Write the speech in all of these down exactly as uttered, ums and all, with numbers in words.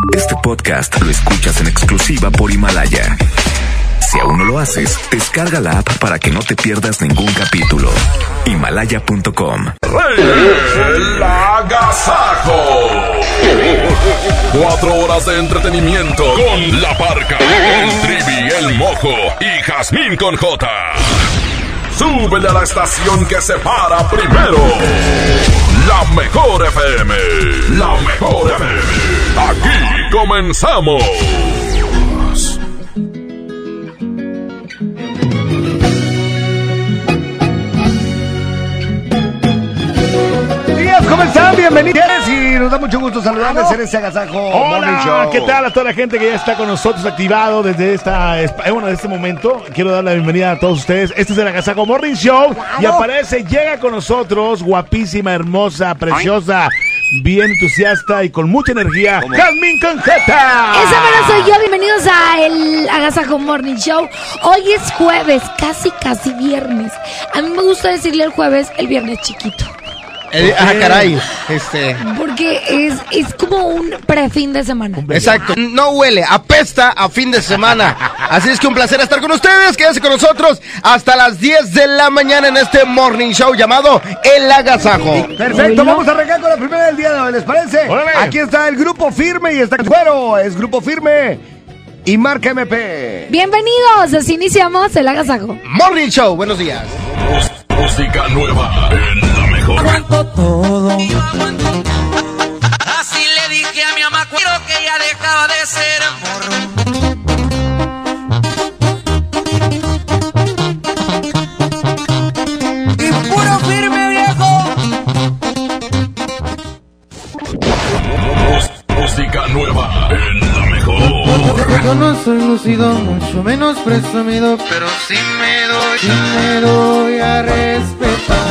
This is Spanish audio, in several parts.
Este podcast lo escuchas en exclusiva por Himalaya. Si aún no lo haces, descarga la app para que no te pierdas ningún capítulo. Himalaya punto com. ¡El Agasajo! Cuatro horas de entretenimiento con La Parca, el Trivi, el Mojo y Jazmín con J. Súbele a la estación que se para primero. La Mejor F M. La Mejor F M. Aquí comenzamos. ¿Cómo están? Bienvenidos y nos da mucho gusto saludarles en este Agasajo Morning Show. Hola, ¿qué tal a toda la gente que ya está con nosotros activado desde esta, bueno, desde este momento? Quiero dar la bienvenida a todos ustedes. Este es el Agasajo Morning Show. Claro. Y aparece, llega con nosotros, guapísima, hermosa, preciosa, bien entusiasta y con mucha energía, Jazmín con J. Esa mera soy yo. Bienvenidos a el Agasajo Morning Show. Hoy es jueves, casi casi viernes. A mí me gusta decirle el jueves el viernes chiquito. Eh, ah, caray, este... Porque es, es como un pre-fin de semana. Exacto, no huele, apesta a fin de semana. Así es que un placer estar con ustedes. Quédense con nosotros hasta las diez de la mañana en este Morning Show llamado El Agasajo. Perfecto, vamos a arrancar con la primera del día de hoy, ¿les parece? ¡Órale! Aquí está el Grupo Firme y está Cuero, es Grupo Firme y Marca M P. Bienvenidos, así iniciamos El Agasajo Morning Show, buenos días. Música nueva en La Mejor. Aguanto todo. Yo aguanto todo. Así le dije a mi mamá, quiero que ella dejaba de ser morro. Y puro firme, viejo. Música nueva en La Mejor. Yo no soy lucido, mucho menos presumido, pero sí me doy, sí me doy a respetar.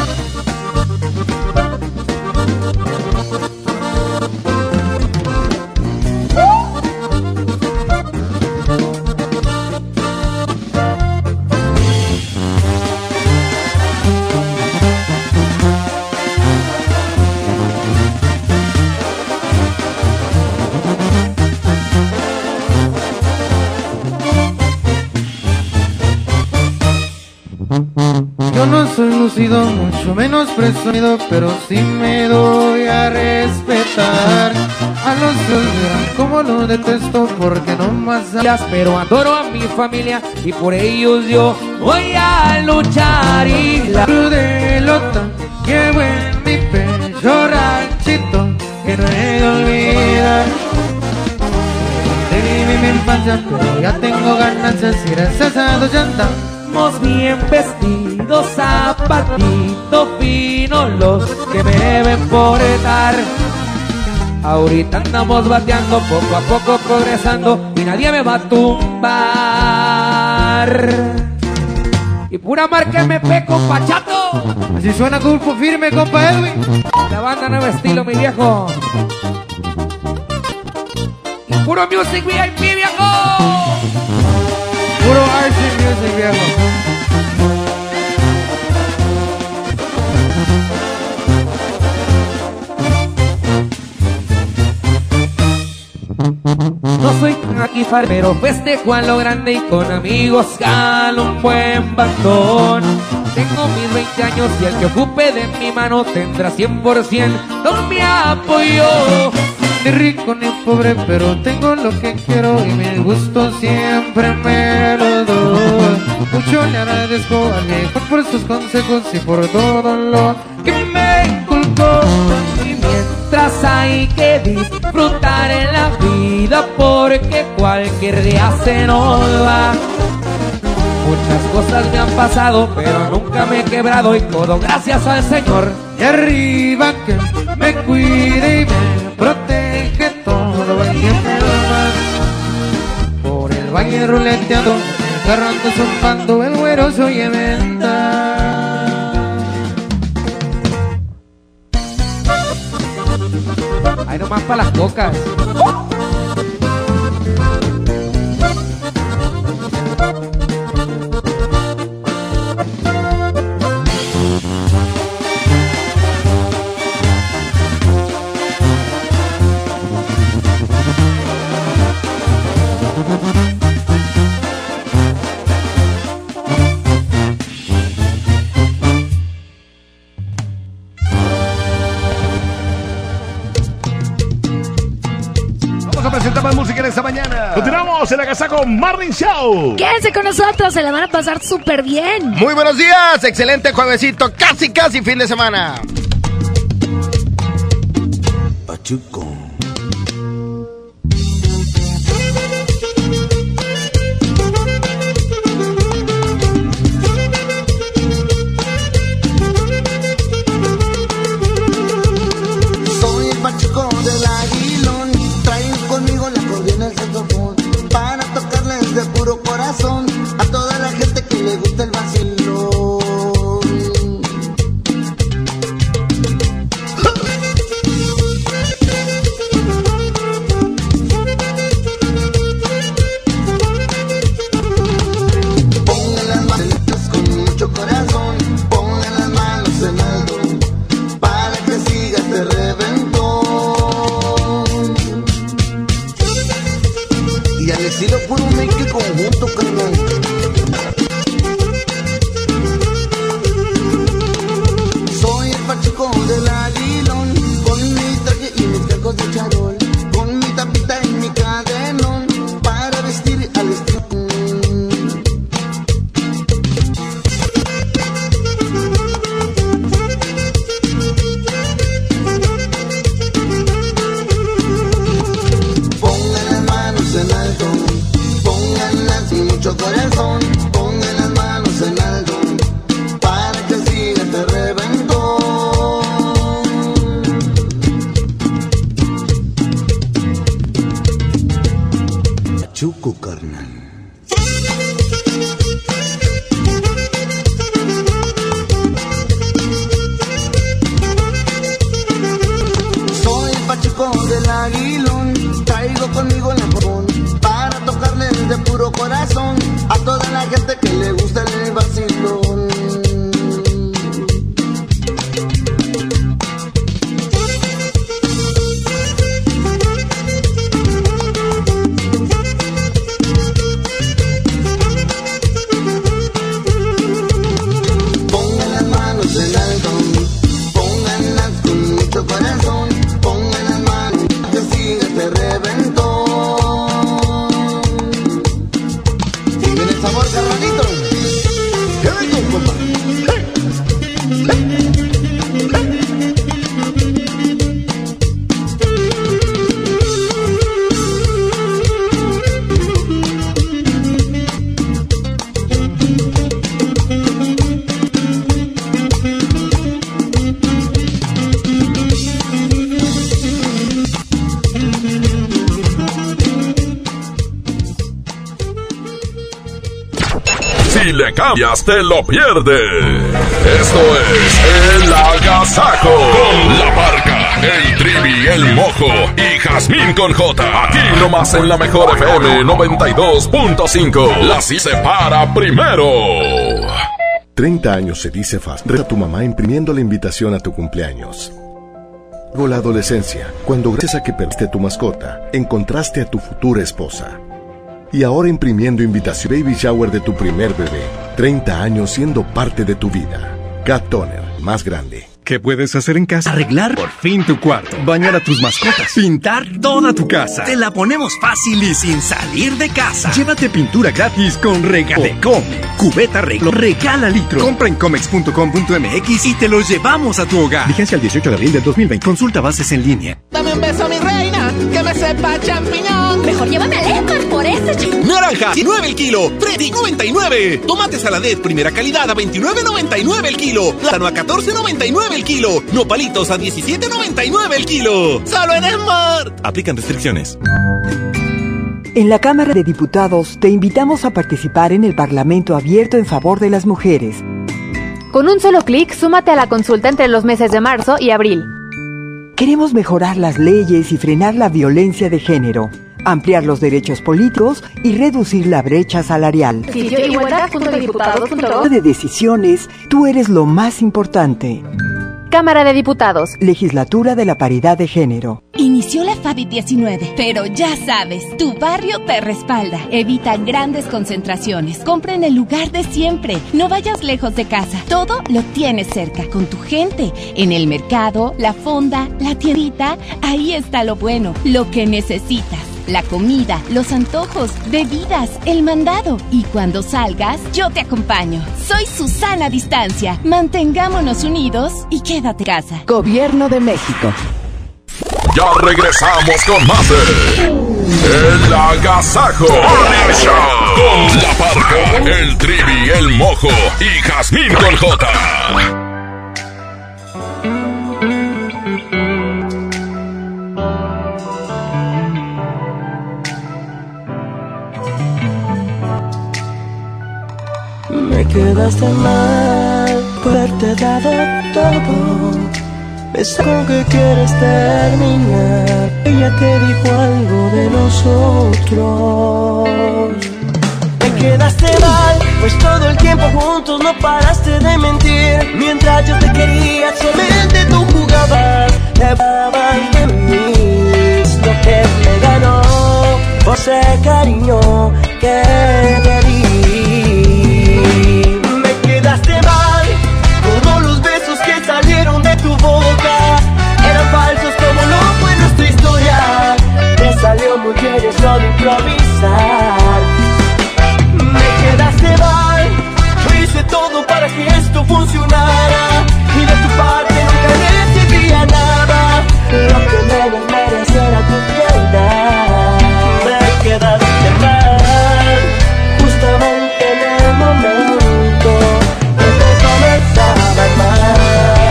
Yo no soy lucido, mucho menos presumido, pero sí me doy a respetar. A los dos verán como lo detesto porque no más hablas, pero adoro a mi familia y por ellos yo voy a luchar. Y la crudelota llevo en mi pecho ranchito que no he de olvidar. De mi infancia, pero ya tengo ganancias y gracias a Dios ya andamos bien vestidos, zapatito fino los que me deben portar. Ahorita andamos bateando, poco a poco progresando y nadie me va a tumbar. Y pura Marca M P, compa Chato. Así suena Grupo Firme, compa Edwin. La banda Nuevo Estilo, mi viejo. Y puro Music V I P, viejo. Puro R C Music, viejo. No soy aquí farmero, festejo a lo grande y con amigos jalo un buen bastón. Tengo mis veinte años y el que ocupe de mi mano tendrá cien por ciento mi apoyo. Ni rico ni pobre, pero tengo lo que quiero y mi gusto siempre me lo doy. Mucho le agradezco al viejo por sus consejos y por todo lo que me inculcó. Y mientras hay que disfrutar en la vida, porque cualquier día se nos va. Muchas cosas me han pasado, pero nunca me he quebrado y todo gracias al Señor de arriba que me cuide y me protege todo el tiempo más. Por el valle ruleteando, agarrando, zumbando, el güero se oye venta. Ahí nomás para las cocas. a presentar más música en esta mañana. Continuamos en el Agasajo Morning Show. Quédense con nosotros, se la van a pasar súper bien. Muy buenos días, excelente juevesito, casi casi fin de semana. Pachuco. Soy el Pachuco del Aguilón, traigo conmigo la acordeón, el saxofón, para tocarles de puro corazón a toda la gente que le gusta el vacilón. Pongan las manos con mucho corazón, pongan las manos en alto, para que siga este reventón. Y al estilo puro make conjunto, carnal. Soy el Pachuco del Aguilón, con mi traje y mis tacos de charol, con mi tapita y mi cadenón, para vestir al estilo. Pongan las manos en alto, pónganlas sin mucho corazón, pongan las manos en alto, para que siga este reventón. Pachuco, carnal. Soy el Pachuco del Aguilón, traigo conmigo el acordeón, para tocarles de puro corazón a toda la gente que le gusta el vacilón. Pongan las manos en alto, pónganlas con mucho corazón, pongan las manos que siga este reventón. Sigue el sabor, carnalito. ¡Qué rico, compa! Si le cambias, te lo pierdes. Esto es El Agasajo con La Parca, el Trivi, el Mojo y Jazmín con J. Aquí nomás en la mejor F M noventa y dos punto cinco. La sí se para primero. treinta años se dice fácil. Reta a tu mamá imprimiendo la invitación a tu cumpleaños. Luego la adolescencia, cuando gracias a que perdiste tu mascota, encontraste a tu futura esposa. Y ahora imprimiendo invitación baby shower de tu primer bebé. treinta años siendo parte de tu vida. Cat Toner, más grande. ¿Qué puedes hacer en casa? Arreglar por fin tu cuarto, bañar a tus mascotas, pintar toda tu casa. Te la ponemos fácil y sin salir de casa. Llévate pintura gratis con regalo de Comex. Cubeta arreglo, regala litro. Compra en comex punto com punto m x y te los llevamos a tu hogar. Vigencia el dieciocho de abril del dos mil veinte. Consulta bases en línea. Dame un beso, mi reina, que me sepa champiñón. Mejor llévame al Esmar por ese champiñón. Naranja, diecinueve el kilo, Freddy, noventa y nueve. Tomate Saladet, primera calidad, a veintinueve noventa y nueve el kilo. Plátano a catorce noventa y nueve el kilo. Nopalitos a diecisiete noventa y nueve el kilo. Solo en Smart. Aplican restricciones. En la Cámara de Diputados te invitamos a participar en el Parlamento Abierto en favor de las mujeres. Con un solo clic, súmate a la consulta entre los meses de marzo y abril. Queremos mejorar las leyes y frenar la violencia de género, ampliar los derechos políticos y reducir la brecha salarial. Sitio igualdad punto diputados punto gov. De decisiones, tú eres lo más importante. Cámara de Diputados. Legislatura de la Paridad de Género. Inició la COVID diecinueve, pero ya sabes, tu barrio te respalda. Evita grandes concentraciones. Compra en el lugar de siempre. No vayas lejos de casa. Todo lo tienes cerca, con tu gente. En el mercado, la fonda, la tiendita. Ahí está lo bueno, lo que necesitas. la comida, los antojos, bebidas, el mandado. Y cuando salgas, yo te acompaño. Soy Susana Distancia. Mantengámonos unidos y quédate en casa. Gobierno de México. Ya regresamos con más de El Agasajo Morning Show con La Parca, el Trivi, el Mojo y Jazmín con J. Me quedaste mal por haberte dado todo. Ves con que quieres terminar. Ella te dijo algo de nosotros. Me quedaste mal, pues todo el tiempo juntos no paraste de mentir. Mientras yo te quería, solamente tú jugabas. Te hablabas de mí. Lo que me ganó fue ese cariño que te di. Me quedaste mal, todos los besos que salieron de tu boca eran falsos como no fue nuestra historia. Te salió muy bien eso de improvisar. Me quedaste mal, yo hice todo para que esto funcionara y de tu parte nunca recibía nada. Lo que menos merecía era tu piedad. Me quedaste mal, justamente en el momento que te comenzaba a amar.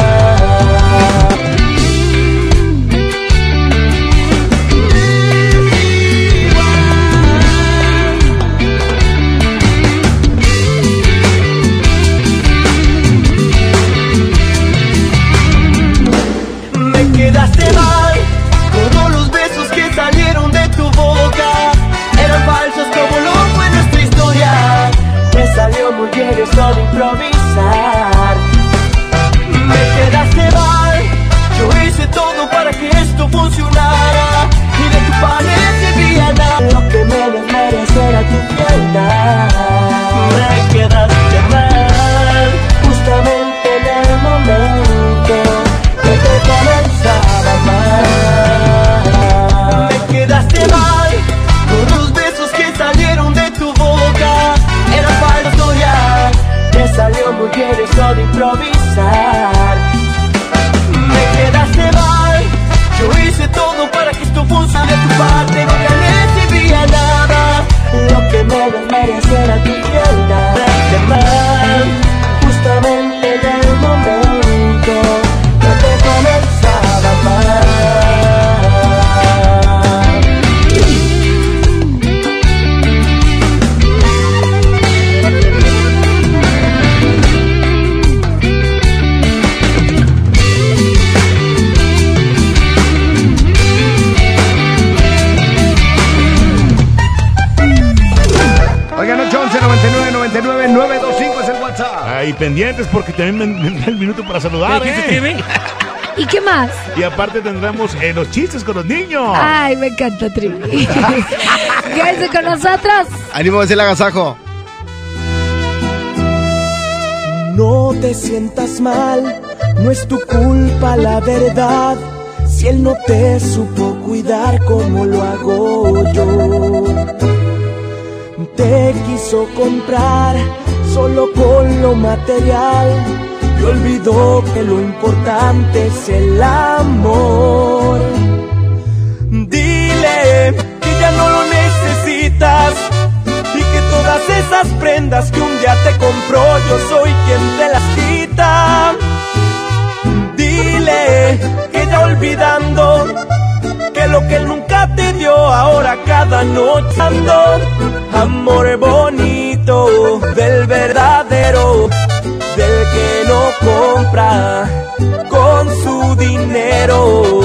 Quedaste mal, todos los besos que salieron de tu boca eran falsos como no fue nuestra historia. Te salió muy bien eso de improvisar. Me quedaste mal, yo hice todo para que esto funcionara y de tu parte recibía nada. Lo que menos merece era tu piedad. Me quedaste mal, justamente en el momento que te comenzaba a amar. Me quedaste mal, todos los besos que salieron de tu boca eran falsos ya. Te salió muy bien eso de improvisar. Me quedaste mal, yo hice todo para que esto funcione. De tu parte nunca recibía nada. Lo que menos merece era tu piedad. Me quedaste mal, justamente en el momento que te comenzaba a amar. Oigan, ocho once, noventa y nueve, noventa y nueve, nueve dos cinco es el WhatsApp. Ahí pendientes porque también me da el minuto para saludar. ¿eh? ¿Y qué más? Y aparte tendremos eh, los chistes con los niños. Ay, me encanta, Trivi. Quédense con nosotros. Ánimo, es el agasajo. No te sientas mal, no es tu culpa la verdad. Si él no te supo cuidar como lo hago yo. Te quiso comprar solo con lo material y olvidó que lo importante es el amor. Dile que ya no lo necesitas y que todas esas prendas que un día te compró yo soy quien te las quita. Dile que ya olvidando que lo que él nunca te dio ahora cada noche ando. Amor bonito del verdadero, del que no compra con su dinero.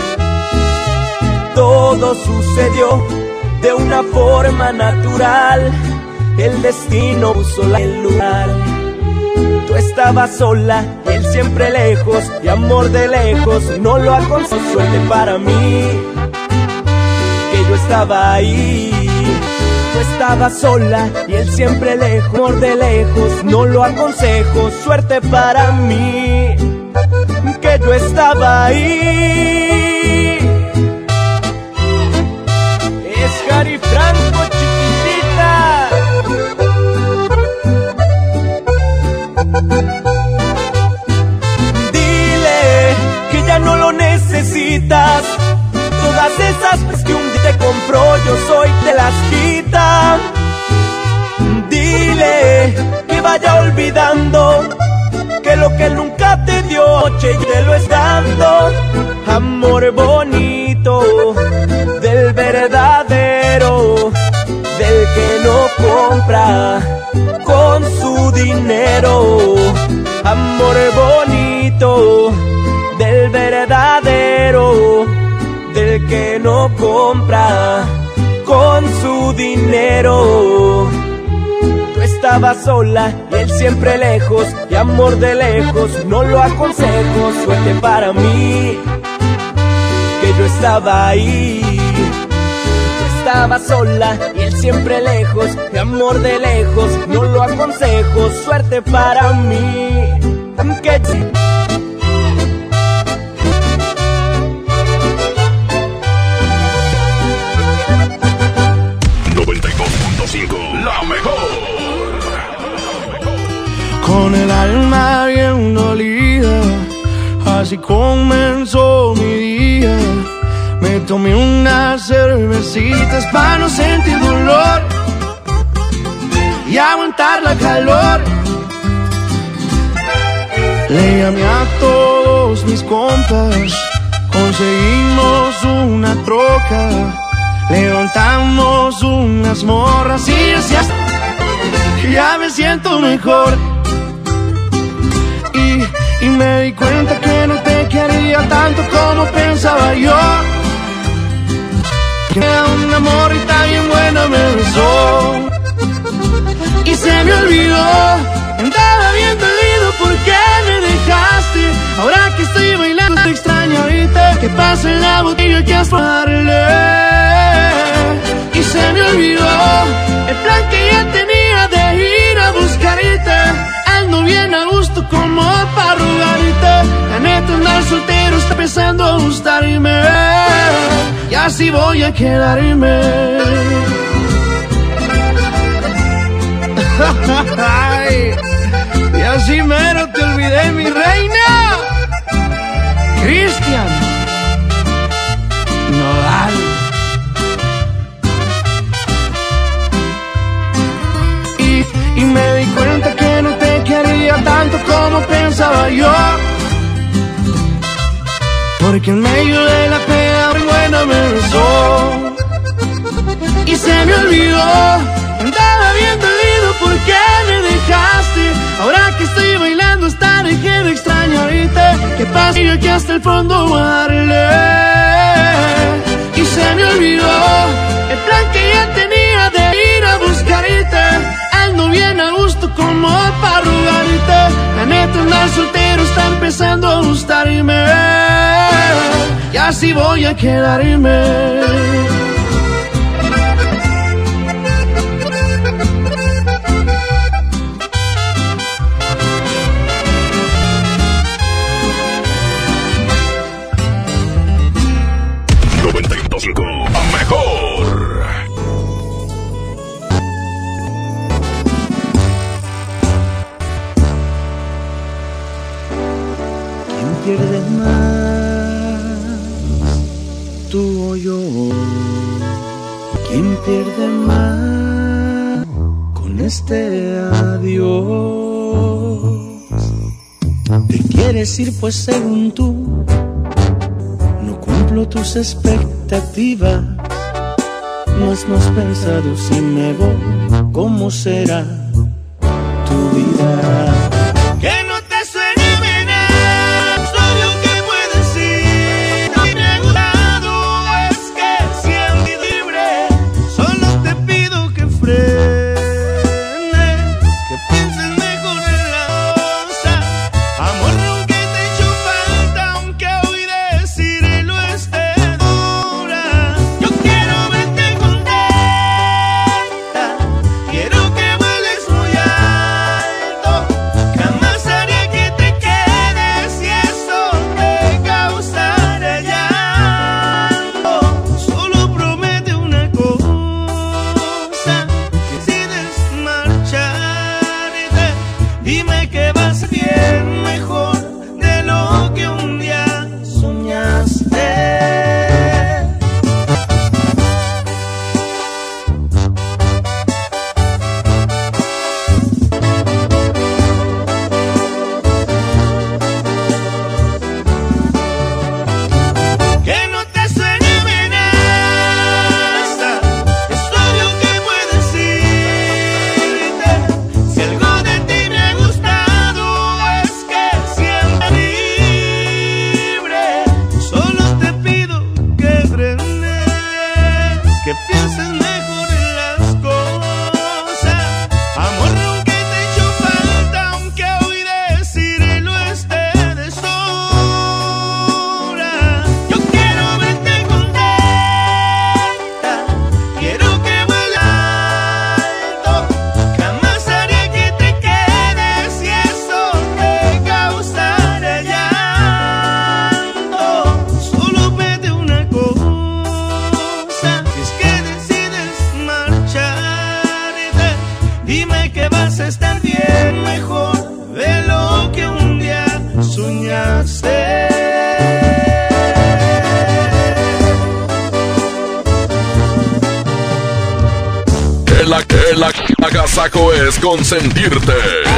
Todo sucedió de una forma natural, el destino puso el lugar. Tú estabas sola, él siempre lejos, y amor de lejos no lo aconsejo. Suerte para mí, que yo estaba ahí. Tú estabas sola y él siempre lejos, amor de lejos no lo aconsejo. Suerte para mí, que yo estaba ahí. compro, yo soy, te las quita. Dile que vaya olvidando que lo que nunca te dio, che, te lo es dando. Amor bonito, del verdadero, del que no compra con su dinero. Amor bonito, del verdadero, del que no compra con su dinero. Tú estabas sola y él siempre lejos, y amor de lejos no lo aconsejo. Suerte para mí, que yo estaba ahí. Tú estabas sola y él siempre lejos, y amor de lejos no lo aconsejo. Suerte para mí, que noventa y dos punto cinco, la mejor. Con el alma bien dolida, así comenzó mi día. Me tomé unas cervecitas para no sentir dolor y aguantar la calor. Le llamé a todos mis compas, conseguimos una troca, levantamos unas morras y así hasta ya me siento mejor. Y, y me di cuenta que no te quería tanto como pensaba yo. Que una morrita bien buena me besó y se me olvidó. Andaba bien dolido porque me dejaste. Ahora que estoy bailando te extraño ahorita. Que pasa en la botella que has darle. Y se me olvidó el plan que ya tenía de ir a buscarte. Ando bien a gusto como para rogarte. La neta andar soltero está empezando a gustarme. Y así voy a quedarme. Ay, y así mero te olvidé, mi reina. Cristian Nodal. Y, y me di cuenta que no te quería tanto como pensaba yo. Porque en medio de la pena buena me besó y se me olvidó. Andaba bien dolido porque me dejaste. Ahora que estoy bailando hasta dejé de extraño ahorita. Que pasa yo que hasta el fondo darle. Y se me olvidó el plan que ya tenía de ir a buscarte. Ando bien a gusto como para rogarte. La neta andar soltero está empezando a gustarme. Y así voy a quedarme. noventa y dos punto cinco, la mejor. ¿Quién pierde más, tú o yo? ¿Quién pierde más con este adiós? Te quieres ir pues según tú no cumplo tus expectativas. No has más pensado si me voy, ¿cómo será tu vida? Que no te suene veneno, es obvio que puedes ir. No me ha gustado, es que siento libre. Solo te pido que frenes, que pienses mejor en la cosa. Amor, aunque te he hecho falta, aunque hoy decirlo esté dura. Yo quiero verte contenta, quiero que vueles muy alto. El, el, el agasajo es consentirte.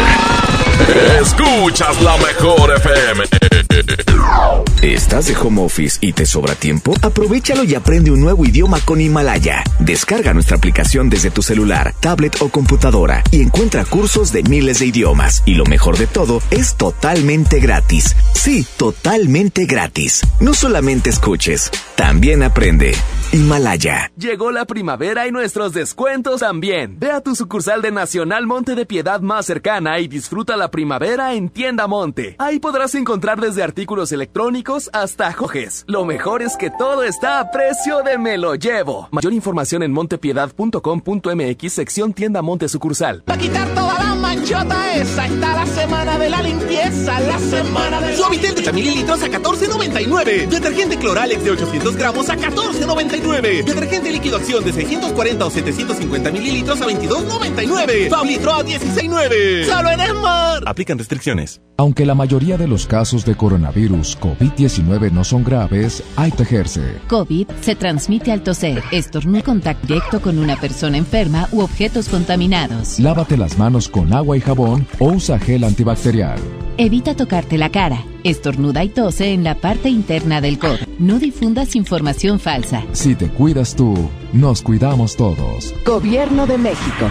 Escuchas la mejor F M. ¿Estás de home office y te sobra tiempo? Aprovéchalo y aprende un nuevo idioma con Himalaya. Descarga nuestra aplicación desde tu celular, tablet o computadora y encuentra cursos de miles de idiomas. Y lo mejor de todo, es totalmente gratis. Sí, totalmente gratis. No solamente escuches, también aprende. Himalaya. Llegó la primavera y nuestros descuentos también. Ve a tu sucursal de Nacional Monte de Piedad más cercana y disfruta la primavera en Tienda Monte. Ahí podrás encontrar desde artículos electrónicos hasta jojes. Lo mejor es que todo está a precio de me lo llevo. Mayor información en montepiedad punto com punto m x, sección Tienda Monte sucursal. Para quitar toda la manchota esa, está la semana de la limpieza, la semana de... Suavitel de mililitros a catorce noventa y nueve. Detergente Cloralex de ochocientos gramos a catorce noventa y nueve. Detergente líquido Acción de seiscientos cuarenta o setecientos cincuenta mililitros a veintidós noventa y nueve. Fablitro a dieciséis nueve. Solo en Esmar. Aplican restricciones. Aunque la mayoría de los casos de coronavirus COVID diecinueve no son graves, hay que protegerse. COVID se transmite al toser, estornudo, contacto directo con una persona enferma u objetos contaminados. Lávate las manos con agua y jabón o usa gel antibacterial. Evita tocarte la cara. Estornuda y tose en la parte interna del codo. No difundas información falsa. Si te cuidas tú, nos cuidamos todos. Gobierno de México.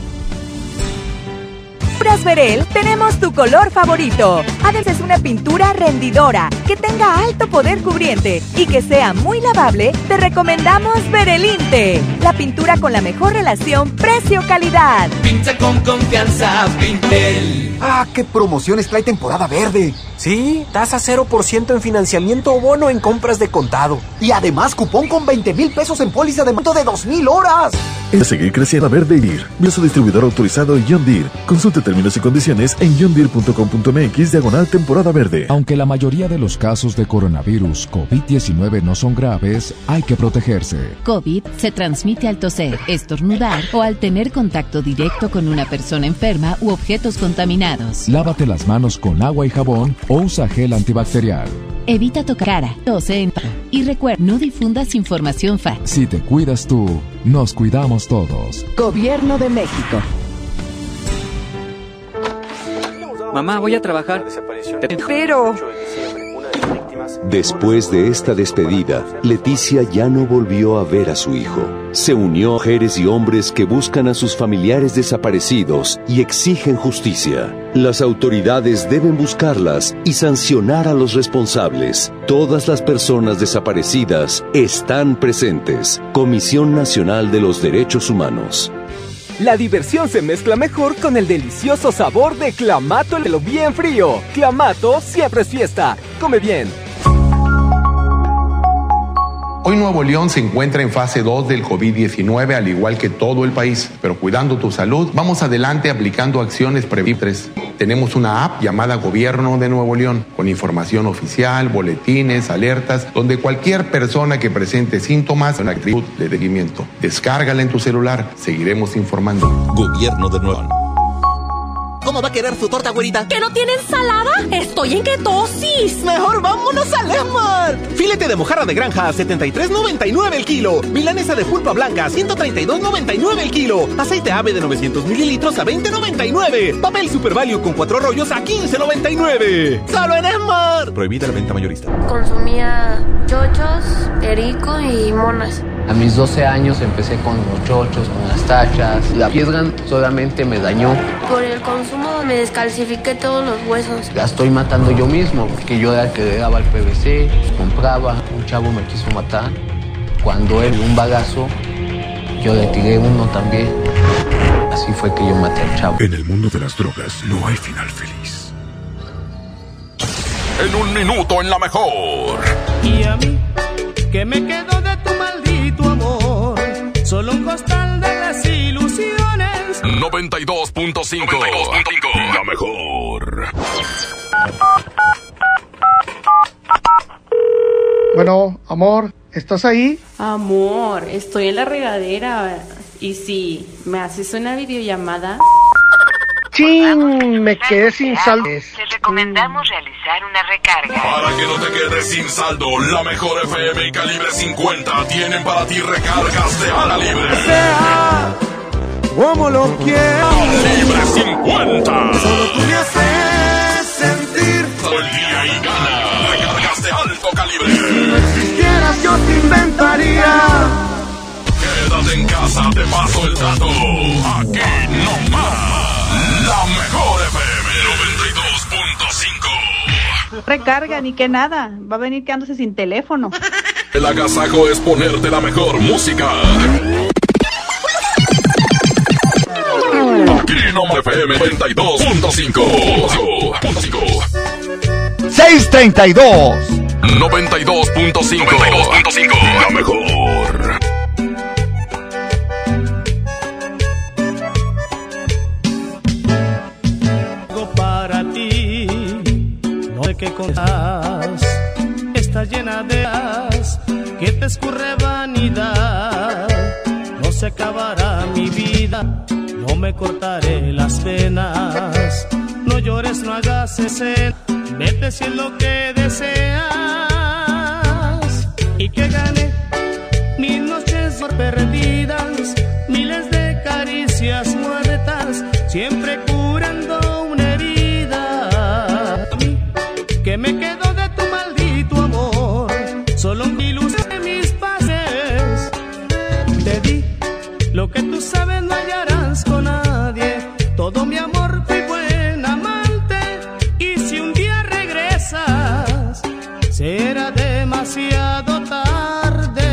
Pinturas Verel, tenemos tu color favorito. Además es una pintura rendidora, que tenga alto poder cubriente y que sea muy lavable. Te recomendamos Verelinte, la pintura con la mejor relación precio-calidad. Pinta con confianza, Pintel. ¡Ah, qué promociones trae temporada verde! Sí, tasa cero por ciento en financiamiento o bono en compras de contado. Y además cupón con veinte mil pesos en póliza de monto de dos mil horas. Es seguir creciendo a Verde y D I R. Vía su distribuidor autorizado John Deere. Consulte términos y condiciones en john deere punto com punto m x diagonal temporada verde. Aunque la mayoría de los casos de coronavirus COVID diecinueve no son graves, hay que protegerse. COVID se transmite al toser, estornudar o al tener contacto directo con una persona enferma u objetos contaminados. Lávate las manos con agua y jabón o usa gel antibacterial. Evita tocar cara, tose en y recuerda, no difundas información falsa. Si te cuidas tú, nos cuidamos todos. Gobierno de México. Mamá, voy a trabajar. Pero... Después de esta despedida, Leticia ya no volvió a ver a su hijo. Se unió a mujeres y hombres que buscan a sus familiares desaparecidos y exigen justicia. Las autoridades deben buscarlas y sancionar a los responsables. Todas las personas desaparecidas están presentes. Comisión Nacional de los Derechos Humanos. La diversión se mezcla mejor con el delicioso sabor de Clamato, el bien frío. Clamato siempre es fiesta. Come bien. Hoy Nuevo León se encuentra en fase dos del COVID diecinueve, al igual que todo el país. Pero cuidando tu salud, vamos adelante aplicando acciones preventivas. Tenemos una app llamada Gobierno de Nuevo León, con información oficial, boletines, alertas, donde cualquier persona que presente síntomas en actitud de seguimiento. Descárgala en tu celular, seguiremos informando. Gobierno de Nuevo León. ¿Cómo va a querer su torta, güerita? ¿Que no tiene ensalada? ¡Estoy en ketosis! ¡Mejor vámonos al Esmar! Filete de mojarra de granja a setenta y tres noventa y nueve el kilo. Milanesa de pulpa blanca a ciento treinta y dos noventa y nueve el kilo. Aceite ave de novecientos mililitros a veinte noventa y nueve. Papel Super Value con cuatro rollos a quince noventa y nueve. ¡Solo en Esmar! Prohibida la venta mayorista. Consumía chochos, perico y monas. A mis doce años empecé con los chochos, con las tachas. La piedra solamente me dañó. Por el consumo me descalcifiqué todos los huesos. La estoy matando yo mismo, porque yo era el que le daba el P V C, compraba. Un chavo me quiso matar. Cuando él, un bagazo, yo le tiré uno también. Así fue que yo maté al chavo. En el mundo de las drogas no hay final feliz. En un minuto en la mejor. Y a mí, que me quedo de tu maldito amor, solo un costal de las ilusiones. noventa y dos punto cinco. La mejor. Bueno, amor, ¿estás ahí? Amor, estoy en la regadera. ¿Y si me haces una videollamada? ¡Chin! Me quedé sin saldo. Te recomendamos realizar una recarga. Para que no te quedes sin saldo, la mejor F M y Calibre cincuenta tienen para ti recargas de ala libre. Sea como lo quiero. Calibre cincuenta. Solo tú me haces sentir. Todo el día y gana. Recargas de alto calibre. Si no existieras yo te inventaría. Quédate en casa, te paso el dato. Aquí no más. La mejor F M noventa y dos punto cinco. Recarga ni que nada. Va a venir quedándose sin teléfono. El agasajo es ponerte la mejor música. Aquí no más F M noventa y dos punto cinco. seiscientos treinta y dos. noventa y dos punto cinco. noventa y dos punto cinco. La mejor. Para ti, no sé qué contas, está llena de as, que te escurre vanidad. No se acabará mi vida, no me cortaré las venas. No llores, no hagas escena, vete si es lo que deseas. Y que gane mil noches perdidas, miles de caricias muertas, siempre curando una herida. A mí, que me quedo de tu maldito amor, solo mi luz de mis pases. Te di lo que tú sabes, no hallarás con nadie. Todo mi amor, fui buen amante. Y si un día regresas, será demasiado tarde.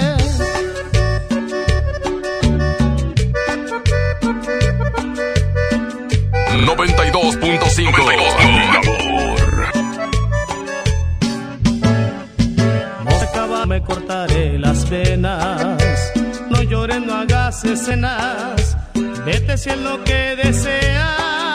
noventa y dos punto cinco. No se acaba, me cortaré las venas. No llores, no hagas escenas. Vete si es lo que deseas.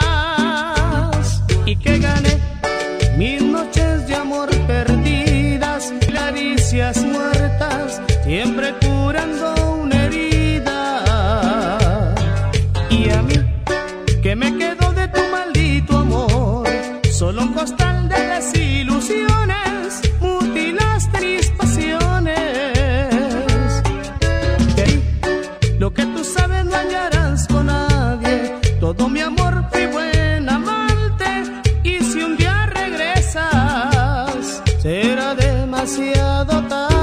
Y que gane mil noches de amor perdidas, caricias muertas, siempre curando una herida. Y a mí, que me quedo de tu maldito amor, solo un costal de desilusiones, mutilaste mis pasiones. De ahí, lo que tú sabes no hallarás con nadie. Todo mi amor, fui buen amante. Y si un día regresas, será demasiado tarde.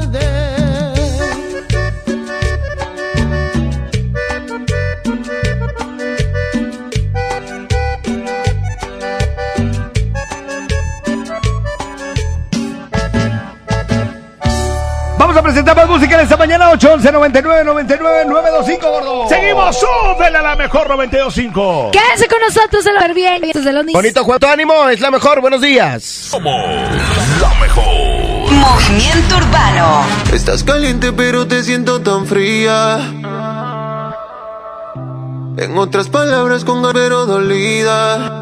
Vamos a presentar más música en esta mañana. Ocho once noventa y nueve noventa y nueve nueve dos cinco, gordo. Seguimos, súbele a la mejor noventa y dos punto cinco. Quédense con nosotros en lo bien. Bonito juego, ánimo, es la mejor. Buenos días. Somos la mejor. Movimiento Urbano. Estás caliente pero te siento tan fría. En otras palabras, con pero dolida.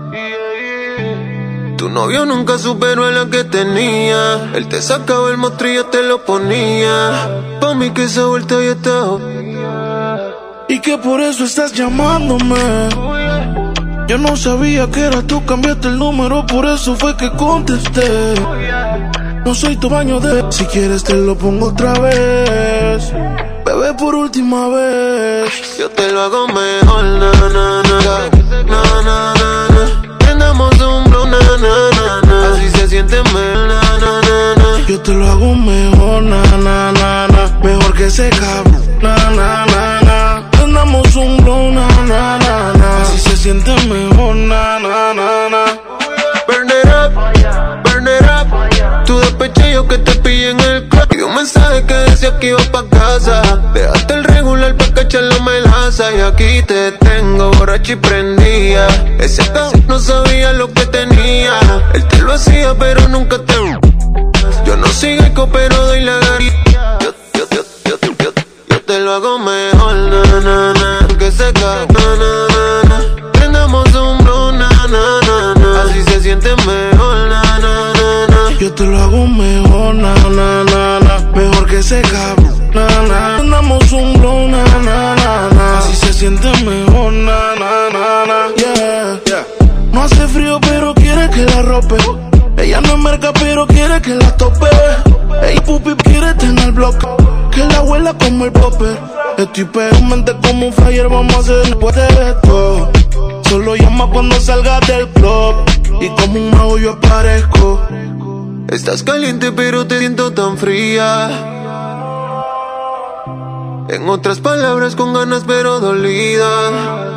Tu novio nunca superó a la que tenía. Él te sacaba el mostrillo, te lo ponía. Pa' mí que esa vuelta ya está. Y que por eso estás llamándome. Yo no sabía que era tú, cambiaste el número, por eso fue que contesté. No soy tu baño de... Si quieres te lo pongo otra vez. Bebé, por última vez. Yo te lo hago mejor, na, na, na, na, na, na, na. Prendamos un blow, na, na, na, na. Así se siente mejor, na, na, na, na. Yo te lo hago mejor, na, na, na, na. Mejor que ese cabrón, na, na, na, na. Prendamos un blow, na, na, na, na. Así se siente mejor, na, na, na, na. Burn it up, burn it up. Tu despeche yo que te pillé en el club. Y un mensaje que decía que iba pa' casa. Dejaste el regular pa' cachar la melaza. Y aquí te tengo borracho y prendía. Ese cabrón no sabía lo que tenía. Él te lo hacía pero nunca te... Yo no soy gaico pero doy la garilla. Yo, yo, yo, yo, yo, yo te lo hago mejor, na, na, na. Que se cae, na, na, na, na. Prendamos un blow, na, na, na, na. Así se siente mejor, na, na, na, na. Yo te lo hago mejor, na, na, na, na. Mejor que ese cabrón, na, na. Prendamos un blow, na, na, na, na. Así se siente mejor, na, na, na, na. Yeah, yeah. No hace frío pero quiere que la rope. Ella no es merca pero quiere que la tope. Ella pupi quiere tener bloque. que la abuela como el popper. Estoy peormente como un flyer, vamos a hacer después de esto. Solo llama cuando salgas del club y como un mago yo aparezco. Estás caliente pero te siento tan fría. En otras palabras, con ganas pero dolida.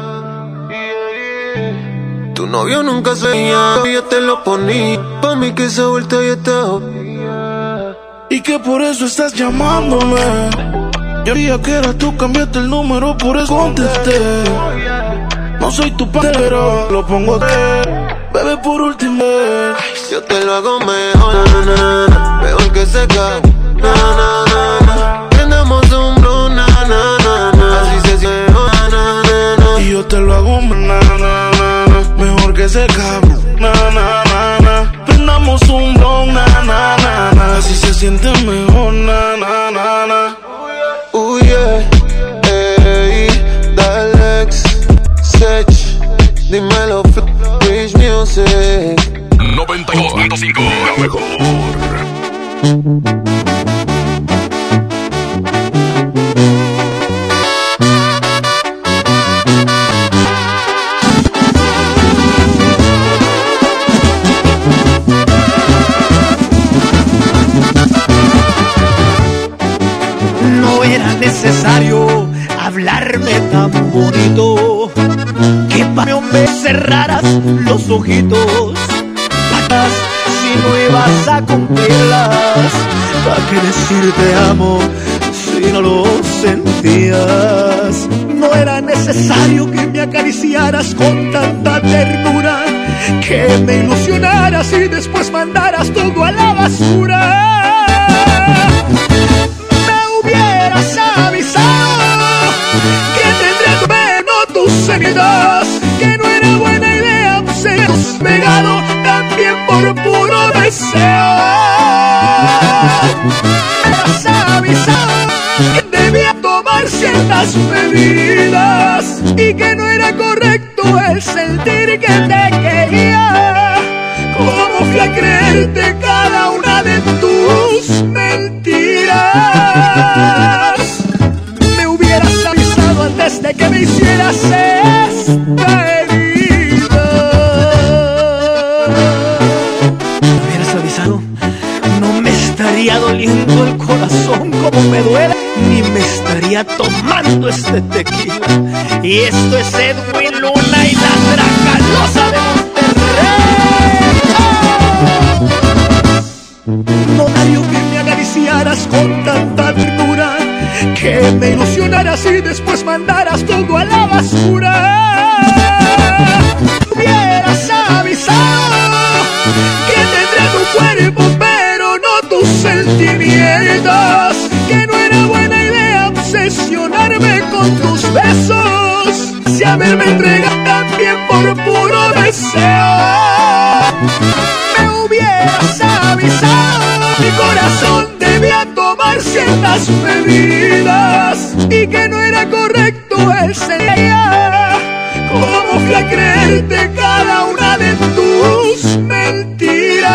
Tu novio nunca sabía, yo te lo ponía. Pa' mí que esa vuelta ya está. Y que por eso estás llamándome. Yo diría que era tú, cambiaste el número, por eso contesté. No soy tu padre, pero lo pongo de bebé por última vez. Yo te lo hago mejor, na, na, na, mejor que se cae. Na, na, na, na. Prendamos un bro, na, na, na, na. Así se siente, na, na, na. Y yo te lo hago, na, na, na, na. Mejor que se cae. Na, na, na, na. Prendamos un bro, na, na, na, na. Así se siente mejor, na, na, na, na. Uh, yeah. Ey, Dalex, Sech, dímelo, Rich Music noventa y dos punto cinco, la mejor. No era necesario hablarme tan bonito, que para me cerraras los ojitos. Patas, si no ibas a cumplirlas, ¿para qué decir te amo si no lo sentías? No era necesario que me acariciaras con tanta ternura, que me ilusionaras y después mandaras todo a la basura. Hubieras avisado que tendría tu pelo, tus heridas, que no era buena idea sernos pegado también por puro deseo. Hubieras avisado que debía tomar ciertas medidas y que no era correcto el sentir que te quería. ¿Cómo fui a creerte cada una de tus mentiras? Me hubieras avisado antes de que me hicieras esta herida. Me hubieras avisado, no me estaría doliendo el corazón como me duele, ni me estaría tomando este tequila. Y esto es Edwin Luna y la Tracalosa de no daría que me acariciaras con tanta ternura, que me ilusionaras y después mandaras todo a la basura. Hubieras avisado que tendré tu cuerpo pero no tus sentimientos, que no era buena idea obsesionarme con tus besos, si haberme entregado también por puro deseo. Me hubieras avisado, mi corazón debía tomar ciertas medidas y que no era correcto el ser. ¿Cómo fui a creerte cada una de tus mentiras?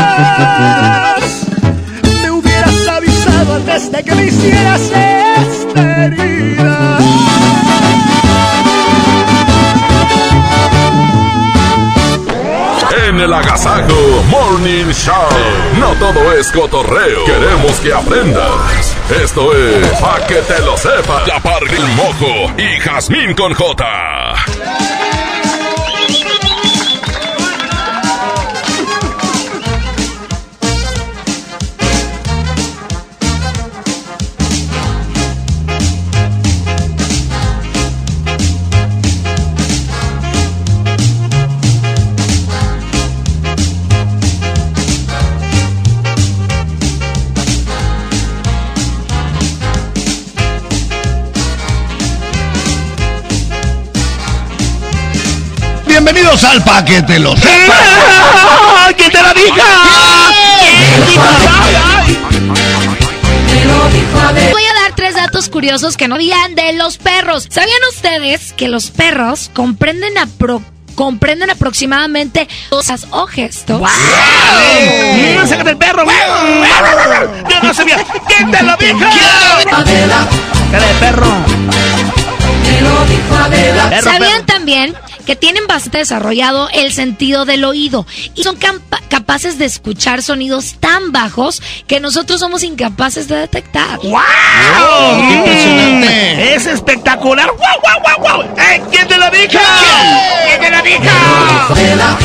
Me hubieras avisado antes de que me hicieras esta herida. En el Agasajo Morning Show, no todo es cotorreo, queremos que aprendas. Esto es Pa' que te lo sepas. La Parca, el Mojo y Jazmín con J. Bienvenidos al Pa' que te lo sepas. ¡Que te lo diga! Voy a dar tres datos curiosos que no sabían de los perros. ¿Sabían ustedes que los perros comprenden apro- comprenden aproximadamente cosas o gestos. ¡Wow! ¡Mmm, sácate el perro! ¡Yo no sabía! ¿Quién te lo dijo? Adela. ¡Cara de perro! Te lo dijo Adela. Perro, ¿Sabían perro. también que tienen bastante desarrollado el sentido del oído y son capa- capaces de escuchar sonidos tan bajos que nosotros somos incapaces de detectar? ¡Wow! ¡Qué impresionante! ¡Es espectacular! ¡Wow, wow, wow, wow! ¡Eh! ¿Quién te lo dijo? ¿Quién? ¿Quién te lo dijo? Adela.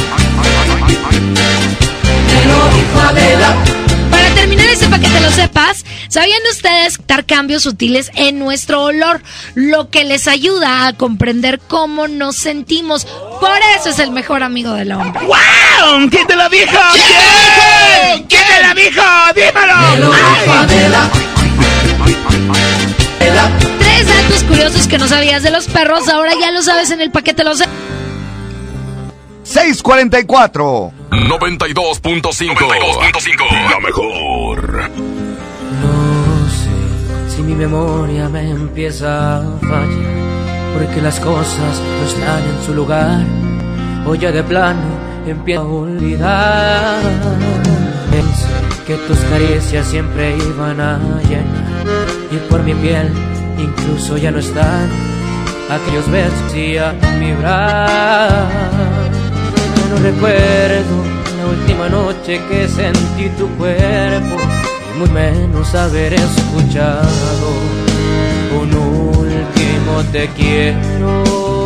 Te lo dijo Adela. Para terminar ese paquete, lo sepas, ¿sabían ustedes dar cambios sutiles en nuestro olor? Lo que les ayuda a comprender cómo nos sentimos. Por eso es el mejor amigo del hombre. ¡Wow! ¿Quién te lo dijo? ¿Quién? ¿Quién te lo dijo? ¡Dímelo! Te lo dijo Adela. Adela. Tres datos curiosos que no sabías de los perros, ahora ya lo sabes en el paquete, lo sé. seis cuarenta y cuatro. noventa y dos punto cinco. La mejor. No sé si mi memoria me empieza a fallar, porque las cosas no están en su lugar, o ya de plano empiezo a olvidar. Pensé que tus caricias siempre iban a llenar, y por mi piel incluso ya no están aquellos besos y a vibrar. No recuerdo la última noche que sentí tu cuerpo, y muy menos haber escuchado un último te quiero.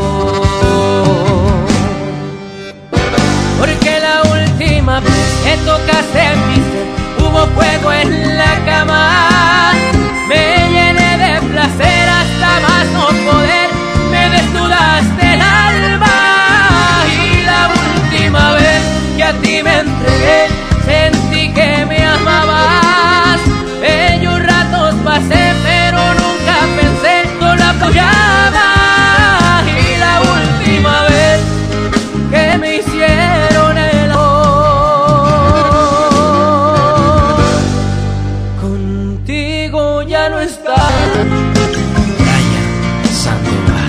Porque la última vez que tocaste mi ser, hubo fuego en la cama. Me llené de placer hasta más no poder, me desnudaste el alma. Y la última vez que a ti me entregué, sentí que me amabas. Bellos ratos pasé, pero nunca pensé, solo apoyaba. Y la última vez que me hicieron el amor, contigo ya no está. Brian Sandoval.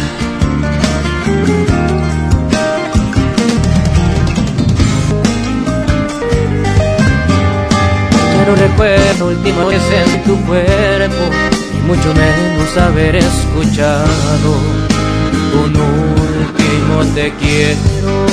Ya no recuerdo la última vez en tu cuerpo, y mucho menos haber escuchado un último te quiero.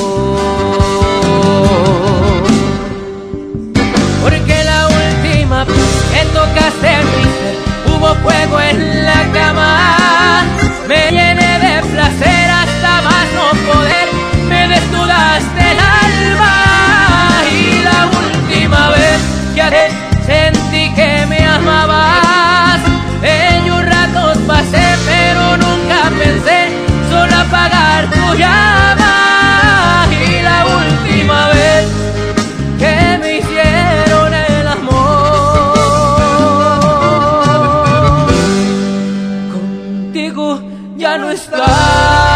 Porque la última vez que tocaste mi ser, hubo fuego en la cama. Me llené de placer hasta más no poder, me desnudaste el alma. Y la última vez que a ti sentí que me amabas. Bellos ratos pasé, pero nunca pensé, solo apagar tu llama. Y la última vez que me hicieron el amor, contigo ya no está.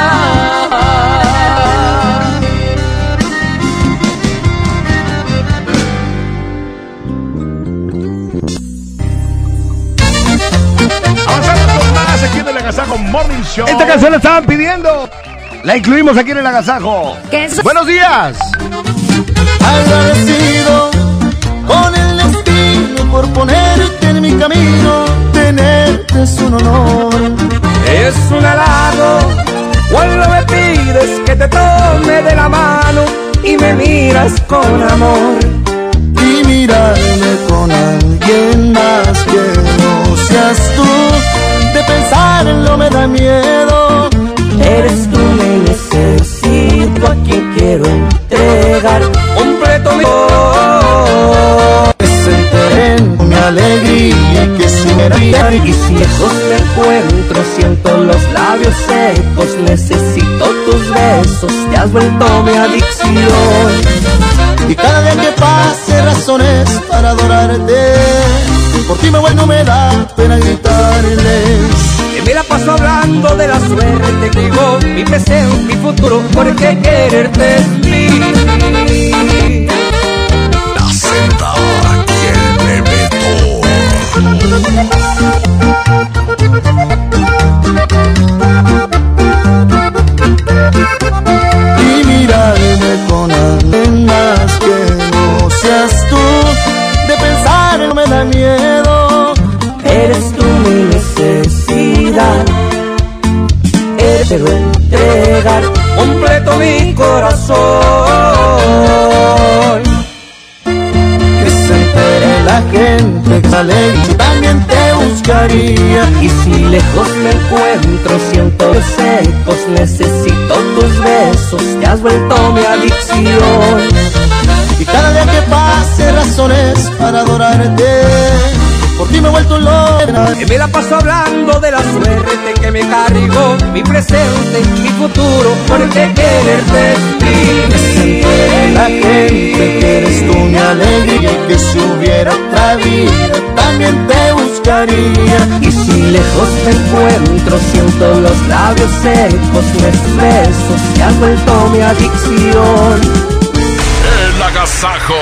Avanzando con más aquí en el Agasajo Morning Show. Esta canción la estaban pidiendo. La incluimos aquí en el agasajo. ¿Qué es? Buenos días. Agradecido con el destino por ponerte en mi camino, tenerte es un honor. Es un halago cuando me pides que te tome de la mano y me miras con amor. Y mirarme con alguien más que no seas tú, de pensarlo me da miedo. Eres tú, me necesito, a quien quiero entregar Completo mi en mi alegría que se me ría. y si lejos me encuentro, siento los labios secos, necesito tus besos, te has vuelto mi adicción. Y cada día que pase razones para adorarte, por ti me vuelvo, me da pena gritarles. que me la paso hablando de la suerte que llegó mi presente, mi futuro, porque quererte es mí. La Z y el Bebeto. Y quiero entregar completo mi corazón. Que se entere la gente que sale y también te buscaría. Y si lejos me encuentro, siento los ecos, necesito tus besos, te has vuelto mi adicción. Y cada día que pase razones para adorarte, por ti me he vuelto loca. Me la paso hablando de la suerte que me cargó, mi presente, mi futuro, porque quererte que se entere la gente que eres tú mi alegría, y que si hubiera otra vida también te buscaría. Y si lejos me encuentro, siento los labios secos, nuestros besos, te has vuelto mi adicción. El agasajo.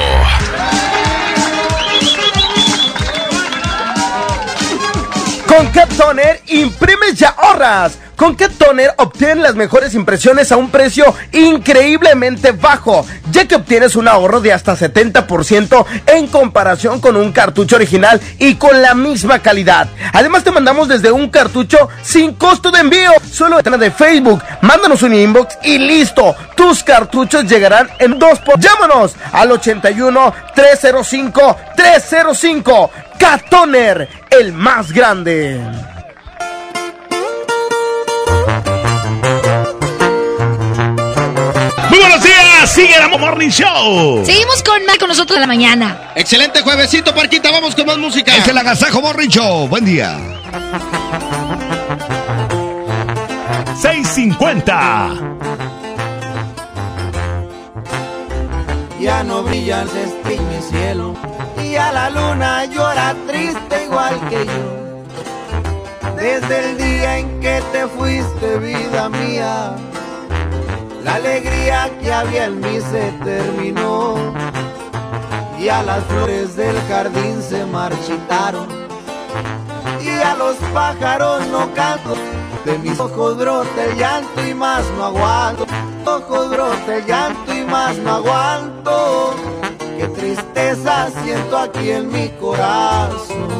Con Cat Toner imprimes y ahorras. Con Cat Toner obtienes las mejores impresiones a un precio increíblemente bajo, ya que obtienes un ahorro de hasta setenta por ciento en comparación con un cartucho original y con la misma calidad. Además te mandamos desde un cartucho sin costo de envío. Solo a de Facebook, mándanos un inbox y listo, tus cartuchos llegarán en dos por... Llámanos al ochenta y uno, trescientos cinco, trescientos cinco. Cat Toner, el más grande. Muy buenos días, sigue el Morning Show. Seguimos con más con nosotros de la mañana. Excelente juevesito, Parquita, vamos con más música. Es el Agasajo Morning Show, buen día. seis cincuenta. Ya no brilla el césped en mi cielo, y a la luna llora triste igual que yo. Desde el día en que te fuiste, vida mía, la alegría que había en mí se terminó, y a las flores del jardín se marchitaron, y a los pájaros no canto. De mis ojos brota el llanto y más no aguanto. Ojos brota el llanto y más no aguanto. Qué tristeza siento aquí en mi corazón.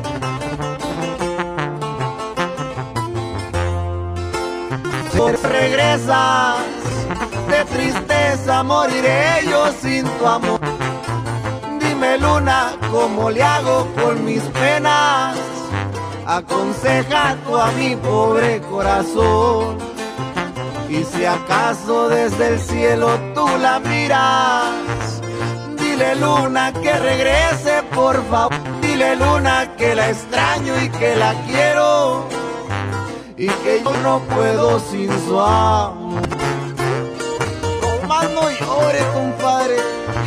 Si regresas, de tristeza moriré yo sin tu amor. Dime, luna, ¿cómo le hago con mis penas? Aconseja tú a mi pobre corazón. Y si acaso desde el cielo tú la miras, dile, luna, que regrese por favor. Dile, luna, que la extraño y que la quiero, y que yo no puedo sin su amor. No más no llore, compadre.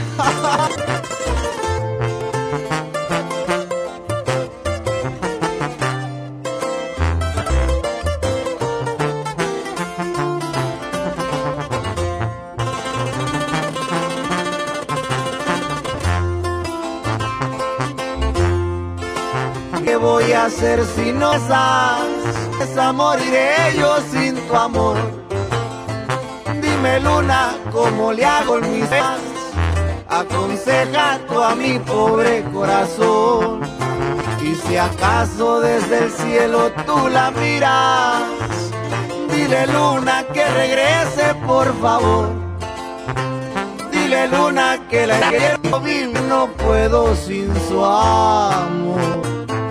¿Qué voy a hacer si no estás? Esa moriré yo sin tu amor. Dime, luna, ¿cómo le hago en mis penas? Aconseja tú a mi pobre corazón. Y si acaso desde el cielo tú la miras, dile, luna, que regrese por favor. Dile, luna, que la quiero vivir, no puedo sin su amor.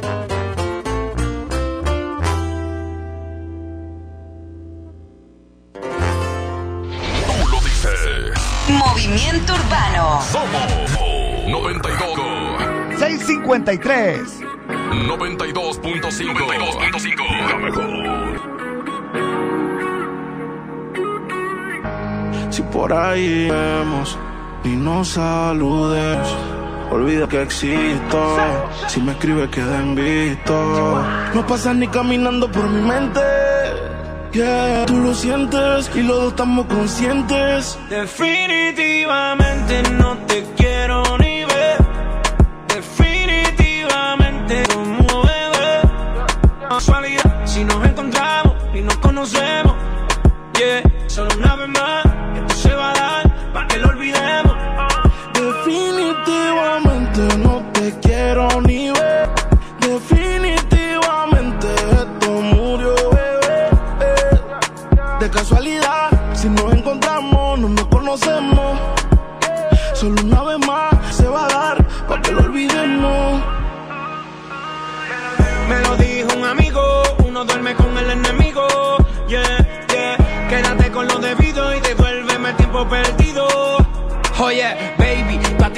Movimiento Urbano. Somos noventa y dos. seis cincuenta y tres. noventa y dos punto cinco. noventa y dos punto cinco. La mejor. Si por ahí vemos y nos saludes, olvida que existo. Si me escribes queda en visto. No pasas ni caminando por mi mente. Yeah, tú lo sientes y los dos estamos conscientes. Definitivamente no te quiero ni ver. Definitivamente como bebé. Casualidad, si nos encontramos y nos conocemos. Yeah, solo una vez más, esto se va a dar para que lo olvidemos. Definitivamente no te quiero ni ver. Definitivamente esto murió, bebé.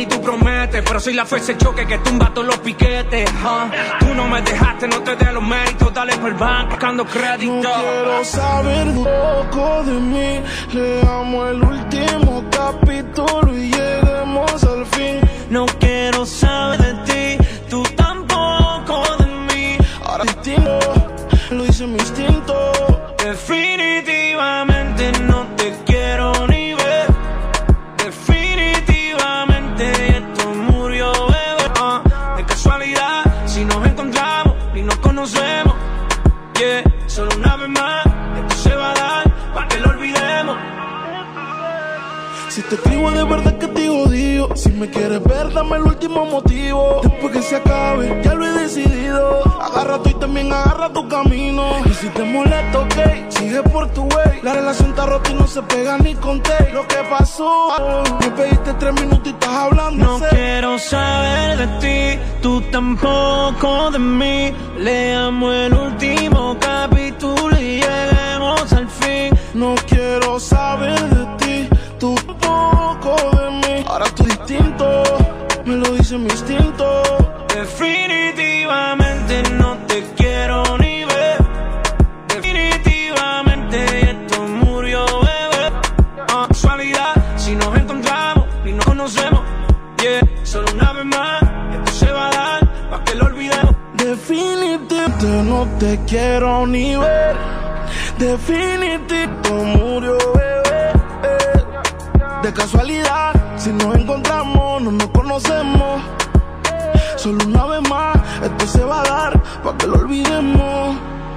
tú prometes, pero si la fuerza el choque que tumba todos los piquetes. huh? Tú no me dejaste, no te des los méritos, dale por el banco buscando crédito. No quiero saber un poco de mí, leamos el último capítulo y lleguemos al fin. No quiero saber de ti, tú tampoco de mí. Ahora distinto, lo dice mi instinto. Definitivamente no te quiero ni ver. Definitivamente esto murió, bebé. uh, De casualidad, si nos encontramos y nos conocemos, yeah, solo una vez más, esto se va a dar para que lo olvidemos. Si te escribo de verdad que te odio. Si me quieres ver, dame el último motivo. Después que se acabe, ya lo he decidido. Agarra tú y también agarra tu camino. Y si te molesta, ok, sigue por tu way. La relación está rota y no se pega ni conté lo que pasó. Me pediste tres minutos y estás hablando. No quiero saber de ti, tú tampoco de mí. Leamos el último capítulo y lleguemos al fin. No quiero saber de ti, tú tampoco de mí. Ahora tú distinto, me lo dice mi instinto. Definitivamente no te quiero ni ver. Definitivamente esto murió, bebé. uh, Casualidad, si nos encontramos y nos conocemos, yeah, solo una vez más, esto se va a dar para que lo olvidemos. Definitivamente no te quiero ni ver. Definitivamente murió, bebé. eh. De casualidad, si nos encontramos, no nos conocemos. Solo una vez más, esto se va a dar para que lo olvidemos.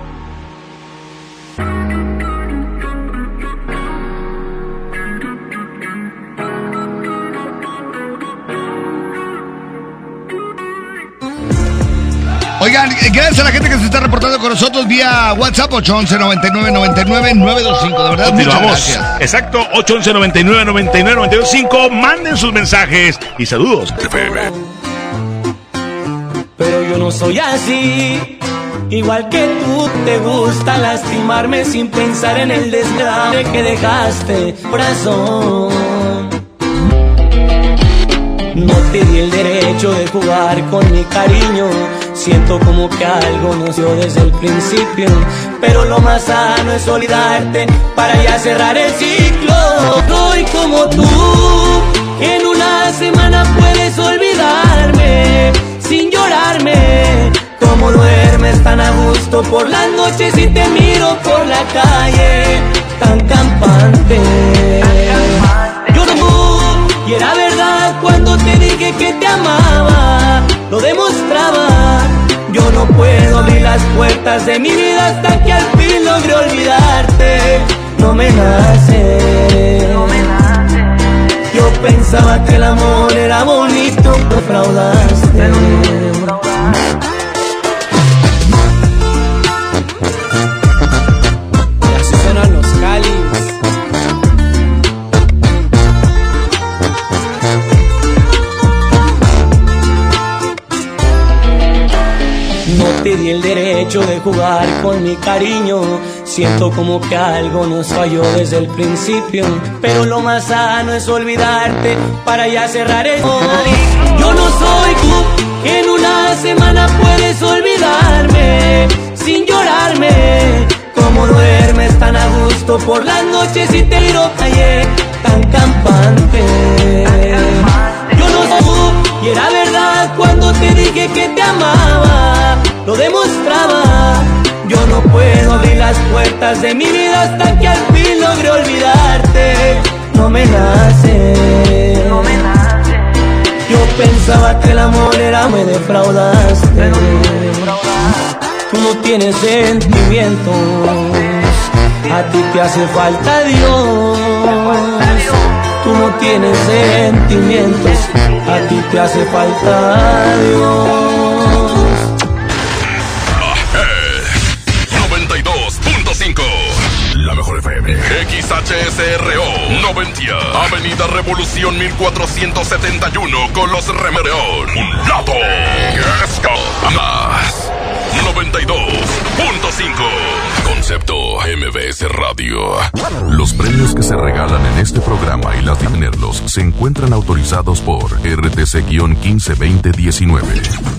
Oigan, gracias a la gente que se está reportando con nosotros vía WhatsApp ocho once, noventa y nueve, noventa y nueve, nueve dos cinco. De verdad, continuamos. Muchas gracias. Exacto, ocho once, noventa y nueve, noventa y nueve, noventa y dos cinco. Manden sus mensajes y saludos. Pero yo no soy así. Igual que tú, te gusta lastimarme sin pensar en el desgrace que dejaste, corazón. No te di el derecho de jugar con mi cariño. Siento como que algo nos dio desde el principio. Pero lo más sano es olvidarte para ya cerrar el ciclo. Soy como tú, en una semana puedes olvidarme sin llorarme. Como duermes tan a gusto por las noches y te miro por la calle tan campante. Yo no, y era verdad cuando te dije que te amaba, lo demostraba. Yo no puedo abrir las puertas de mi vida hasta que al fin logre olvidarte. No me nace, no me nace. Yo pensaba que el amor era bonito, me fraudaste. Y así suenan los Cáliz. No te di el derecho de jugar con mi cariño. Siento como que algo nos falló desde el principio. Pero lo más sano es olvidarte para ya cerrar el... Yo no soy tú, en una semana puedes olvidarme sin llorarme. Como duermes tan a gusto por las noches y te miro calle tan campante. Yo no soy tú, y era verdad cuando te dije que te amaba, lo demostraba. Yo no puedo abrir las puertas de mi vida hasta que al fin logre olvidarte. No me nace, no me nace. Yo pensaba que el amor era, me defraudaste. Pero me defraudaste. Tú no tienes sentimientos, a ti te hace falta Dios. Tú no tienes sentimientos, a ti te hace falta Dios. noventa y dos punto cinco La mejor F M. X H S R O noventa. Avenida Revolución mil cuatrocientos setenta y uno con los Remereón. Un lado. Más. noventa y dos punto cinco. Concepto M B S Radio. Los premios que se regalan en este programa y las de tenerlos se encuentran autorizados por R T C quince veinte diecinueve.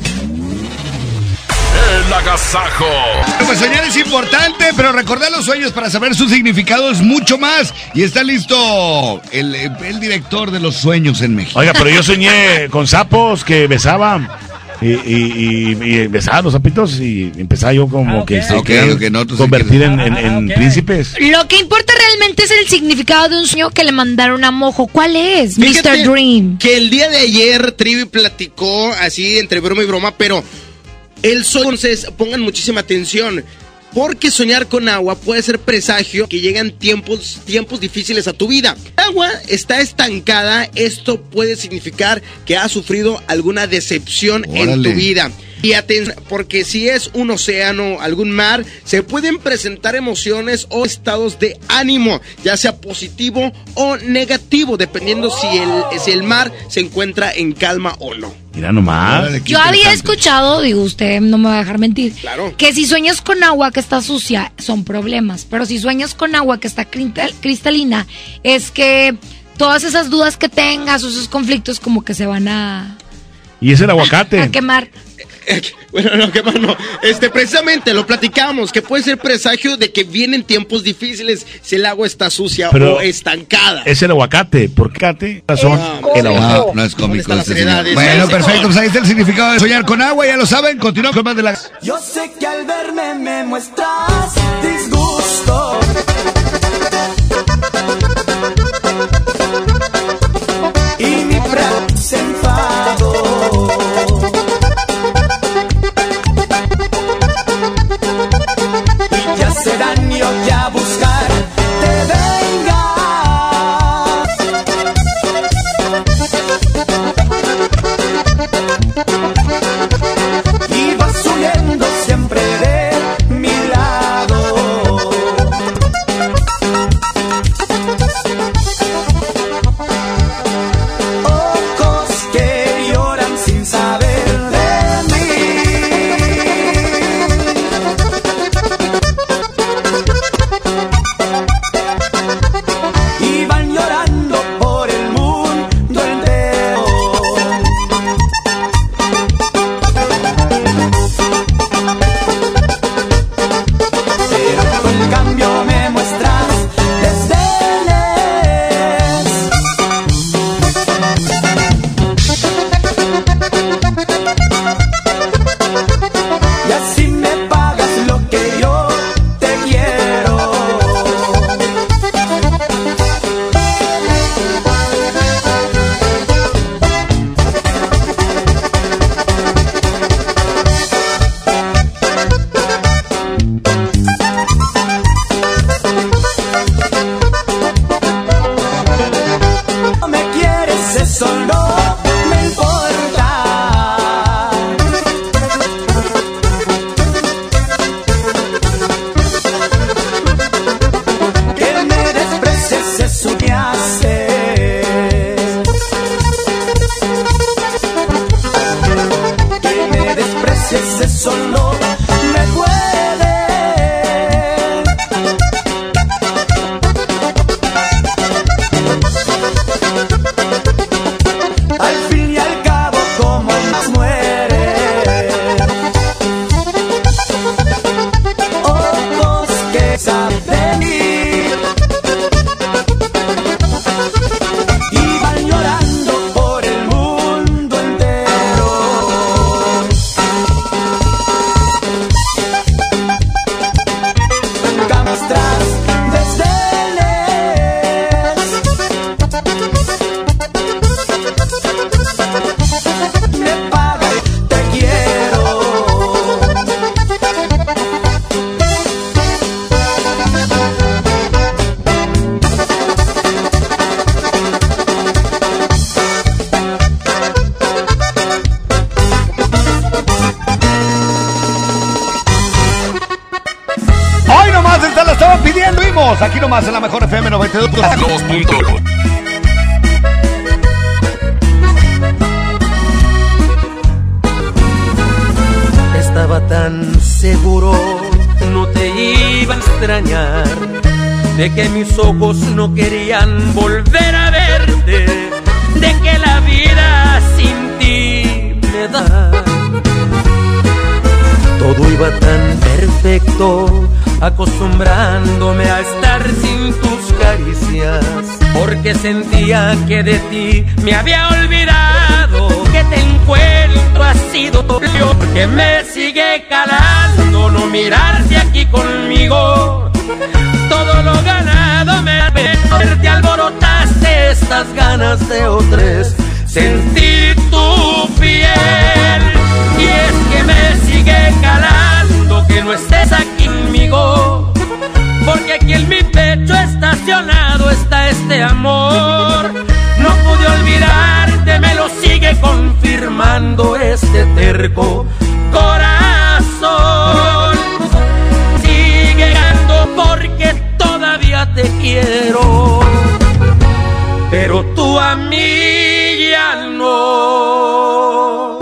El agasajo. Pues soñar es importante, pero recordar los sueños para saber su significado es mucho más. Y está listo el, el director de los sueños en México. Oiga, pero yo soñé con sapos que besaban. Y, y, y, y besaba los sapitos y empezaba yo como ah, okay. que se okay, querían okay, no, convertir en, en, en okay. príncipes. Lo que importa realmente es el significado de un sueño que le mandaron a Mojo. ¿Cuál es, Fíjate mister Dream? Que el día de ayer Trivi platicó así entre broma y broma, pero el sueño, entonces pongan muchísima atención. Porque soñar con agua puede ser presagio que llegan tiempos, tiempos difíciles a tu vida. El agua está estancada, esto puede significar que has sufrido alguna decepción Órale. en tu vida. Y atención, porque si es un océano, algún mar, se pueden presentar emociones o estados de ánimo, ya sea positivo o negativo, dependiendo si el, si el mar se encuentra en calma o no. Mira nomás. Yo había escuchado, digo, usted no me va a dejar mentir, claro. que si sueñas con agua que está sucia, son problemas. Pero si sueñas con agua que está cristalina, es que todas esas dudas que tengas o esos conflictos como que se van a... Y es el aguacate. A quemar. Bueno, no, quemar no. Este, precisamente lo platicamos, que puede ser presagio de que vienen tiempos difíciles si el agua está sucia Pero o estancada. Es el aguacate. ¿Por qué? Razón. El aguacate. No, no es cómico. Este bueno, perfecto. Pues ahí está el significado de soñar con agua. Ya lo saben. Continuamos con más de la... Yo sé que al verme me muestras disgusto. Y mi frac se enfadó. Y ya se daño que a buscar te vengas. Y vas huyendo siempre de mi lado. Ojos que lloran sin saber de mí. Y van llorando por el mundo entero. Pero tú en cambio me muestras desdenes. Y así me pagas lo que yo te quiero. No me quieres, eso no me importa. Que me desprecies, eso me hace. Que me desprecies, eso no me puede. Al fin y al cabo, como más muere. Ojos que saben ir y van llorando por el mundo entero. Nunca muestras desdenes. Me paga, te quiero. Hoy nomás esta la estaban pidiendo. Vimos aquí nomás en la mejor F M noventa y dos punto cinco. Dos puntos. Estaba tan seguro no te iba a extrañar, de que mis ojos no querían volver a verte, de que la vida sin ti me da. Todo iba tan perfecto, acostumbrándome a estar sin tus caricias, porque sentía que de ti me había olvidado, que te encuentro ha sido yo, porque me sigue calando no mirarte aquí conmigo. Todo lo ganado me te alborotaste estas ganas de otras, sentí tu piel, y es que me sigue calando que no estés aquí conmigo, porque aquí en mi pecho estacionado está este amor. No pude olvidarte, me lo sigue confirmando este terco corazón. Sigue dando porque todavía te quiero, pero tú a mí ya no.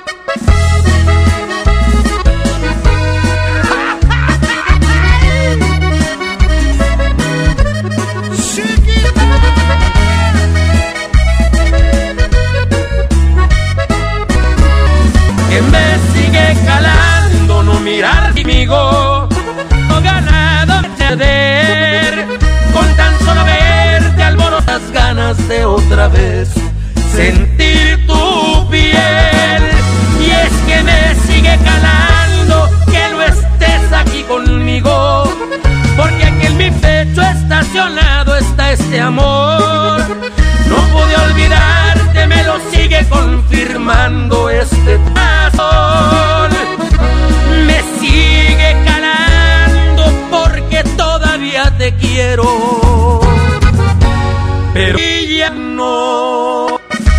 Que me sigue calando no mirar conmigo, no ganado de ceder, con tan solo verte alborotas ganas de otra vez sentir tu piel, y es que me sigue calando que no estés aquí conmigo, porque aquí en mi pecho estacionado está este amor. No pude olvidarte, me lo sigue confirmando este corazón. Me sigue calando porque todavía te quiero, pero ya no.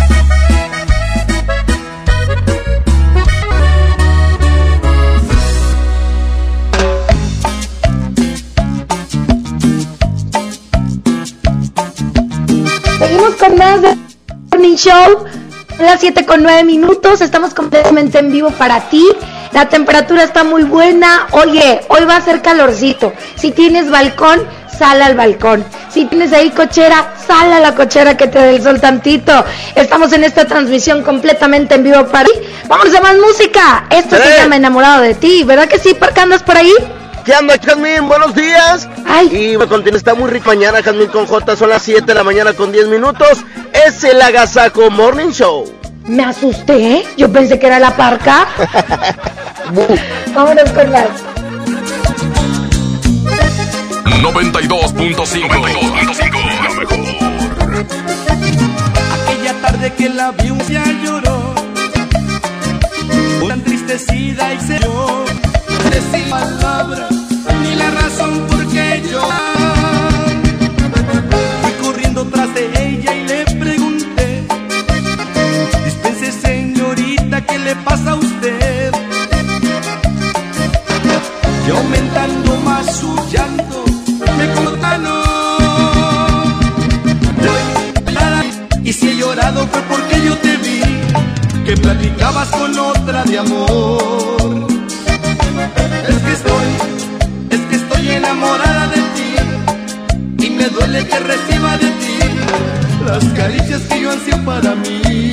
Seguimos con más de Morning Show. Son las siete con nueve minutos. Estamos completamente en vivo para ti. La temperatura está muy buena. Oye, hoy va a ser calorcito. Si tienes balcón, sal al balcón. Si tienes ahí cochera, sal a la cochera que te dé el sol tantito. Estamos en esta transmisión completamente en vivo para ti. Vamos a más música. Esto ¿Eh? se llama Enamorado de ti. ¿Verdad que sí, Parca? ¿Andas por ahí? ¿Qué anda, Jazmín? Buenos días. Ay. Y bueno, continúa, está muy rico mañana, Jazmín con J. Son las siete de la mañana con diez minutos. Es el Agasajo Morning Show. Me asusté. Yo pensé que era la Parca. Vámonos con más. noventa y dos punto cinco. La mejor. Aquella tarde que la vi un día lloró, tan entristecida y se dio, no decía palabras ni la razón por qué llorar. Fui corriendo tras de ella y le pregunté: dispense, señorita, ¿qué le pasa a usted? Y aumentando más su llanto me contaron. Y si he llorado fue porque yo te vi, que platicabas con otra de amor. Es que estoy, es que estoy enamorada de ti, y me duele que reciba de ti las caricias que yo ansío para mí.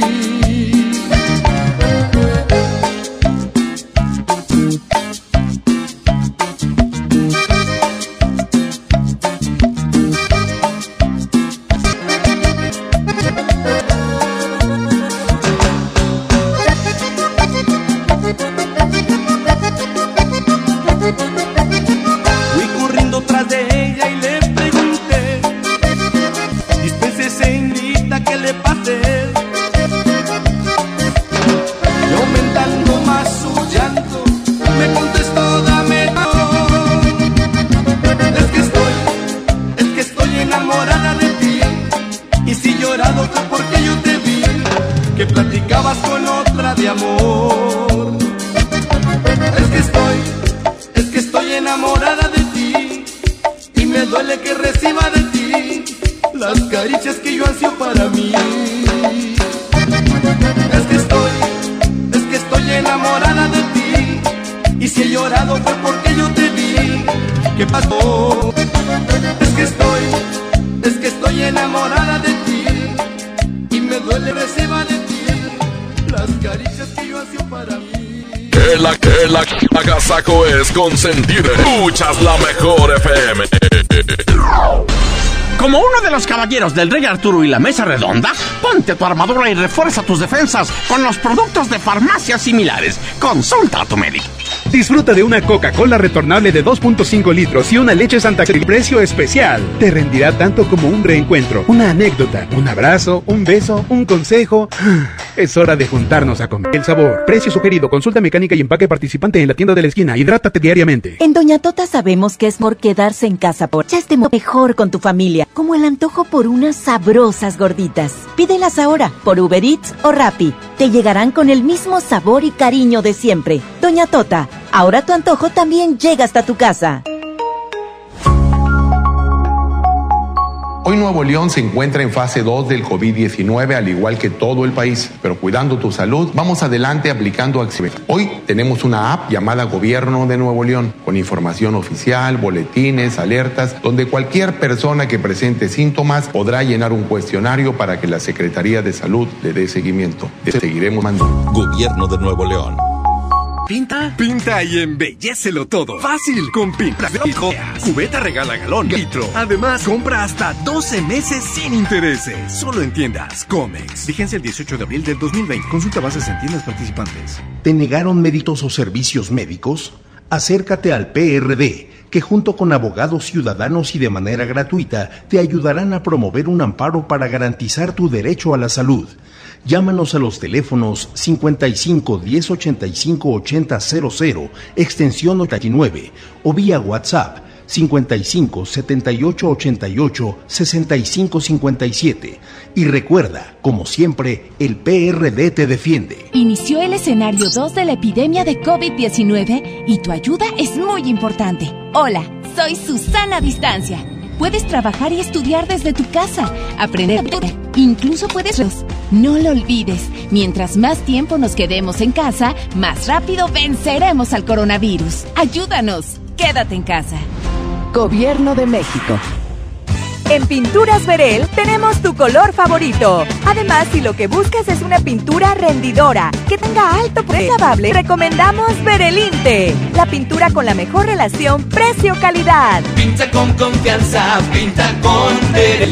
¿Qué pasó? Es que estoy, es que estoy enamorada de ti y me duele recibir de ti las caricias que yo hacía para mí. El, el, el agasajo es consentido. Escuchas la mejor F M. Como uno de los caballeros del Rey Arturo y la Mesa Redonda, ponte tu armadura y refuerza tus defensas con los productos de farmacias similares. Consulta a tu médico. Disfruta de una Coca-Cola retornable de dos punto cinco litros y una leche Santa Cruz precio especial. Te rendirá tanto como un reencuentro, una anécdota, un abrazo, un beso, un consejo. Es hora de juntarnos a comer. El sabor, precio sugerido, consulta mecánica y empaque participante en la tienda de la esquina. Hidrátate diariamente. En Doña Tota sabemos que es por quedarse en casa por ya esté mejor con tu familia, como el antojo por unas sabrosas gorditas. Pídelas ahora por Uber Eats o Rappi. Te llegarán con el mismo sabor y cariño de siempre. Doña Tota, ahora tu antojo también llega hasta tu casa. Hoy Nuevo León se encuentra en fase dos del COVID diecinueve, al igual que todo el país. Pero cuidando tu salud, vamos adelante aplicando acciones. Hoy tenemos una app llamada Gobierno de Nuevo León, con información oficial, boletines, alertas, donde cualquier persona que presente síntomas podrá llenar un cuestionario para que la Secretaría de Salud le dé seguimiento. Seguiremos mandando. Gobierno de Nuevo León. ¿Pinta? Pinta y embellécelo todo. Fácil, con Pinta. Cubeta regala galón, litro. Además, compra hasta doce meses sin intereses. Solo en tiendas Comex. Vigencia el dieciocho de abril del dos mil veinte. Consulta bases en tiendas participantes. ¿Te negaron méritos o servicios médicos? Acércate al P R D, que junto con abogados ciudadanos y de manera gratuita te ayudarán a promover un amparo para garantizar tu derecho a la salud. Llámanos a los teléfonos cincuenta y cinco, diez, ochenta y cinco, ochenta, cero cero, extensión ochenta y nueve, o vía WhatsApp cincuenta y cinco, setenta y ocho, ochenta y ocho, sesenta y cinco, cincuenta y siete. Y recuerda, como siempre, el P R D te defiende. Inició el escenario dos de la epidemia de COVID diecinueve y tu ayuda es muy importante. Hola, soy Susana Distancia. Puedes trabajar y estudiar desde tu casa, aprender, incluso puedes... No lo olvides, mientras más tiempo nos quedemos en casa, más rápido venceremos al coronavirus. Ayúdanos, quédate en casa. Gobierno de México. En Pinturas Verel tenemos tu color favorito. Además, si lo que buscas es una pintura rendidora, que tenga alto precio lavable, recomendamos Verelinte, la pintura con la mejor relación precio-calidad. Pinta con confianza, pinta con Verel.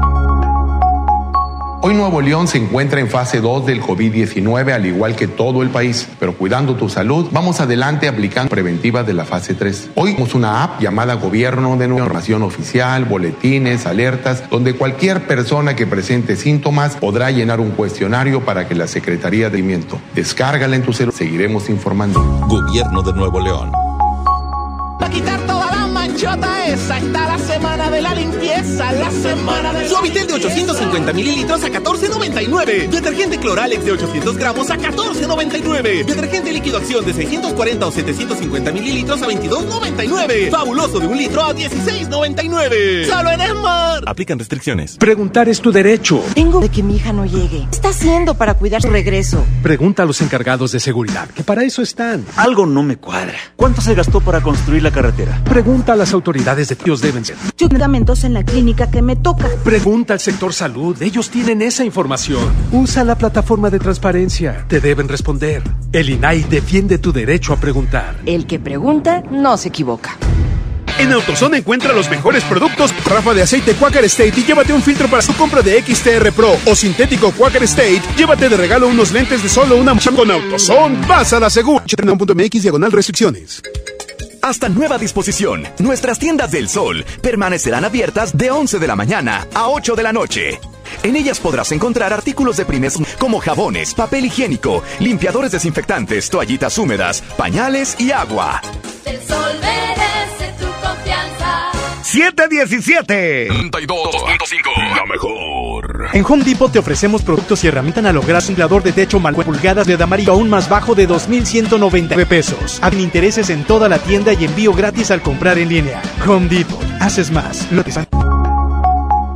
Hoy Nuevo León se encuentra en fase dos del COVID diecinueve, al igual que todo el país. Pero cuidando tu salud, vamos adelante aplicando preventivas de la fase tres. Hoy tenemos una app llamada Gobierno de Nuevo León, información oficial, boletines, alertas, donde cualquier persona que presente síntomas podrá llenar un cuestionario para que la Secretaría de Seguimiento. Descárgala en tu celular. Seguiremos informando. Gobierno de Nuevo León. Para quitar toda la manchota esa, está la semana de la limpieza, la semana de... Suavitel de ochocientos cincuenta mililitros a catorce noventa y nueve. Detergente Cloralex de ochocientos gramos a catorce noventa y nueve. Detergente líquido Acción de seiscientos cuarenta o setecientos cincuenta mililitros a veintidós noventa y nueve. Fabuloso de un litro a dieciséis noventa y nueve. ¡Solo en Esmar! Aplican restricciones. Preguntar es tu derecho. Tengo de que mi hija no llegue. ¿Qué está haciendo para cuidar su regreso? Pregunta a los encargados de seguridad, que para eso están. Algo no me cuadra. ¿Cuánto se gastó para construir la carretera? Pregunta a las autoridades de Dios deben ser. Yo medicamentos en la clínica que me toca. Pregunta al sector salud, ellos tienen esa información. Usa la plataforma de transparencia, te deben responder. El I N A I defiende tu derecho a preguntar. El que pregunta no se equivoca. En AutoZone encuentra los mejores productos. Rafa de aceite Quaker State y llévate un filtro para su compra de X T R Pro o sintético Quaker State. Llévate de regalo unos lentes de solo una mochila. Con AutoZone vas a la segura. .mx diagonal restricciones. Hasta nueva disposición, nuestras tiendas del Sol permanecerán abiertas de once de la mañana a ocho de la noche. En ellas podrás encontrar artículos de primes como jabones, papel higiénico, limpiadores desinfectantes, toallitas húmedas, pañales y agua. El Sol merece tu confianza. siete diecisiete. noventa y dos punto cinco. La mejor. En Home Depot te ofrecemos productos y herramientas a lograr un inflador de techo mal pulgadas de amarillo aún más bajo de dos mil ciento noventa y nueve pesos. Hagan intereses en toda la tienda y envío gratis al comprar en línea. Home Depot. Haces más. Lo que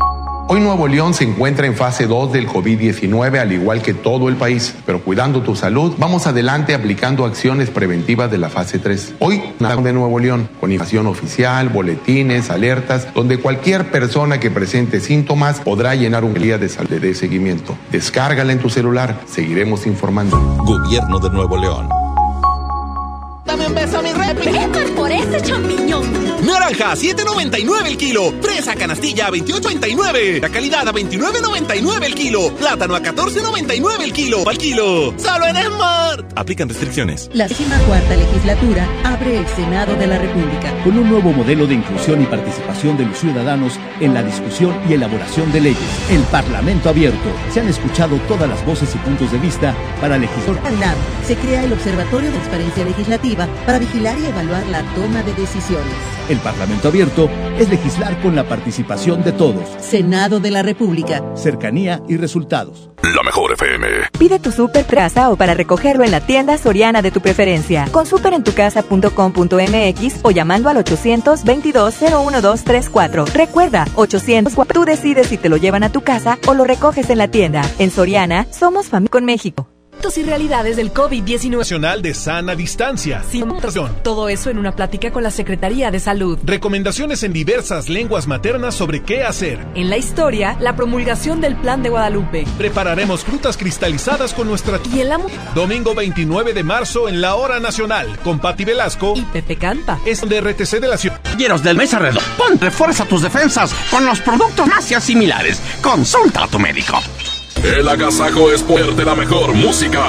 Hoy Nuevo León se encuentra en fase dos del COVID diecinueve, al igual que todo el país. Pero cuidando tu salud, vamos adelante aplicando acciones preventivas de la fase tres. Hoy, nada de Nuevo León, con información oficial, boletines, alertas, donde cualquier persona que presente síntomas podrá llenar un guía de salud de seguimiento. Descárgala en tu celular. Seguiremos informando. Gobierno de Nuevo León. Dame un beso, mi rey. Vengan por ese champiñón. Naranja, siete noventa y nueve el kilo. Fresa canastilla, veintiocho noventa y nueve. La calidad a veintinueve noventa y nueve el kilo. Plátano a catorce noventa y nueve el kilo. Al kilo. Solo en Smart. Aplican restricciones. La decimocuarta legislatura abre el Senado de la República con un nuevo modelo de inclusión y participación de los ciudadanos en la discusión y elaboración de leyes. El Parlamento abierto. Se han escuchado todas las voces y puntos de vista para legislar. Se crea el Observatorio de Transparencia Legislativa para vigilar y evaluar la toma de decisiones. El Parlamento abierto es legislar con la participación de todos. Senado de la República. Cercanía y resultados. La mejor F M. Pide tu súper casa o para recogerlo en la tienda Soriana de tu preferencia. Con super en tu casa punto com punto m x o llamando al ochocientos veintidós cero uno dos treinta y cuatro. Recuerda, ochocientos, tú decides si te lo llevan a tu casa o lo recoges en la tienda. En Soriana, somos familia con México. Y realidades del COVID diecinueve. Nacional de sana distancia. Sin todo eso en una plática con la Secretaría de Salud. Recomendaciones en diversas lenguas maternas sobre qué hacer. En la historia, la promulgación del Plan de Guadalupe. Prepararemos frutas cristalizadas con nuestra... Y el amo... Domingo veintinueve de marzo en la Hora Nacional, con Pati Velasco y Pepe Campa. Es de R T C de la ciudad. Caballeros del Mesa Redonda, pon, refuerza tus defensas con los productos más similares. Consulta a tu médico. El agasajo es poder de la mejor música.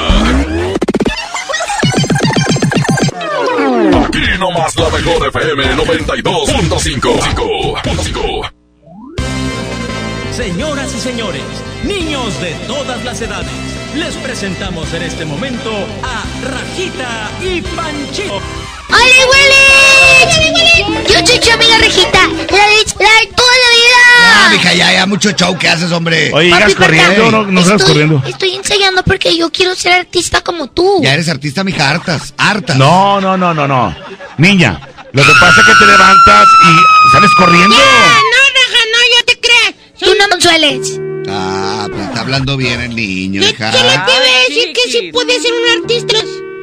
Aquí nomás la mejor F M noventa y dos punto cinco. Señoras y señores, niños de todas las edades, les presentamos en este momento a Rajita y Panchito. ¡Hola, Willy! Yo soy tu amiga Rejita, la de, la de toda la vida. No, mija, ya, ya, mucho show que haces, hombre. Oye, llegas corriendo, no, no salgas corriendo. Estoy ensayando porque yo quiero ser artista como tú. Ya eres artista, mija, hartas, hartas. No, no, no, no, no. Niña, lo que pasa es que te levantas y sales corriendo. Yeah, no, Raja, no, yo te creas. Tú no me sueles. Ah, pues está hablando bien el niño, hija. ¿Qué le te voy a decir que si puede ser un artista?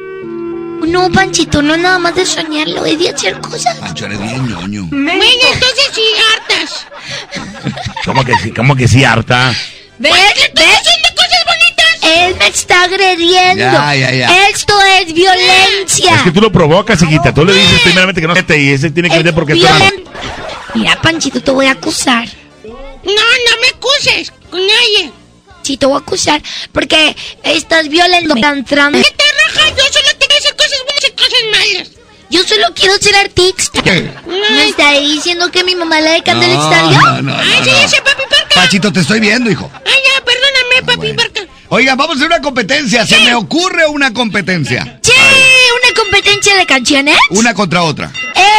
No, Panchito, no es nada más de soñarlo, es de hacer cosas. Pancho, eres bien ñoño. Bueno, entonces sí, hartas. ¿Cómo que sí? ¿Cómo que sí, harta? ¿Ves? ¿Ves? Haciendo cosas bonitas. Él me está agrediendo. Ya, ya, ya. Esto es violencia. Es que tú lo provocas, hijita. Tú le dices primeramente que no te y ese tiene que venir porque está... Mira, Panchito, te voy a acusar. No, no me acuses con nadie. Sí, te voy a acusar porque estás violando. Tan trans. ¿Qué te rajas? Yo solo te voy a hacer cosas buenas y cosas malas. Yo solo quiero ser artista. ¿Me está diciendo que mi mamá la de Candel No, estadio? no, no, Ay, no, sí, no. ese papi Parca. Pachito, te estoy viendo, hijo. Ay, ya, perdóname, papi Parca. Oiga, vamos a hacer una competencia. Se me ocurre una competencia. Sí, una competencia de canciones. Una contra otra.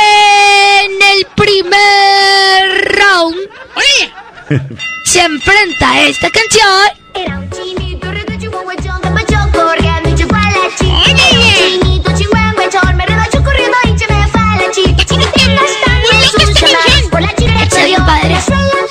En el primer round, oye, se enfrenta esta canción. Era un chinito re chihuahuachón que marchó corriendo y chupó a la chica. Un chinito chihuahuachón me redachó corriendo y se me fue a la chica. Chiquitita están en sus llamadas por la chica. Está bien padre.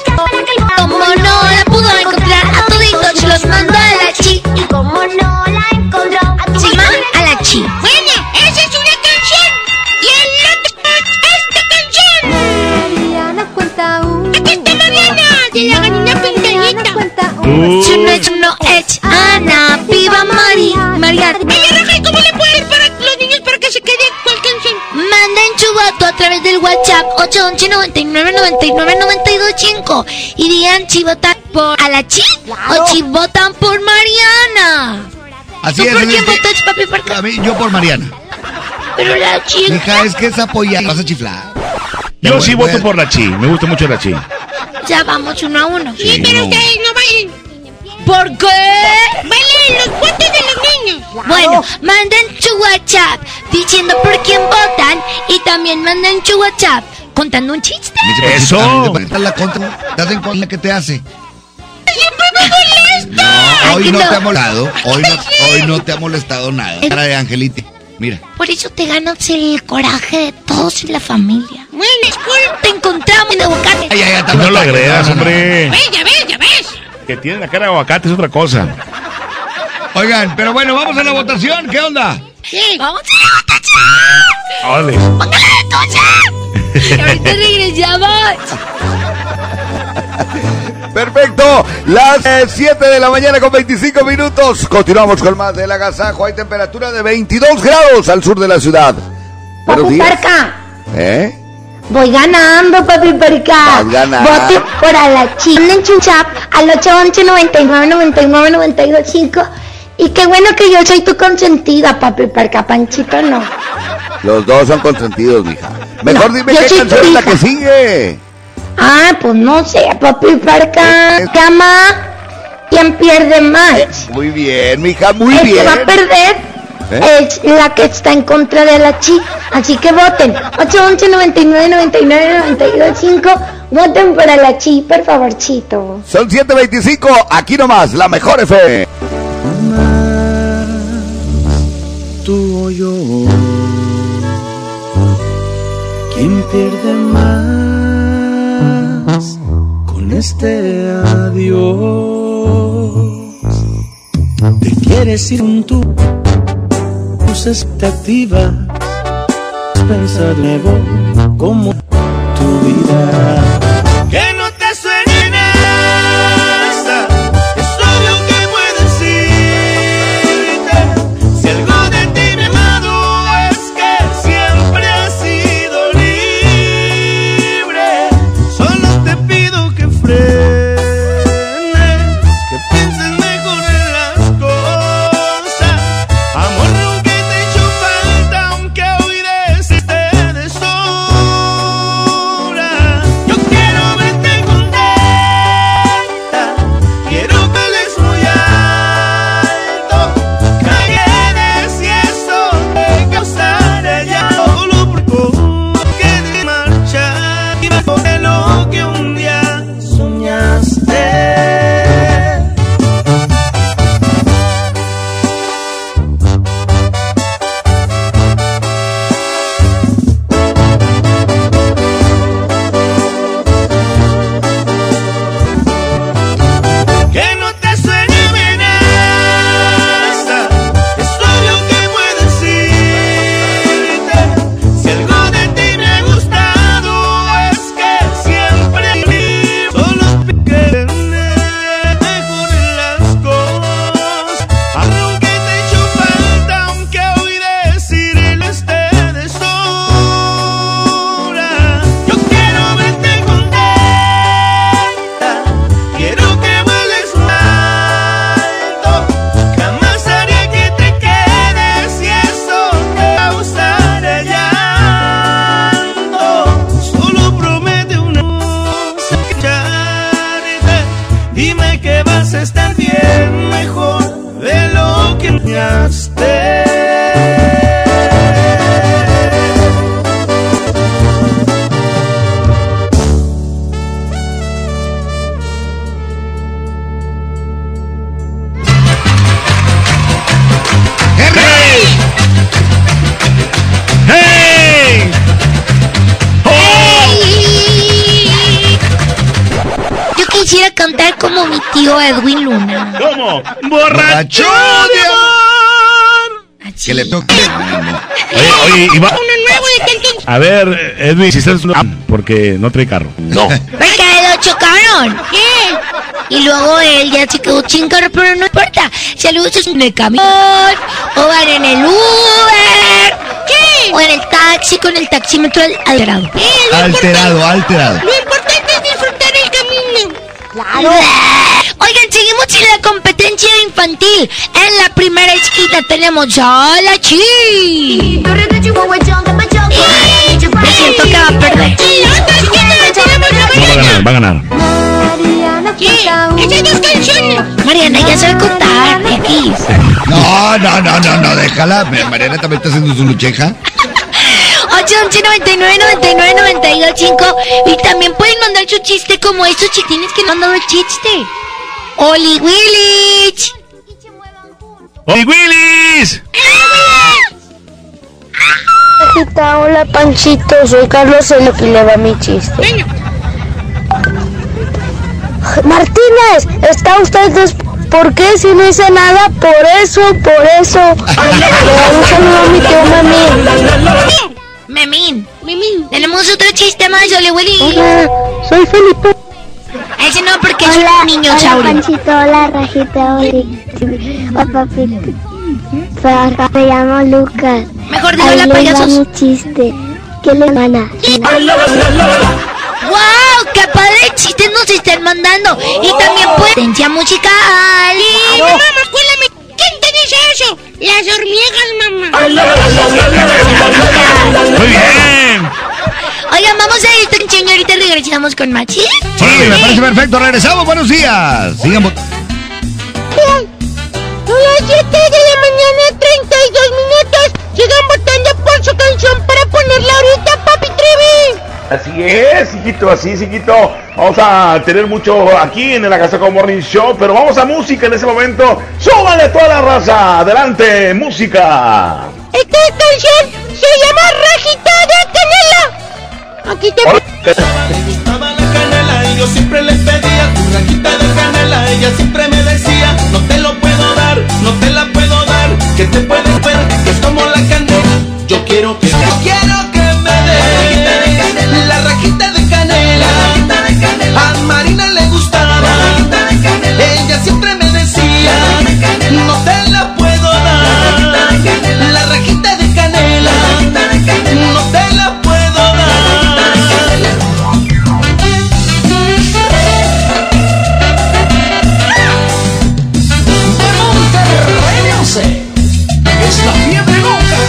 Como no la pudo encontrar, a toditos los mandó a la chica. Y como no la encontró, se llama a la chica. Bueno, esa es una canción. Y el otro es esta canción. Mariana cuenta una. Aquí está Mariana, de la gallina pintadita. Si no es uno, es Ana, viva Mari, Mariana. Oye, Raja, ¿cómo le puedes para los niños para que se quede cuál canción? Manden su voto a través del WhatsApp ocho once noventa y nueve noventa y nueve noventa y dos cinco y digan si votan por Alachi o si votan por Mariana. Así ¿Tú es. por es quién que- votas, papi Parca? A mí, yo por Mariana. Pero la chica. Hija, es que es apoyar. Vas a chiflar. Yo sí Bueno, voto por la Chi. Me gusta mucho la Chi. Ya vamos uno a uno. Sí, pero no. ustedes no vayan. ¿Por qué? Valen los votos de los niños. Bueno, manden su WhatsApp diciendo por quién votan y también manden su WhatsApp contando un chiste. Eso. ¿Te la contra? ¿Te hacen con la que te hace? Siempre me molesta. No, hoy Aquí no no. te ha molestado. Hoy no, hoy no te ha molestado nada. Cara de Angelita. Mira. Por eso te ganas el coraje de todos en la familia. Bueno, disculpe, te encontramos en aguacate. Ay, ay, ay, No lo agredas, hombre. Ven, ya ves. Que tiene la cara de aguacate es otra cosa. Oigan, pero bueno, vamos a la votación. ¿Qué onda? Sí, vamos a la votación. Ole. ¡Póngale entonces! Ahorita regresamos. Perfecto, las siete de la mañana con veinticinco minutos. Continuamos con más del agasajo. Hay temperatura de veintidós grados al sur de la ciudad. Buenos días. Parca. ¿Eh? Voy ganando, papi Parca. Vas ganando. Vote por Alachi. En Chunchap al ocho once, noventa y nueve, noventa y nueve, noventa y dos cinco. Y qué bueno que yo soy tu consentida, papi Parca. Panchito no. Los dos son consentidos, mija. Mejor No, dime yo qué soy canción tu es la hija. que sigue. Ah, pues no sé, papi Parca. Cama, ¿quién pierde más? Muy bien, mija, muy El bien. que va a perder ¿Eh? es la que está en contra de la chi. Así que voten. ocho once, noventa y nueve, noventa y nueve, noventa y dos cinco. Voten para la chi, por favorcito. Son siete veinticinco, aquí nomás, la mejor F M. Tú o yo, ¿quién pierde más con este adiós? Te quieres ir con tu- tus expectativas, pensar nuevo como tu vida. Que no te suene nada, es obvio que puedes irte. Si algo de ti me amado es que siempre has sido libre. Solo te pido que frenes, que pienses mejor en las cosas. Amor, nunca te he hecho falta, aunque hoy desistes de sobra. Yo quiero verte contenta, quiero verles muy alto. Cayeres y eso te causará ya solo porque te marchar y mejor de lo que un día soñaste. Que no te suene amenaza, es obvio que puedes irte. Si algo de ti me ha gustado es que siempre solo que mejor en las cosas. Aunque te he hecho falta, aunque hoy decirlo esté de sobra. Yo quiero verte contenta, quiero que vueles alto. Jamás haré que te quedes y eso te causará llanto. Solo promete una cosa, escucharte. Dime que vas a estar bien, mejor de lo que soñaste. ¡Hey! Yo quisiera cantar como mi tío Edwin Luna. ¿Cómo? ¡Borracho de amor! Que le toque. Oye, oye, y va- Uno nuevo de Tintín. A ver, Edwin, si estás... Ah, porque no trae carro. No. Porque lo chocaron. ¿Qué? Y luego él ya se quedó sin carro, pero no importa. Saludos en el camión, o van en el Uber, ¿qué? O en el taxi con el taxímetro al- alterado. Alterado, alterado. Lo importante es disfrutar el camino. Claro. Oigan, seguimos en la competencia infantil. En la primera esquina tenemos a la Chi. Me siento que va a perder. No, va a ganar, va a ganar. ¿Qué? Esas dos canciones. Mariana ya sabe contar, X. No, no, no, no, no, déjala. Mariana también está haciendo su lucheja. ocho once, noventa y nueve, noventa y nueve, noventa y dos cinco. Y también pueden mandar su chiste como estos chiquitines que no han dado el chiste. ¡Oli Willich! ¡Oli Willis! Majita, hola Panchito, soy Carlos, en lo que le va mi chiste. Martínez, ¿está usted des... ¿Por qué si no hice nada? Por eso, por eso. Un saludo a mi tío Memín. Memín. Memín. Tenemos otro chiste más, Ole Willy. Hola, soy Felipe. Ese no, porque hola, es un niño hola, chauri. Panchito, hola, Rajita, Oli. Hola, papito. Pero acá me llamo Lucas. Mejor digo la payasos. mi chiste. ¿Qué le manda? ¡Wow! ¡Qué padre chistes nos están mandando! Y también potencia musical. Sí, mamá, cuélame. ¿Quién te dice eso? Las hormigas, mamá. Muy bien. Oigan, vamos a esta canción y ahorita regresamos con Machi. Sí, me parece perfecto. Regresamos. Buenos días. Sigan vot- Bien. Son las siete de la mañana, treinta y dos minutos. Sigan votando por su canción para ponerla ahorita, Papi Trivi. Así es, hijito, así es, hijito. Vamos a tener mucho aquí en el Agasajo Morning Show, pero vamos a música en ese momento. ¡Súbale toda la raza! ¡Adelante, música! Esta canción se llama Rajita de Canela. Aquí te... Me gustaba la canela y yo siempre le pedía tu rajita de canela. Ella siempre me decía, no te lo puedo dar, no te la puedo dar, que te puedes ver, que es como la canela. Yo quiero que, yo quiero que me dé la rajita de canela. A Marina le gustaba, ella siempre me decía, no te la puedo dar, la rajita de canela, no te la puedo dar. Es la fiebre loca.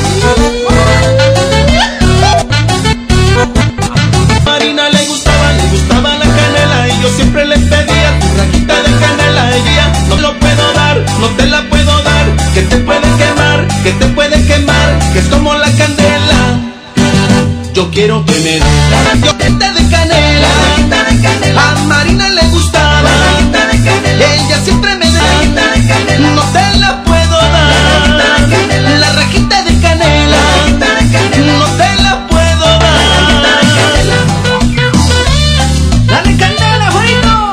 A Marina le gustaba, le gustaba la canela y yo siempre le pedía tu rajita de canela. Ella no lo puedo dar, no te la puedo dar, que te puede quemar, que te puede quemar, que es como la candela. Yo quiero que me dé la rajita de canela. A Marina le gustaba, ella siempre me decía, no te la puedo dar, la rajita de canela, no te la puedo dar. Dale canela, bonito.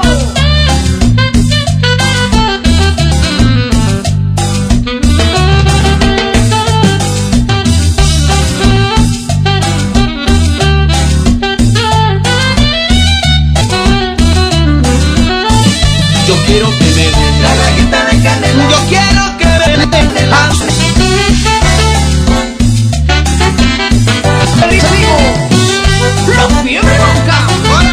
Yo quiero que me den la rajita de canela. Yo quiero que me den la fiebre loca.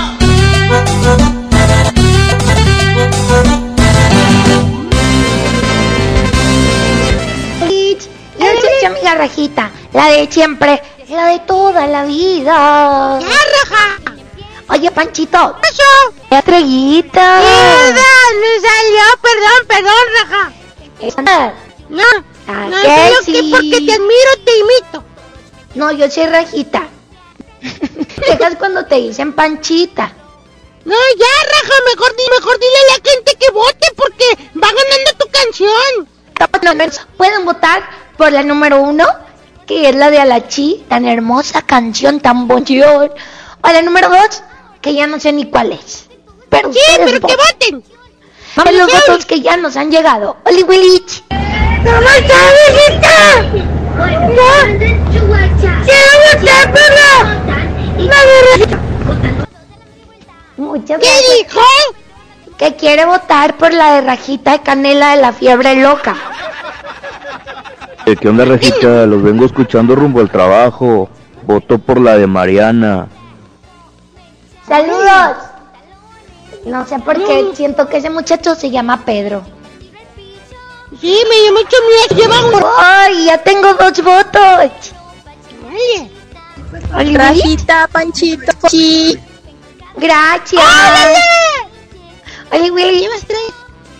Yo soy mi amiga Rajita, la de siempre, la de toda la vida. ¡Ya, Raja! Oye, Panchito. ¿Qué pasó? ¿Qué treguita? ¡Mierda! Me salió, perdón, perdón, Raja. ¿Esa? No, ¿A no, qué solo sí? que porque te admiro te imito. No, yo soy Rajita. Dejas cuando te dicen Panchita. No, ya, Raja, mejor, di- mejor dile a la gente que vote porque va ganando tu canción. Pueden votar por la número uno, que es la de Alachi, tan hermosa canción, tan bonita. O la número dos, que ya no sé ni cuál es. Pero Sí, ustedes pero que voten. voten. Vamos los Vamos, votos que ya nos han llegado. Oli Willich. ¡Mamá, está, viejita! ¡No! ¡Quiero votar, perra! ¡La de Muchas ¿Qué gracias. dijo? Que quiere votar por la de Rajita de Canela de la fiebre loca. Eh, ¿Qué onda, Rajita? Los vengo escuchando rumbo al trabajo. Voto por la de Mariana. Saludos. No sé por qué, siento que ese muchacho se llama Pedro. Sí, me llamo Chomía, lleva un... ¡Ay, ya tengo dos votos! Oye. Oli Rajita, Panchito, sí. Gracias. ¡Órale! Oli Willy. ¿Llevas tres?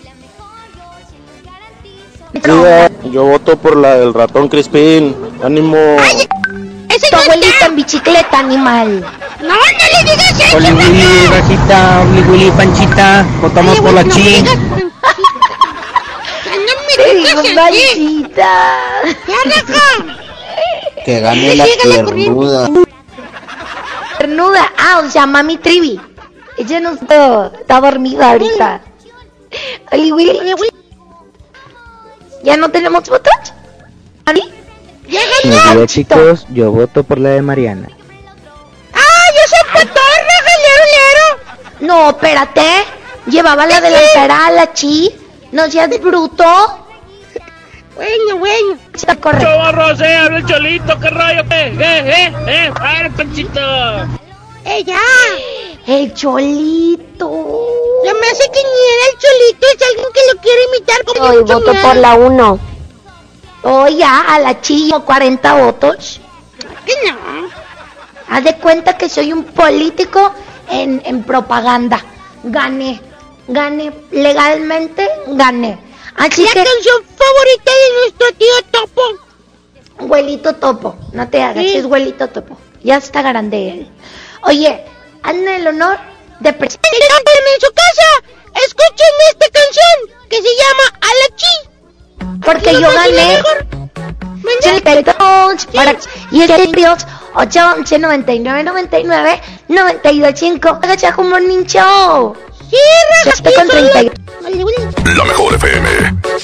Yo voto por la del ratón Crispín. ¡Ánimo! ¡Ese Tu no abuelita está! en bicicleta, animal. ¡No, no le digas eso! Oli Willy, Rajita, Oli Willy, Panchita, votamos por la no me chi. digas Panchita. No me Te digas digo, así. Panchita. ¡Ya, Raja! Que gane la Sígale corriendo. piernuda. Ternuda. Ah, o sea, Mami Trivi. Ella no está, está dormida ahorita. Oli Willy. ¿Ya no tenemos votos? ¿Ali? Buenos días, chicos. Yo voto por la de Mariana. ¡Ah, yo soy Patorra, lero, lero! No, espérate. Llevaba la delantera a la Chi. No seas bruto. Bueno, bueno. Chavarro, se habla el Cholito, qué rayo, eh, eh, eh, eh, ¡ay, Panchito! ¡Eh, ya! El Cholito. Ya me hace que ni era el Cholito, es alguien que lo quiere imitar como Hoy mucho voto más. por la uno. Oh, ya, a la Chi, cuarenta votos. ¿Qué no? Haz de cuenta que soy un político en, en propaganda. Gané, gané, legalmente gané. Así la que... canción favorita de nuestro tío Topo. Huelito Topo, no te hagas, Sí. es Huelito Topo. Ya está grande él. Oye, hazme el honor de presentar en su casa. Escuchen esta canción que se llama A la Chi. porque ¿Sí yo lo gané. mejor? Chilpetos para y el Dios ocho once noventa y nueve noventa y nueve noventa y dos cinco. Agacha como un nincho. Sí, Estoy con treinta y La mejor F M.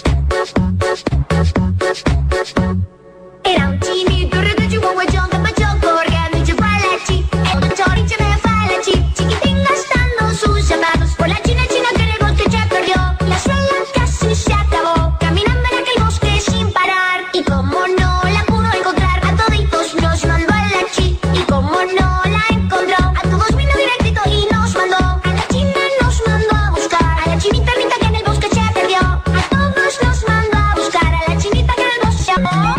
Era un chinito re chihuahuachón, tapachón, corriendo y chupó a la chi. El doctor y me fue a la chi. Chiquitín gastando sus zapatos por la china china que en el bosque ya perdió. La suela casi se acabó, caminando en aquel bosque sin parar. Y como no la pudo encontrar, a toditos nos mandó a la chi. Y como no la encontró, a todos vino directito y nos mandó. A la china nos mandó a buscar, a la chinita rita que en el bosque se perdió. A todos nos mandó a buscar, a la chinita que en el bosque se amó.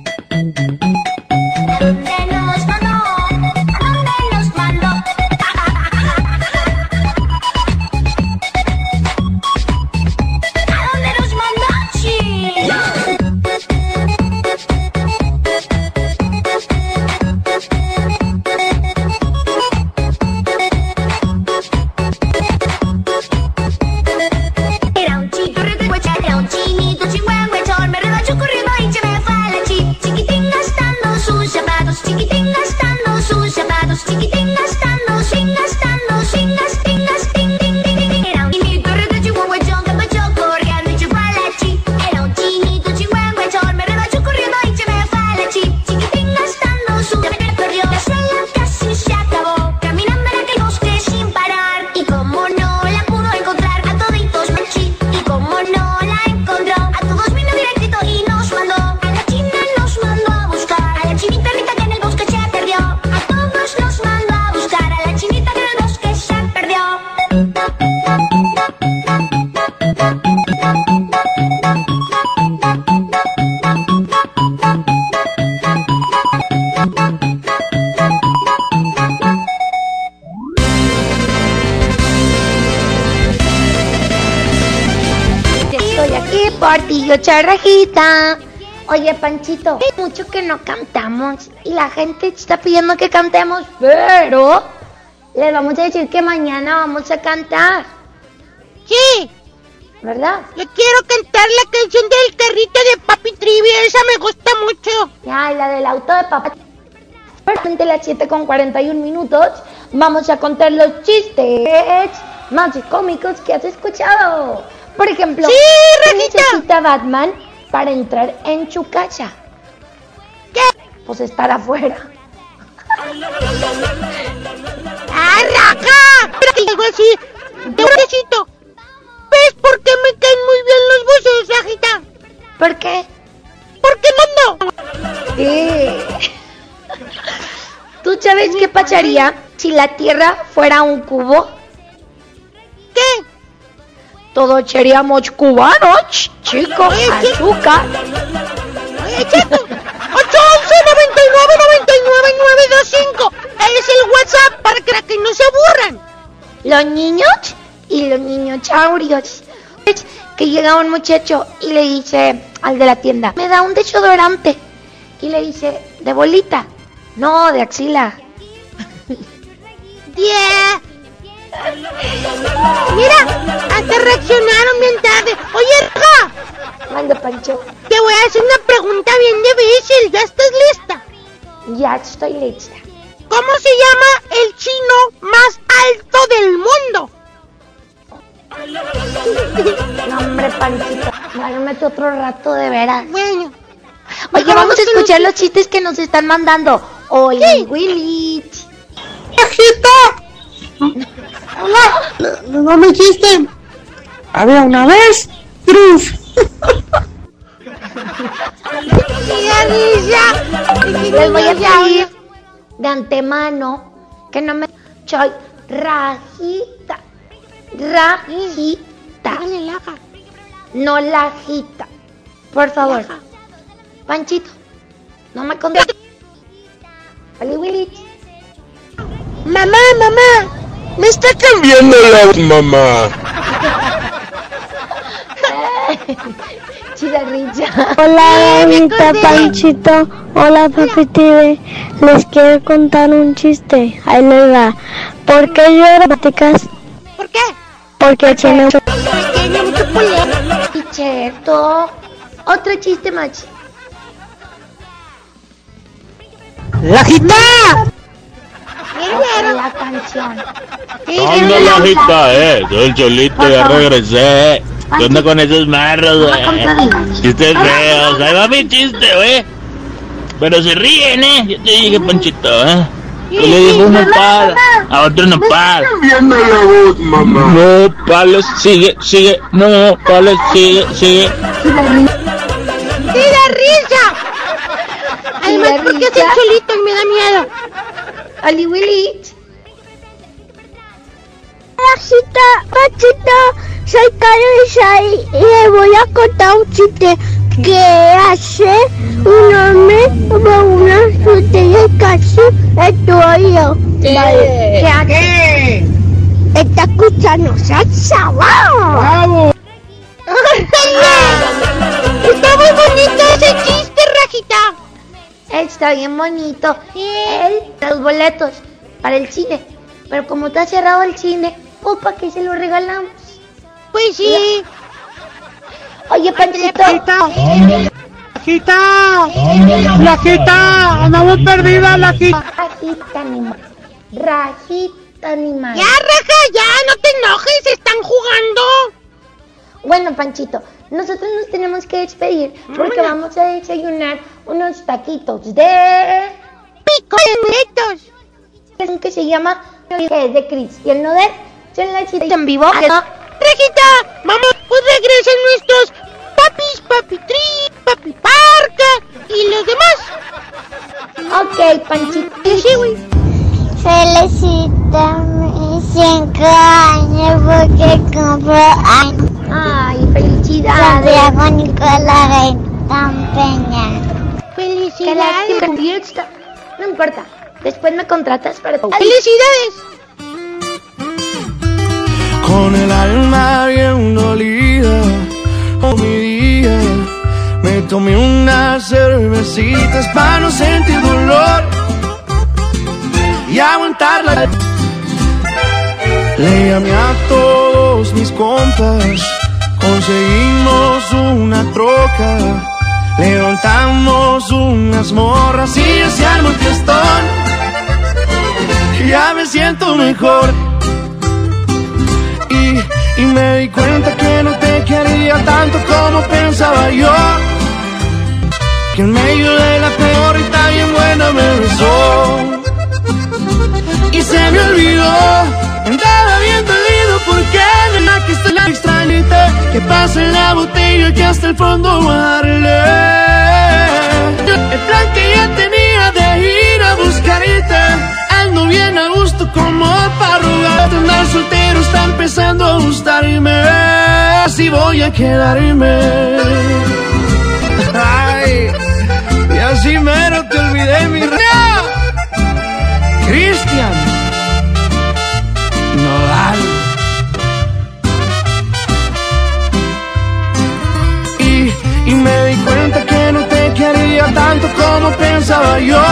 ¿A dónde nos mandó? ¿A dónde nos mandó? ¿A dónde nos mandó? Sí. Era un chico recuecha, era un chinito chihuahuachón, me rebachó corriendo y se me fue a la chi. Chiquitín gastando sus zapatos, chiquitín gastando sus zapatos, chiquitín gastando, sin gastando, sin gasting, gasting, ting, ting, ting. Era un chinito recuecha, chihuahuachón, que rebachó corriendo y se fue a la chi. Era un chinito chihuahuachón, me rebachó corriendo y se me fue a la chi. Chiquitín gastando su se me perdió, la suela casi se acabó, caminando en aquel bosque sin parar. Y como no la pudo encontrar, a toditos me chi. Y como no la encontró, a todos vino directito y nos mandó. A la china nos mandó a buscar, a la chinita rita que en el bosque se perdió. A todos nos mandó a buscar, a la chinita que en el bosque se perdió. Estoy aquí por ti, yo charrajita. Oye, Panchito, hay mucho que no cantamos y la gente está pidiendo que cantemos, pero les vamos a decir que mañana vamos a cantar. Sí. ¿Verdad? Yo quiero cantar la canción del carrito de Papi Trivia, esa me gusta mucho. Ya, y la del auto de papá. Perfectamente las siete con cuarenta y un minutos. Vamos a contar los chistes más cómicos que has escuchado. Por ejemplo, Sí, ¿qué Rajita. necesita Batman para entrar en su casa? ¿Qué? Pues estar afuera. ¡Ah, Raja! Pero que algo así. Te necesito. ¿Ves por qué me caen muy bien los buzos, Rajita? ¿Por qué? Porque mando. Sí. ¿Tú sabes qué pasaría si la Tierra fuera un cubo? ¿Qué? Todos seríamos cubanos, chicos, azúcar. Oye, chico. ocho once noventa y nueve noventa y nueve nueve dos cinco. Es el WhatsApp para que, que no se aburran. Los niños y los niños chaurios. Es que llega un muchacho y le dice al de la tienda, me da un desodorante. Y le dice, ¿de bolita? No, de axila. Yeah. Mira, hasta reaccionaron bien tarde. Oye, Raja. Mande, Pancho. Te voy a hacer una pregunta bien difícil. ¿Ya estás lista? Ya estoy lista. ¿Cómo se llama el chino más alto del mundo? Panchito, duérmete otro rato de veras. Bueno. Oye, vamos a escuchar los chistes que nos están mandando. Oli Willy. ¡Hijita! Hola. No me chiste. Había una vez. Truf. Les voy a pedir de antemano que no me soy rajita. Rajita. No lajita. Por favor. Panchito, no me contestes. Oli Willy. Mamá, mamá. Me está cambiando la voz, mamá. Chida Richa. Hola, Anita, Panchito. Hola, Papi Tribe. Les quiero contar un chiste. Ahí les va. ¿Por qué lloran matemáticas? ¿Por qué? Porque tiene mucho... Tiene mucho culero. Y cierto. Otro chiste, machi. ¡La gita! La canción. ¿Dónde la gita, eh? Soy el Cholito, ya regresé. ¿Qué onda con esos marros, güey? Chistes feos. Ahí va mi chiste, güey. Pero se ríen, eh. Yo te dije, Panchito, eh. Yo le digo un nopal a otro nopal. Cambiando la voz, mamá. No, palos, sigue, sigue. No, palos, sigue, sigue. ¡Sí, la risa! Además, porque es el Cholito y me da miedo. Ali Willy. Rajita, Panchito, soy Caro Isai y le voy a contar un chiste que hace un hombre como una botella de casi en tu oído. ¿Qué? ¿Qué? Está escuchando salsa, ¡wow! Está muy bonito ese chiste, Rajita. Está bien bonito. Él, los boletos para el cine. Pero como está cerrado el cine, pues ¿para qué se lo regalamos? Pues sí. Oye, Panchito. Lajita. Lajita. Andamos perdidas, Lajita. Rajita animal. Rajita animal. Ya, Raja, ya, no te enojes, están jugando. Bueno, Panchito, nosotros nos tenemos que despedir porque vamos a desayunar unos taquitos de... ¡Picoletos! Es un que se llama... que es de Chris. Y el no de... son las citas en vivo. Rajita, vamos, pues regresen nuestros papis, papi Tri, papi Parca y los demás. Ok, Panchito. Sí, güey. Felicítame cinco años porque cumplo años. Ay, felicidades. Santiago Nicolás Gaitán Peña. Felicidades. No importa. Después me contratas para... ¡Felicidades! Con el alma bien dolida, oh mi día, me tomé unas cervecitas para no sentir dolor y aguantarla. Le llamé a todos mis compas, conseguimos una troca, levantamos unas morras y se armó el fiestón. Ya me siento mejor y, y me di cuenta que no te quería tanto como pensaba yo, que en medio de la peor y tan bien buena me besó y se me olvidó. Andaba bien dolido porque nena que está la extrañita, que pasa en la botella que hasta el fondo va a darle. El plan que ya tenía de ir a buscarte, ando bien a gusto como para rogarte. Andar soltero está empezando a gustarme, así voy a quedarme. Ay, y así mero te olvidé mi reina Cristian Nodal. Y, y me di cuenta que no te quería tanto como pensaba yo,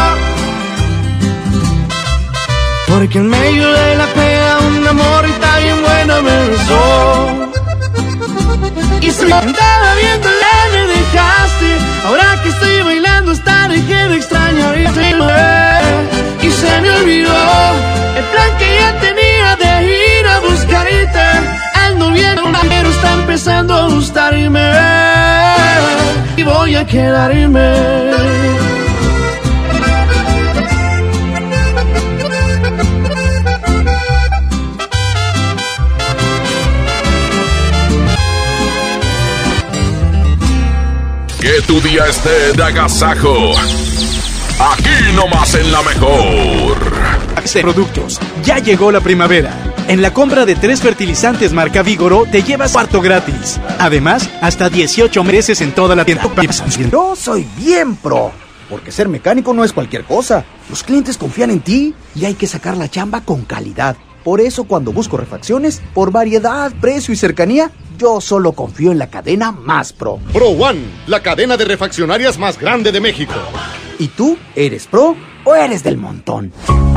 porque en medio de la pena un amor y tan bien bueno me besó. Y si andaba viendo la me dejaste, ahora que estoy bailando hasta dejé de extrañarte. Y se me olvidó el plan que ya tenía de ir a buscarte. Ando bien, pero está empezando a gustarme. quedarme. Que tu día esté de agasajo. Aquí nomás en la mejor. Productos. Ya llegó la primavera. En la compra de tres fertilizantes marca Vigoro te llevas cuarto gratis. Además, hasta dieciocho meses en toda la tienda. Yo soy bien pro, porque ser mecánico no es cualquier cosa. Los clientes confían en ti y hay que sacar la chamba con calidad. Por eso cuando busco refacciones, por variedad, precio y cercanía, yo solo confío en la cadena más pro. Pro One, la cadena de refaccionarias más grande de México. ¿Y tú, eres pro o eres del montón?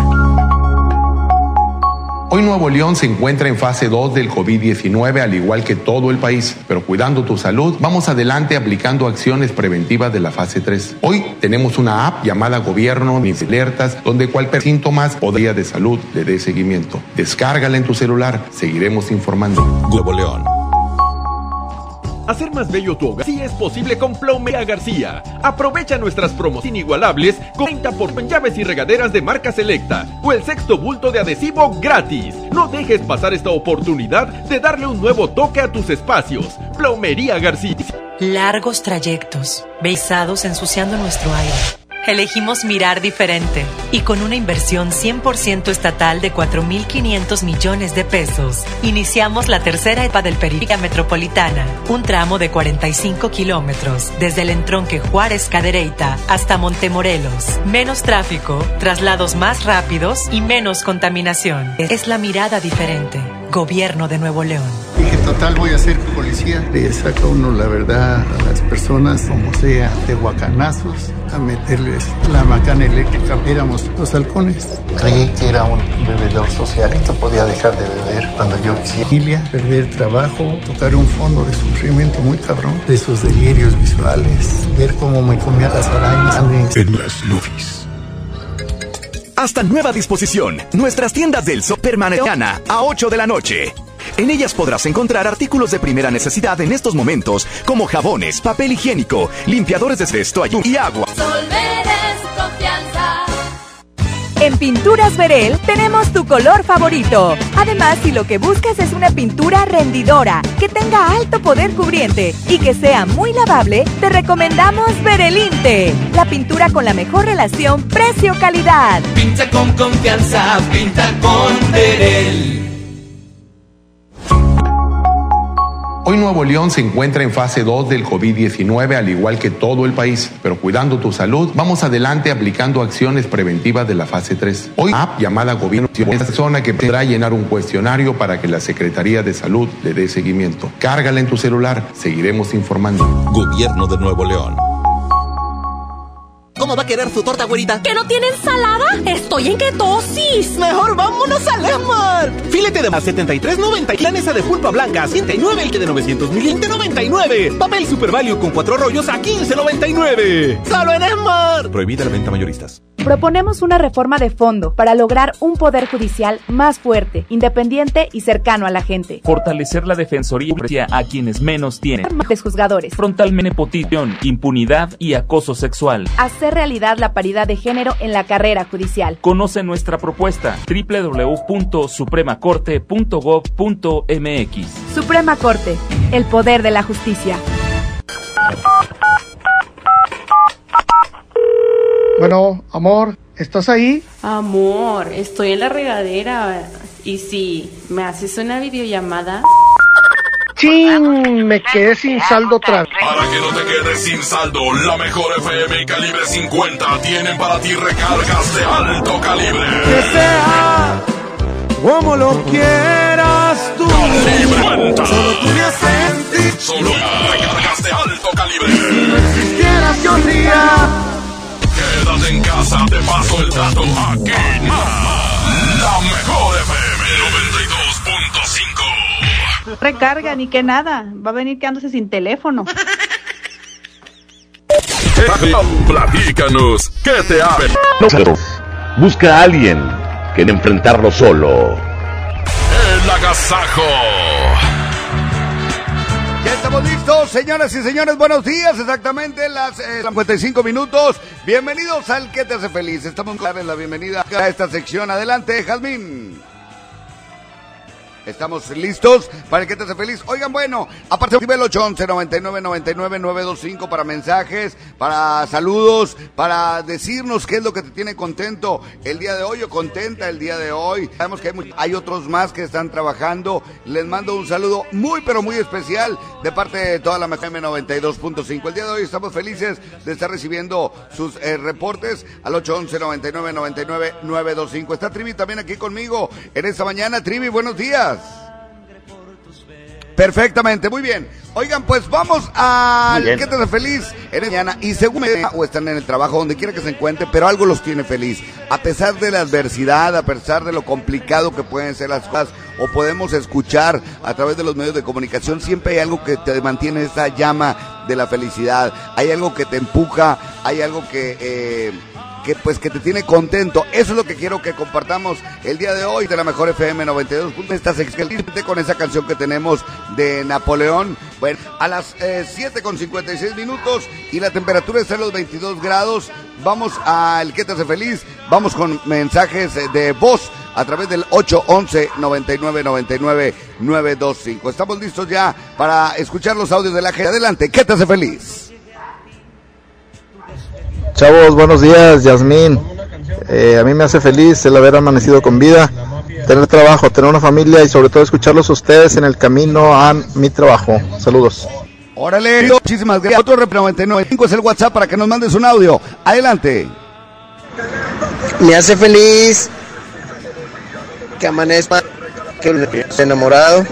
Hoy Nuevo León se encuentra en fase dos del COVID diecinueve, al igual que todo el país. Pero cuidando tu salud, vamos adelante aplicando acciones preventivas de la fase tres. Hoy tenemos una app llamada Gobierno Mis Alertas, donde cualquier síntoma o día de salud le dé seguimiento. Descárgala en tu celular. Seguiremos informando. Nuevo León. Hacer más bello tu hogar sí es posible con Plomería García. Aprovecha nuestras promos inigualables con treinta por ciento en llaves y regaderas de marca selecta o el sexto bulto de adhesivo gratis. No dejes pasar esta oportunidad de darle un nuevo toque a tus espacios. Plomería García. Largos trayectos, beizados ensuciando nuestro aire. Elegimos mirar diferente y con una inversión cien por ciento estatal de cuatro mil quinientos millones de pesos, iniciamos la tercera etapa del Periférica Metropolitana, un tramo de cuarenta y cinco kilómetros, desde el entronque Juárez-Cadereyta hasta Montemorelos. Menos tráfico, traslados más rápidos y menos contaminación. Es la mirada diferente. Gobierno de Nuevo León. Dije, total, voy a ser policía. Le saca uno la verdad a las personas, como sea, de guacanazos, a meterles la macana eléctrica. Éramos los halcones. Creí que era un bebedor social. Esto podía dejar de beber cuando yo quisiera. Familia, perder trabajo, tocar un fondo de sufrimiento muy cabrón, de esos delirios visuales, ver cómo me comía las arañas. En las Lufis. Hasta nueva disposición, nuestras tiendas del Sol permanecen a ocho de la noche. En ellas podrás encontrar artículos de primera necesidad en estos momentos, como jabones, papel higiénico, limpiadores de vestuario y agua. Sol merece confianza. En Pinturas Verel tenemos tu color favorito. Además, si lo que buscas es una pintura rendidora, que tenga alto poder cubriente y que sea muy lavable, te recomendamos Verelinte, la pintura con la mejor relación precio-calidad. Pinta con confianza, pinta con Verel. Hoy Nuevo León se encuentra en fase dos del COVID diecinueve, al igual que todo el país. Pero cuidando tu salud, vamos adelante aplicando acciones preventivas de la fase tres. Hoy una app llamada Gobierno es esta zona que podrá llenar un cuestionario para que la Secretaría de Salud le dé seguimiento. Cárgala en tu celular. Seguiremos informando. Gobierno de Nuevo León. ¿Cómo va a querer su torta, güerita? ¿Que no tiene ensalada? Estoy en ketosis. Mejor vámonos al Esmar. Filete de más setenta y tres noventa. Planesa de pulpa blanca ciento nueve. El de novecientos mililitros noventa y nueve. Papel Super Value con cuatro rollos a quince noventa y nueve. Solo en Esmar. Prohibida la venta mayoristas. Proponemos una reforma de fondo para lograr un poder judicial más fuerte, independiente y cercano a la gente. Fortalecer la defensoría a quienes menos tienen. Más juzgadores. Frontalmente nepotismo, impunidad y acoso sexual. Hacer realidad la paridad de género en la carrera judicial. Conoce nuestra propuesta doble u doble u doble u punto suprema corte punto gob punto eme equis. Suprema Corte, el poder de la justicia. Bueno, amor, ¿estás ahí? Amor, estoy en la regadera. ¿Y si me haces una videollamada? ¡Chin! Me quedé sin saldo otra vez. Para que no te quedes sin saldo, la mejor F M y Calibre cincuenta tienen para ti recargas de alto calibre. Que sea como lo quieras tú. Calibre Solo tú me haces sentir. Solo recargas de alto calibre. Si no existieras yo ría. Quédate en casa, te paso el dato. Aquí más. La mejor F M noventa y dos punto cinco. Recarga ni que nada, va a venir quedándose sin teléfono. Platícanos, ¿qué te ha No, busca a alguien que de enfrentarlo solo. El agasajo. Que Estamos listos, señoras y señores, buenos días, exactamente las eh, cincuenta y cinco minutos. Bienvenidos al ¿Qué te hace feliz? Estamos dando la bienvenida a esta sección. Adelante, Jazmín. Estamos listos para el ¿Qué te hace feliz? Oigan, bueno, aparte del ocho once, noventa y nueve, noventa y nueve, nueve veinticinco para mensajes, para saludos, para decirnos qué es lo que te tiene contento el día de hoy o contenta el día de hoy. Sabemos que hay, muy, hay otros más que están trabajando. Les mando un saludo muy, pero muy especial de parte de toda la M noventa y dos punto cinco. El día de hoy estamos felices de estar recibiendo sus eh, reportes al ocho once, noventa y nueve, noventa y nueve, nueve veinticinco. Está Trivi también aquí conmigo en esta mañana. Trivi, buenos días. Perfectamente, muy bien. Oigan, pues vamos al ¿Qué te hace feliz? En mañana y según o están en el trabajo, donde quiera que se encuentre, pero algo los tiene feliz. A pesar de la adversidad, a pesar de lo complicado que pueden ser las cosas, o podemos escuchar a través de los medios de comunicación, siempre hay algo que te mantiene esa llama de la felicidad. Hay algo que te empuja, hay algo que... Eh, que pues que te tiene contento. Eso es lo que quiero que compartamos el día de hoy de la mejor F M noventa y dos punto cinco. Estás excelente con esa canción que tenemos de Napoleón. Bueno, a las eh, siete con cincuenta y seis minutos y la temperatura está en los veintidós grados. Vamos al ¿Qué te hace feliz? Vamos con mensajes de voz a través del ocho once, noventa y nueve, noventa y nueve, nueve veinticinco. Estamos listos ya para escuchar los audios de la gente. Adelante, ¿qué te hace feliz? Chavos, buenos días, Yasmín. Eh, a mí me hace feliz el haber amanecido con vida, tener trabajo, tener una familia y sobre todo escucharlos a ustedes en el camino a mi trabajo. Saludos. Órale, muchísimas gracias. Otro rep noventa y nueve cinco es el WhatsApp para que nos mandes un audio. Adelante. Me hace feliz que amanezca, que estoy enamorado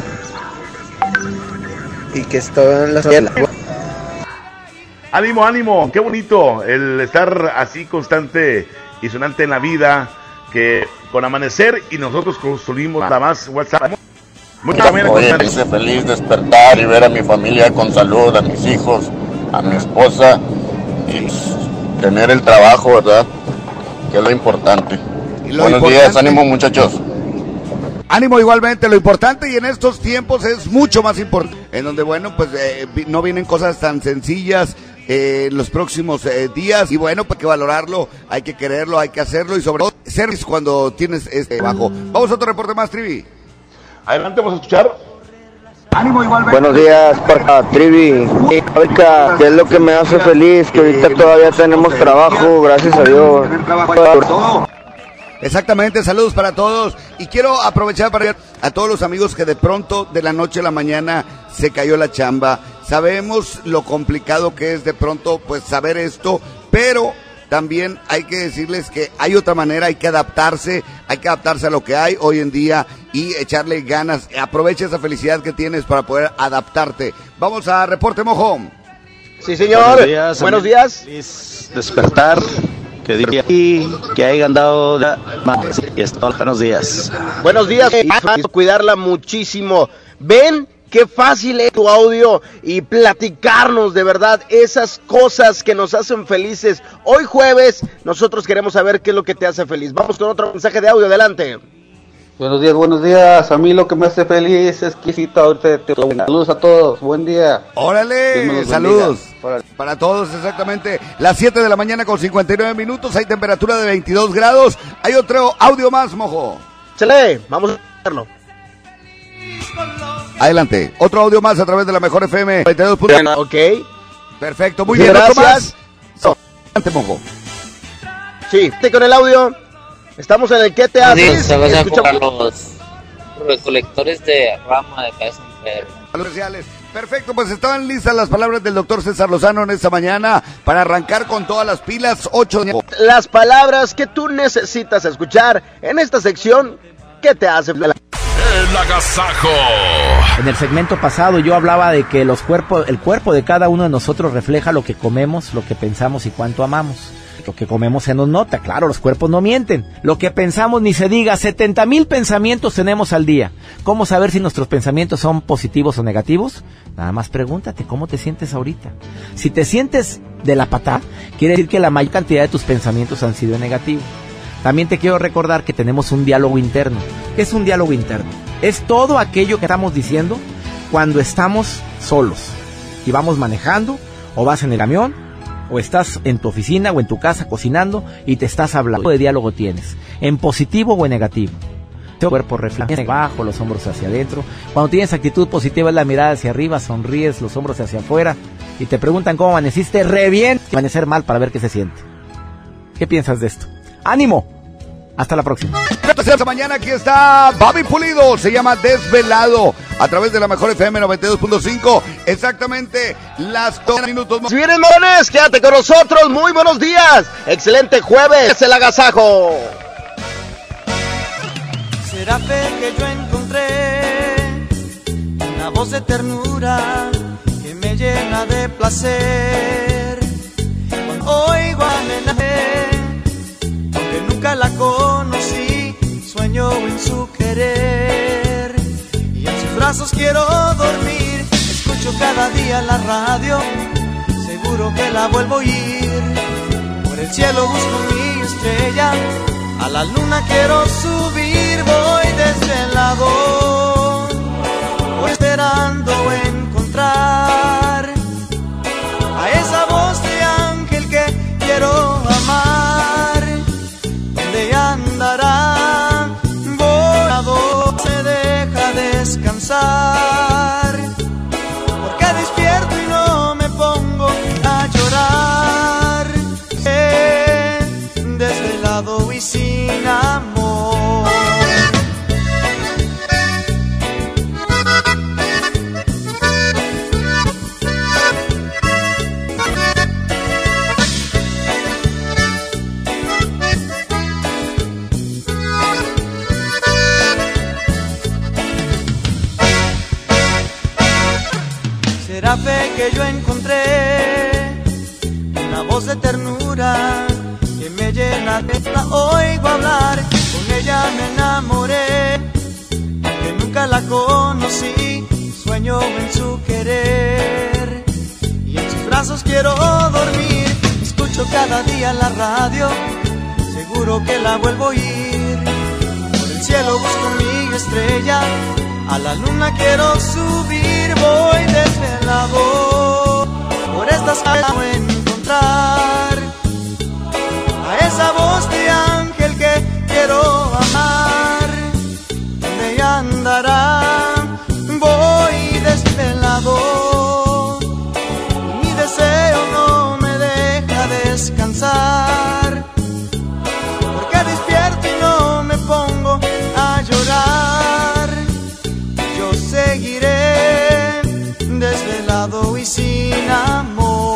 y que estoy en la escuela. Ánimo, ánimo, qué bonito el estar así constante y sonante en la vida, que con amanecer y nosotros construimos nada más WhatsApp. Oye, me hice feliz despertar y ver a mi familia con salud, a mis hijos, a mi esposa y tener el trabajo, ¿verdad? Que es lo importante. Lo Buenos importante... días, ánimo muchachos. Ánimo igualmente, lo importante y en estos tiempos es mucho más importante, en donde bueno, pues eh, no vienen cosas tan sencillas eh, en los próximos eh, días y bueno, pues hay que valorarlo, hay que quererlo, hay que hacerlo y sobre todo ser cuando tienes este trabajo. Vamos a otro reporte más, Trivi. Adelante, vamos a escuchar. Ánimo igualmente. Buenos días, para Trivi. Ahorita, ¿qué es lo que me hace feliz? Que ahorita todavía tenemos trabajo, gracias a Dios. Exactamente, saludos para todos y quiero aprovechar para a todos los amigos que de pronto de la noche a la mañana se cayó la chamba. Sabemos lo complicado que es de pronto pues saber esto, pero también hay que decirles que hay otra manera, hay que adaptarse, hay que adaptarse a lo que hay hoy en día y echarle ganas. Aprovecha esa felicidad que tienes para poder adaptarte. Vamos a Reporte Mojo. Sí, señor. Buenos días. Buenos días. Despertar. Que diga y que hayan dado más y esto, buenos días. Buenos días, cuidarla muchísimo. Ven qué fácil es tu audio y platicarnos de verdad esas cosas que nos hacen felices. Hoy jueves nosotros queremos saber qué es lo que te hace feliz. Vamos con otro mensaje de audio, adelante. Buenos días, buenos días. A mí lo que me hace feliz es que ahorita te... Saludos a todos, buen día. Órale, saludos para, para todos, exactamente. Las siete de la mañana con cincuenta y nueve minutos, hay temperatura de veintidós grados. Hay otro audio más, Mojo. Chale, vamos a verlo. Adelante, otro audio más a través de la mejor F M noventa y dos punto cinco. Ok. Perfecto, muy bien, gracias. Otro más. So, adelante, Mojo. Sí, con el audio. Estamos en el ¿Qué te haces? Se van a comprar los recolectores de rama de cabeza enferma. Los sociales. Perfecto, pues estaban listas las palabras del doctor César Lozano en esta mañana para arrancar con todas las pilas. Ocho de... Las palabras que tú necesitas escuchar en esta sección ¿Qué te hace feliz? El agasajo. En el segmento pasado yo hablaba de que los cuerpos, el cuerpo de cada uno de nosotros refleja lo que comemos, lo que pensamos y cuánto amamos. Lo que comemos se nos nota, claro, los cuerpos no mienten. Lo que pensamos ni se diga, setenta mil pensamientos tenemos al día. ¿Cómo saber si nuestros pensamientos son positivos o negativos? Nada más pregúntate, ¿cómo te sientes ahorita? Si te sientes de la patada, quiere decir que la mayor cantidad de tus pensamientos han sido negativos. También te quiero recordar que tenemos un diálogo interno. ¿Qué es un diálogo interno? Es todo aquello que estamos diciendo cuando estamos solos. y vamos manejando, o vas en el camión, o estás en tu oficina o en tu casa cocinando y te estás hablando. ¿Qué de diálogo tienes? ¿En positivo o en negativo? El cuerpo refleja abajo, los hombros hacia adentro. Cuando tienes actitud positiva es la mirada hacia arriba, sonríes, los hombros hacia afuera y te preguntan cómo amaneciste, re bien, y amanecer mal para ver qué se siente. ¿Qué piensas de esto? ¡Ánimo! Hasta la próxima. Esta mañana aquí está Bobby Pulido, se llama Desvelado, a través de la mejor F M noventa y dos punto cinco, exactamente las dos minutos más. Si vienes, mones, quédate con nosotros, muy buenos días, excelente jueves, el agasajo. Será fe que yo encontré una voz de ternura que me llena de placer. Cuando oigo a Nené, aunque nunca la conocí, sueño en su querer y en sus brazos quiero dormir. Escucho cada día la radio, seguro que la vuelvo a oír. Por el cielo busco mi estrella, a la luna quiero subir, voy desvelado, voy esperando encontrar a esa voz de ángel que quiero amar. ¿Dónde andará? Volado se deja descansar, porque despierto y no me pongo a llorar. Eh, desvelado y sin amor. Será fe que yo encontré una voz de ternura que me llena de la oigo hablar, con ella me enamoré, que nunca la conocí, sueño en su querer y en sus brazos quiero dormir. Escucho cada día la radio, seguro que la vuelvo a oír. Por el cielo busco mi estrella, a la luna quiero subir, voy desvelado, por estas calles voy a encontrar a esa voz de ángel que quiero amar. ¿Dónde andará? Voy desvelado, mi deseo no me deja descansar, porque despierto y no me pongo a llorar. Yo seguiré desvelado y sin amor.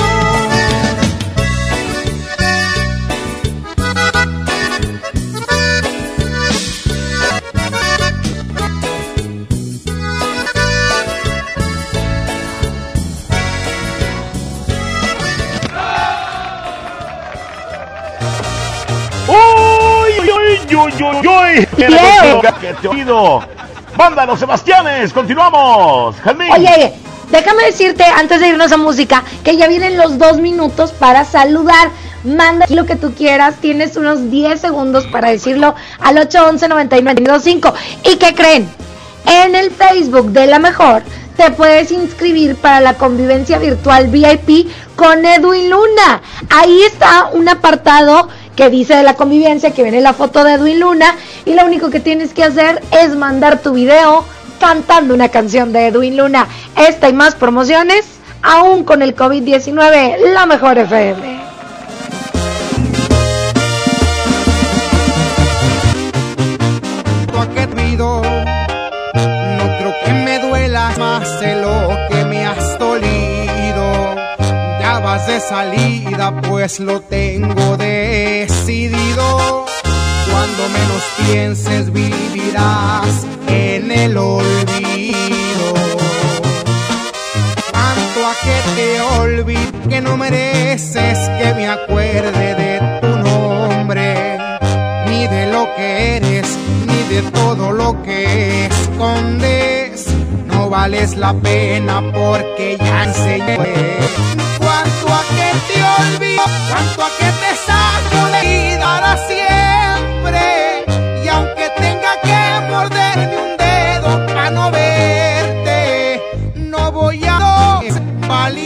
¡Uy, uy, uy, uy! ¡Qué que te he oído! ¡Banda Los Sebastianes! ¡Continuamos! ¡Jazmín! Oye, déjame decirte, antes de irnos a música, que ya vienen los dos minutos para saludar. Manda aquí lo que tú quieras, tienes unos diez segundos para decirlo al ocho once noventa y nueve veinticinco. ¿Y qué creen? En el Facebook de La Mejor te puedes inscribir para la convivencia virtual V I P con Edwin Luna. Ahí está un apartado que dice de la convivencia, que viene la foto de Edwin Luna, y lo único que tienes que hacer es mandar tu video cantando una canción de Edwin Luna. Esta y más promociones, aún con el COVID diecinueve, La Mejor F M. No creo que me duela más de lo que me has dolido. Ya vas de salida, pues lo tengo decidido. Cuando menos pienses vivirás en el olvido. Cuanto a que te olvides, que no mereces que me acuerde de tu nombre, ni de lo que eres, ni de todo lo que escondes. No vales la pena porque ya enseñé. Cuanto a que te olvido, cuanto a que te saco de vida para siempre. Y aunque tenga que morderme un dedo para no verte, no voy a valer.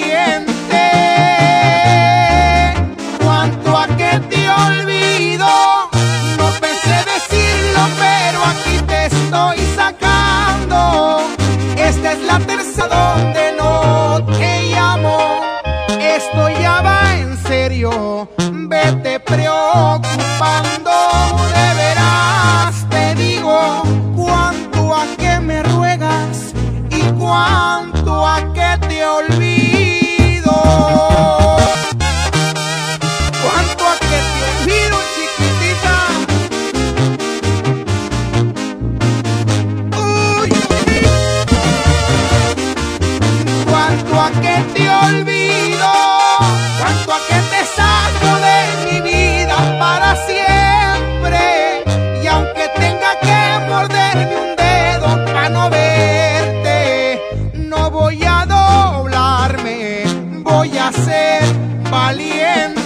a que te olvido, cuánto a que te saco de mi vida para siempre. Y aunque tenga que morderme un dedo para no verte, no voy a doblarme, voy a ser valiente.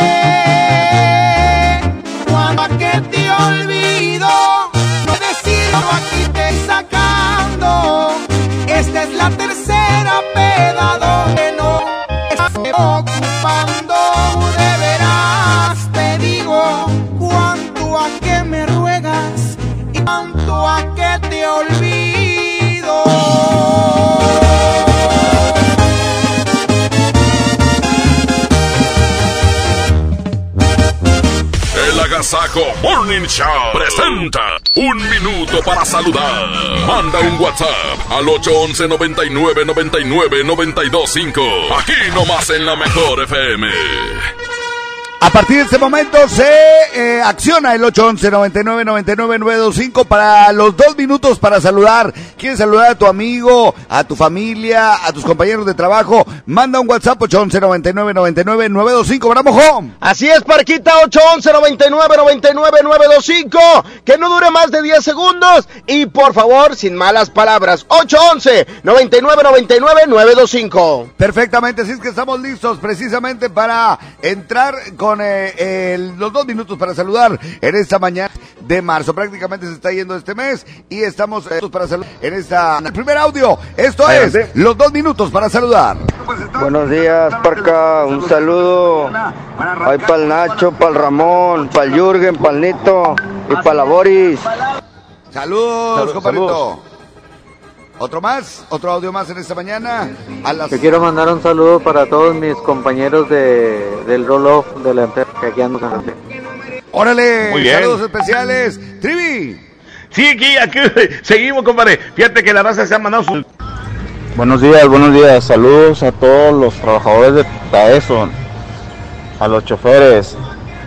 Cuando a que te olvido, no decirlo aquí te sacando. Esta es la tercera peda donde no estoy ocupando. De veras te digo, cuánto a que me ruegas y cuánto a que te olvido. El Agasajo Morning Show presenta Un Minuto para Saludar. Manda un WhatsApp al ocho once noventa y nueve noventa y nueve noventa y dos cinco. Aquí nomás en la Mejor F M. A partir de este momento se eh, acciona el ocho once noventa y nueve noventa y nueve nueve dos cinco para los dos minutos para saludar. ¿Quieres saludar a tu amigo, a tu familia, a tus compañeros de trabajo? Manda un WhatsApp ocho once noventa y nueve noventa y nueve nueve dos cinco. ¡Vamos, home! Así es, Parquita, ocho once noventa y nueve noventa y nueve nueve dos cinco. Que no dure más de diez segundos. Y por favor, sin malas palabras, ocho once noventa y nueve noventa y nueve nueve dos cinco. Perfectamente, así es que estamos listos precisamente para entrar con eh, el, los dos minutos para saludar en esta mañana de marzo. Prácticamente se está yendo este mes y estamos eh, para saludar en esta el primer audio. Esto Adelante. Es los dos minutos para saludar. Buenos días, Parca. Un saludo ahí para el Nacho, para el Ramón, para el Jürgen, para el Nito y para la Boris. Saludos, Salud, compadrito. saludos. Otro más, otro audio más en esta mañana. A las... Te quiero mandar un saludo para todos mis compañeros de, del roll-off de la empresa que aquí ando con. Órale, Muy bien. Saludos especiales. Trivi. Sí, aquí, aquí seguimos, compadre. Fíjate que la raza se ha mandado su... Buenos días, buenos días. Saludos a todos los trabajadores de Taeson, a los choferes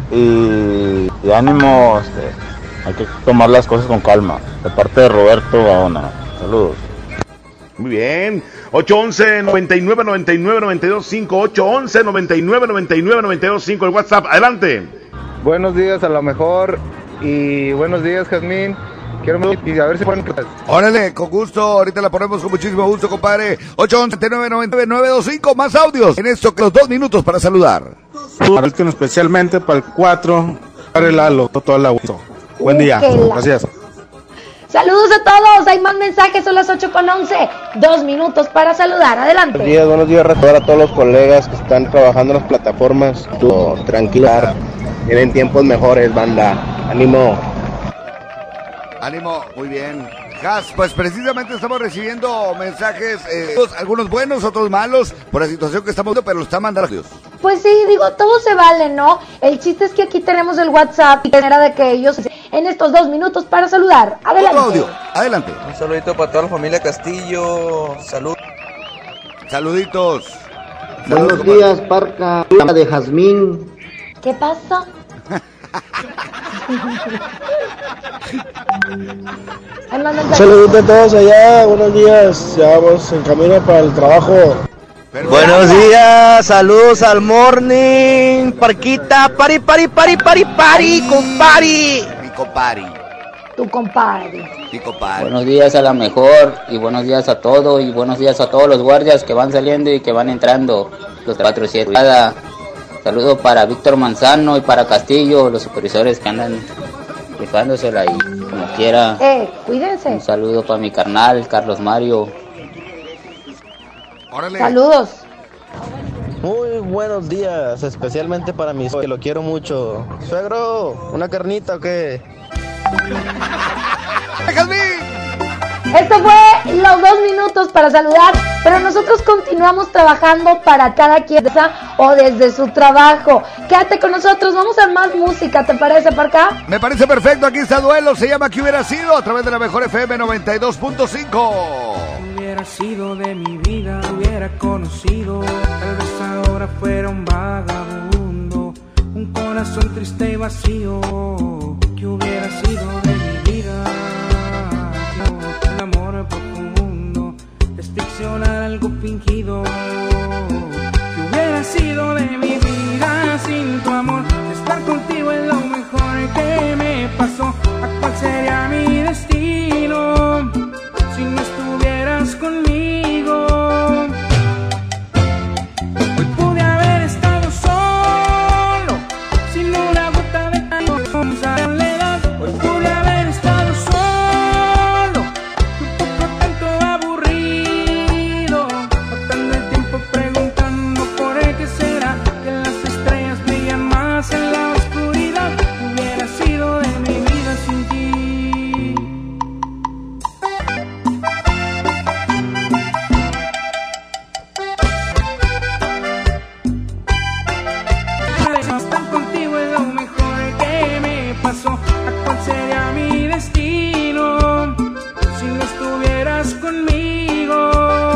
y, y ánimo, este, hay que tomar las cosas con calma. De parte de Roberto Gaona. Saludos. Muy bien. ocho once noventa y nueve noventa y nueve noventa y dos cinco. ocho once noventa y nueve noventa y nueve noventa y dos cinco. El WhatsApp. Adelante. Buenos días a lo mejor y buenos días, Jazmín. Quiero y a ver si pueden... Órale, con gusto, ahorita la ponemos con muchísimo gusto, compadre. ocho once noventa y nueve noventa y nueve nueve dos cinco, más audios en esto que los dos minutos para saludar. Especialmente para el cuatro, para el Lalo, todo el agusto. Buen día, gracias. Saludos a todos, hay más mensajes, son las ocho con once, dos minutos para saludar, adelante. Buenos días, buenos días, recordar a todos los colegas que están trabajando en las plataformas. Tú, tranquila, tienen tiempos mejores, banda, ánimo. Ánimo, muy bien. Gas, pues precisamente estamos recibiendo mensajes, eh, algunos buenos, otros malos, por la situación que estamos viendo, pero lo está mandando Dios. Pues sí, digo, todo se vale, ¿no? El chiste es que aquí tenemos el WhatsApp y manera de que ellos en estos dos minutos para saludar. Adelante. Otro audio, adelante. Un saludito para toda la familia Castillo. Salud. Saluditos. Buenos Saludos, días, Parca de Jazmín. ¿Qué pasa? Saludos a todos allá, buenos días, ya vamos en camino para el trabajo. Pero Buenos días, saludos al morning, Parquita, pari, pari, pari, pari, pari, compari. Mi compari. Tu compadre. Mi compadre. Buenos días a la mejor y buenos días a todos y buenos días a todos los guardias que van saliendo y que van entrando. Los cuatro siete. Saludo para Víctor Manzano y para Castillo, los supervisores que andan rifándosela ahí como quiera. Eh, cuídense. Un saludo para mi carnal, Carlos Mario. Órale. Saludos. Muy buenos días, especialmente para mi suegro, que lo quiero mucho. Suegro, ¿una carnita o qué? Esto fue los dos minutos para saludar, pero nosotros continuamos trabajando para cada quien o desde su trabajo. Quédate con nosotros, vamos a más música, ¿te parece, Parca? Me parece perfecto, aquí está Duelo, se llama ¿Qué hubiera sido? A través de la Mejor F M noventa y dos punto cinco. Hubiera sido de mi vida, hubiera conocido, tal vez ahora fuera un vagabundo, un corazón triste y vacío. ¿Qué hubiera sido de mi vida? Un amor profundo, es ficcional algo fingido. ¿Qué hubiera sido de mi vida sin tu amor? Estar contigo es lo mejor que me pasó. ¿A cuál sería mi destino si no estuvieras conmigo? Hoy pude haber estado solo, sin una gota de cariño, con soledad. Hoy pude haber estado solo, un poco tanto aburrido, matando el tiempo preguntando por qué será que las estrellas brillan más en la oscuridad. Hubiera sido de mi vida sin ti. Estar contigo es lo mejor que me pasó. ¿A cuál sería mi destino si no estuvieras conmigo?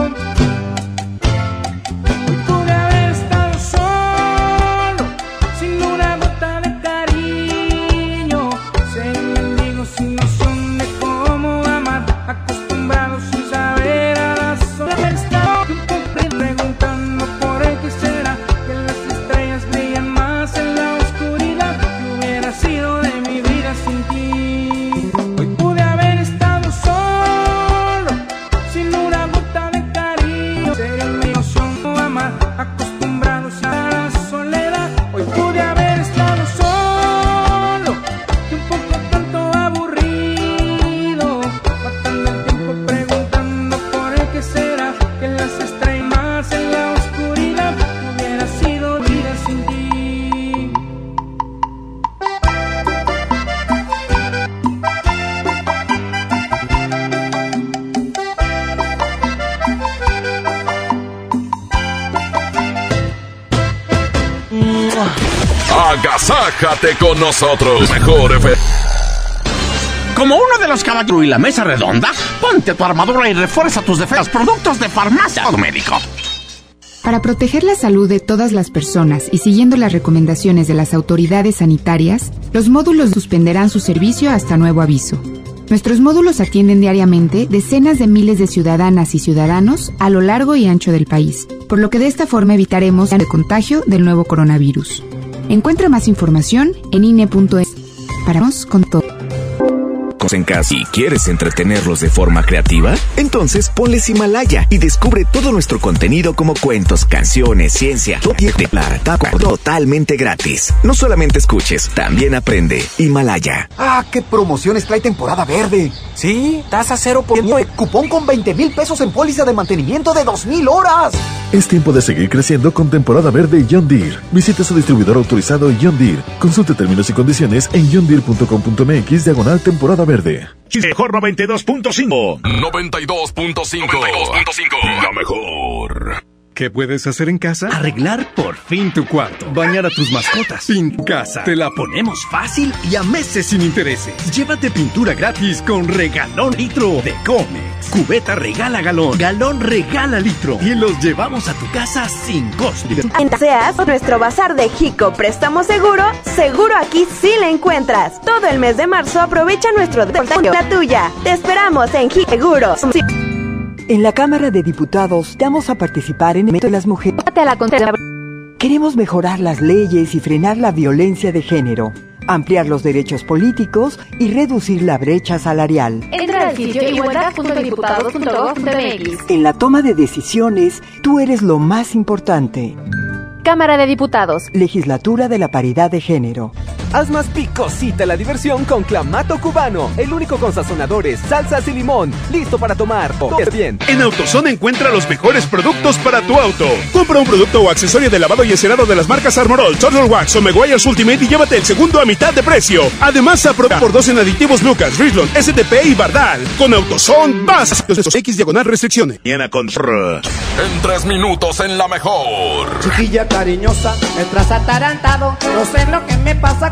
Hoy pude haber estado solo, sin una gota de cariño. Ser un mendigo sin noción de cómo amar, acostumbrado sin saber a la soledad. Estaba preguntando por qué será que las estrellas brillan más en la oscuridad. ¿Qué hubiera sido de mi vida sin ti? Hoy pude haber estado solo, sin una gota de cariño. Sería mi ilusión no amar, acostumbrados a la soledad. Hoy pude haber estado solo, y un poco tanto aburrido, matando el tiempo preguntando por qué será que las estrellas más en la oscuridad. Hubiera sido vida sin ti. Agasájate con nosotros. Mejor F. Como uno de los caballeros y la mesa redonda, ponte tu armadura y refuerza tus defensas. Productos de Farmacia Médico. Para proteger la salud de todas las personas y siguiendo las recomendaciones de las autoridades sanitarias, los módulos suspenderán su servicio hasta nuevo aviso. Nuestros módulos atienden diariamente decenas de miles de ciudadanas y ciudadanos a lo largo y ancho del país, por lo que de esta forma evitaremos el contagio del nuevo coronavirus. Encuentra más información en I N E punto es. Paramos con todo. En casa y quieres entretenerlos de forma creativa, entonces ponles Himalaya y descubre todo nuestro contenido como cuentos, canciones, ciencia, totalmente gratis. No solamente escuches, también aprende. Himalaya. ¡Ah, qué promociones trae temporada verde! Sí, tasa cero por ciento, cupón con veinte mil pesos en póliza de mantenimiento de dos mil horas. Es tiempo de seguir creciendo con temporada verde John Deere. Visita su distribuidor autorizado John Deere. Consulte términos y condiciones en john deere punto com punto m x diagonal temporada verde. Mejor noventa y dos punto cinco. noventa y dos punto cinco. La mejor. ¿Qué puedes hacer en casa? Arreglar por fin tu cuarto. Bañar a tus mascotas. Pintar casa. Te la ponemos fácil y a meses sin intereses. Llévate pintura gratis con regalón litro de Comex. Cubeta regala galón. Galón regala litro. Y los llevamos a tu casa sin costo. Seas nuestro bazar de Jico Préstamo Seguro, seguro aquí sí la encuentras. Todo el mes de marzo aprovecha nuestro descuento. La tuya. Te esperamos en Jico Seguros. Sí. En la Cámara de Diputados vamos a participar en el evento de las mujeres. Queremos mejorar las leyes y frenar la violencia de género, ampliar los derechos políticos y reducir la brecha salarial. Entra al sitio y vuelta punto diputados punto gob punto m x. En la toma de decisiones, tú eres lo más importante. Cámara de Diputados. Legislatura de la Paridad de Género. Haz más picosita la diversión con Clamato Cubano, el único con sazonadores, salsas y limón, listo para tomar. Todo bien. En AutoZone encuentra los mejores productos para tu auto. Compra un producto o accesorio de lavado y encerado de las marcas Armorol, Turtle Wax o Meguiar's Ultimate y llévate el segundo a mitad de precio. Además, aprovecha por dos en aditivos Lucas, Richland, S T P y Bardal. Con AutoZone vas a X diagonal restricciones. Mañana con en tres minutos en la mejor. Chiquilla cariñosa, me traes atarantado. No sé lo que me pasa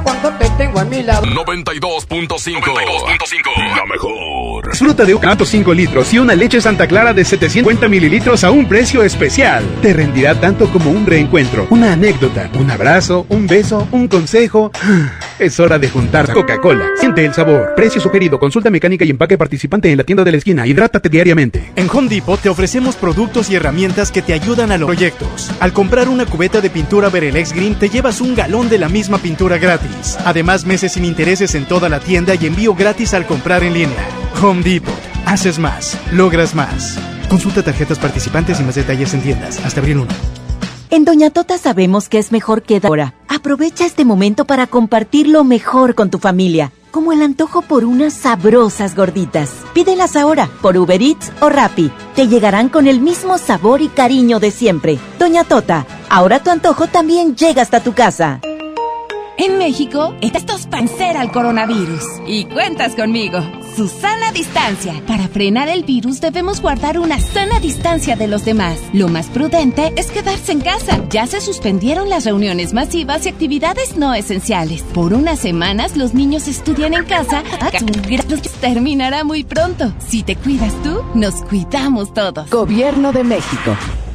cuando te tengo a mi lado. noventa y dos punto cinco. La mejor. Fruta de Ocato cinco litros y una leche Santa Clara de setecientos cincuenta mililitros a un precio especial. Te rendirá tanto como un reencuentro, una anécdota, un abrazo, un beso, un consejo. Es hora de juntar Coca-Cola. Siente el sabor. Precio sugerido. Consulta mecánica y empaque participante en la tienda de la esquina. Hidrátate diariamente. En Home Depot te ofrecemos productos y herramientas que te ayudan a los proyectos. Al comprar una cubeta de pintura Verelex Green te llevas un galón de la misma pintura gratis. Además, meses sin intereses en toda la tienda y envío gratis al comprar en línea. Home Depot. Haces más. Logras más. Consulta tarjetas participantes y más detalles en tiendas. Hasta abril uno. En Doña Tota sabemos que es mejor que ahora. Aprovecha este momento para compartir lo mejor con tu familia, como el antojo por unas sabrosas gorditas. Pídelas ahora por Uber Eats o Rappi. Te llegarán con el mismo sabor y cariño de siempre. Doña Tota, ahora tu antojo también llega hasta tu casa. En México, estás pancera al coronavirus. Y cuentas conmigo. Susana Distancia. Para frenar el virus debemos guardar una sana distancia de los demás. Lo más prudente es quedarse en casa. Ya se suspendieron las reuniones masivas y actividades no esenciales. Por unas semanas los niños estudian en casa. Terminará muy pronto. Si te cuidas tú, nos cuidamos todos. Gobierno de México.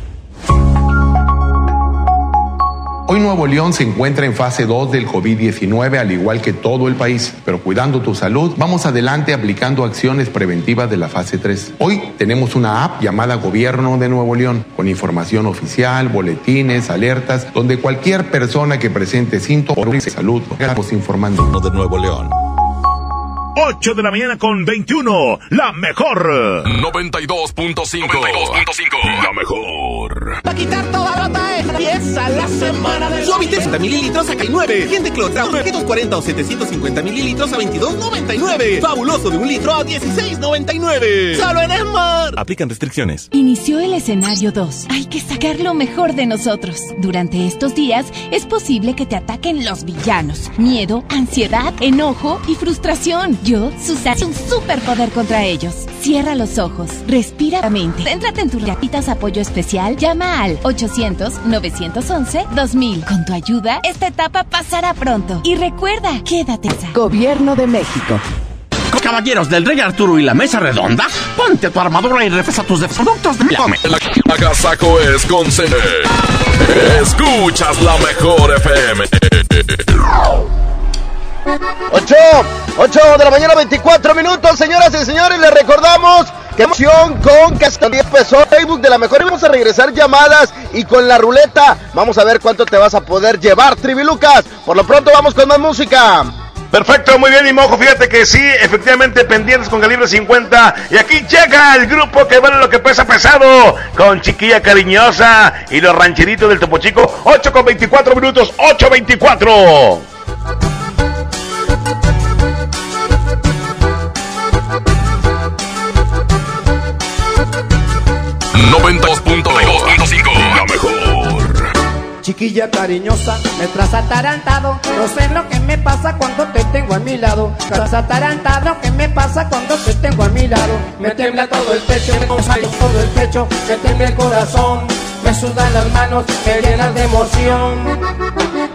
Hoy Nuevo León se encuentra en fase dos del COVID diecinueve, al igual que todo el país. Pero cuidando tu salud, vamos adelante aplicando acciones preventivas de la fase tres. Hoy tenemos una app llamada Gobierno de Nuevo León, con información oficial, boletines, alertas, donde cualquier persona que presente síntomas de salud, estamos informando. De Nuevo León. ocho de la mañana con veintiuno, la mejor. noventa y dos punto cinco. La mejor. Para quitar toda la nota empieza la semana de Suavitel sesenta mililitros a nueve. Gente Clotra quinientos cuarenta o setecientos cincuenta mililitros a veintidós noventa y nueve. Fabuloso de un litro a dieciséis noventa y nueve. Solo en Esmar. Aplican restricciones. Inició el escenario dos. Hay que sacar lo mejor de nosotros. Durante estos días es posible que te ataquen los villanos. Miedo, ansiedad, enojo y frustración. Yo, Susana, un superpoder contra ellos. Cierra los ojos, respira la mente. Céntrate en tus rapitas apoyo especial. Llama al ochocientos, novecientos once, dos mil. Con tu ayuda, esta etapa pasará pronto. Y recuerda, quédate. Gobierno de México. Caballeros del Rey Arturo y la Mesa Redonda, ponte tu armadura y refresca tus productos de la El agasajo es con C N. Escuchas la mejor F M. ocho, ocho de la mañana, veinticuatro minutos, señoras y señores, les recordamos que emoción con que hasta diez pesos Facebook de la mejor. Y vamos a regresar llamadas y con la ruleta vamos a ver cuánto te vas a poder llevar, Trivilucas. Por lo pronto vamos con más música. Perfecto, muy bien, mi mojo, fíjate que sí, efectivamente, pendientes con calibre cincuenta, y aquí llega el grupo que vale lo que pesa pesado, con Chiquilla Cariñosa y los rancheritos del Topo Chico. Ocho con veinticuatro minutos, ocho veinticuatro. noventa y dos punto cinco. La mejor. Chiquilla cariñosa, me traes atarantado. No sé lo que me pasa cuando te tengo a mi lado. Estás atarantado, ¿qué me pasa cuando te tengo a mi lado? Me tiembla todo el pecho, me sale todo el pecho, me tiembla el corazón, me sudan las manos, me llenas de emoción.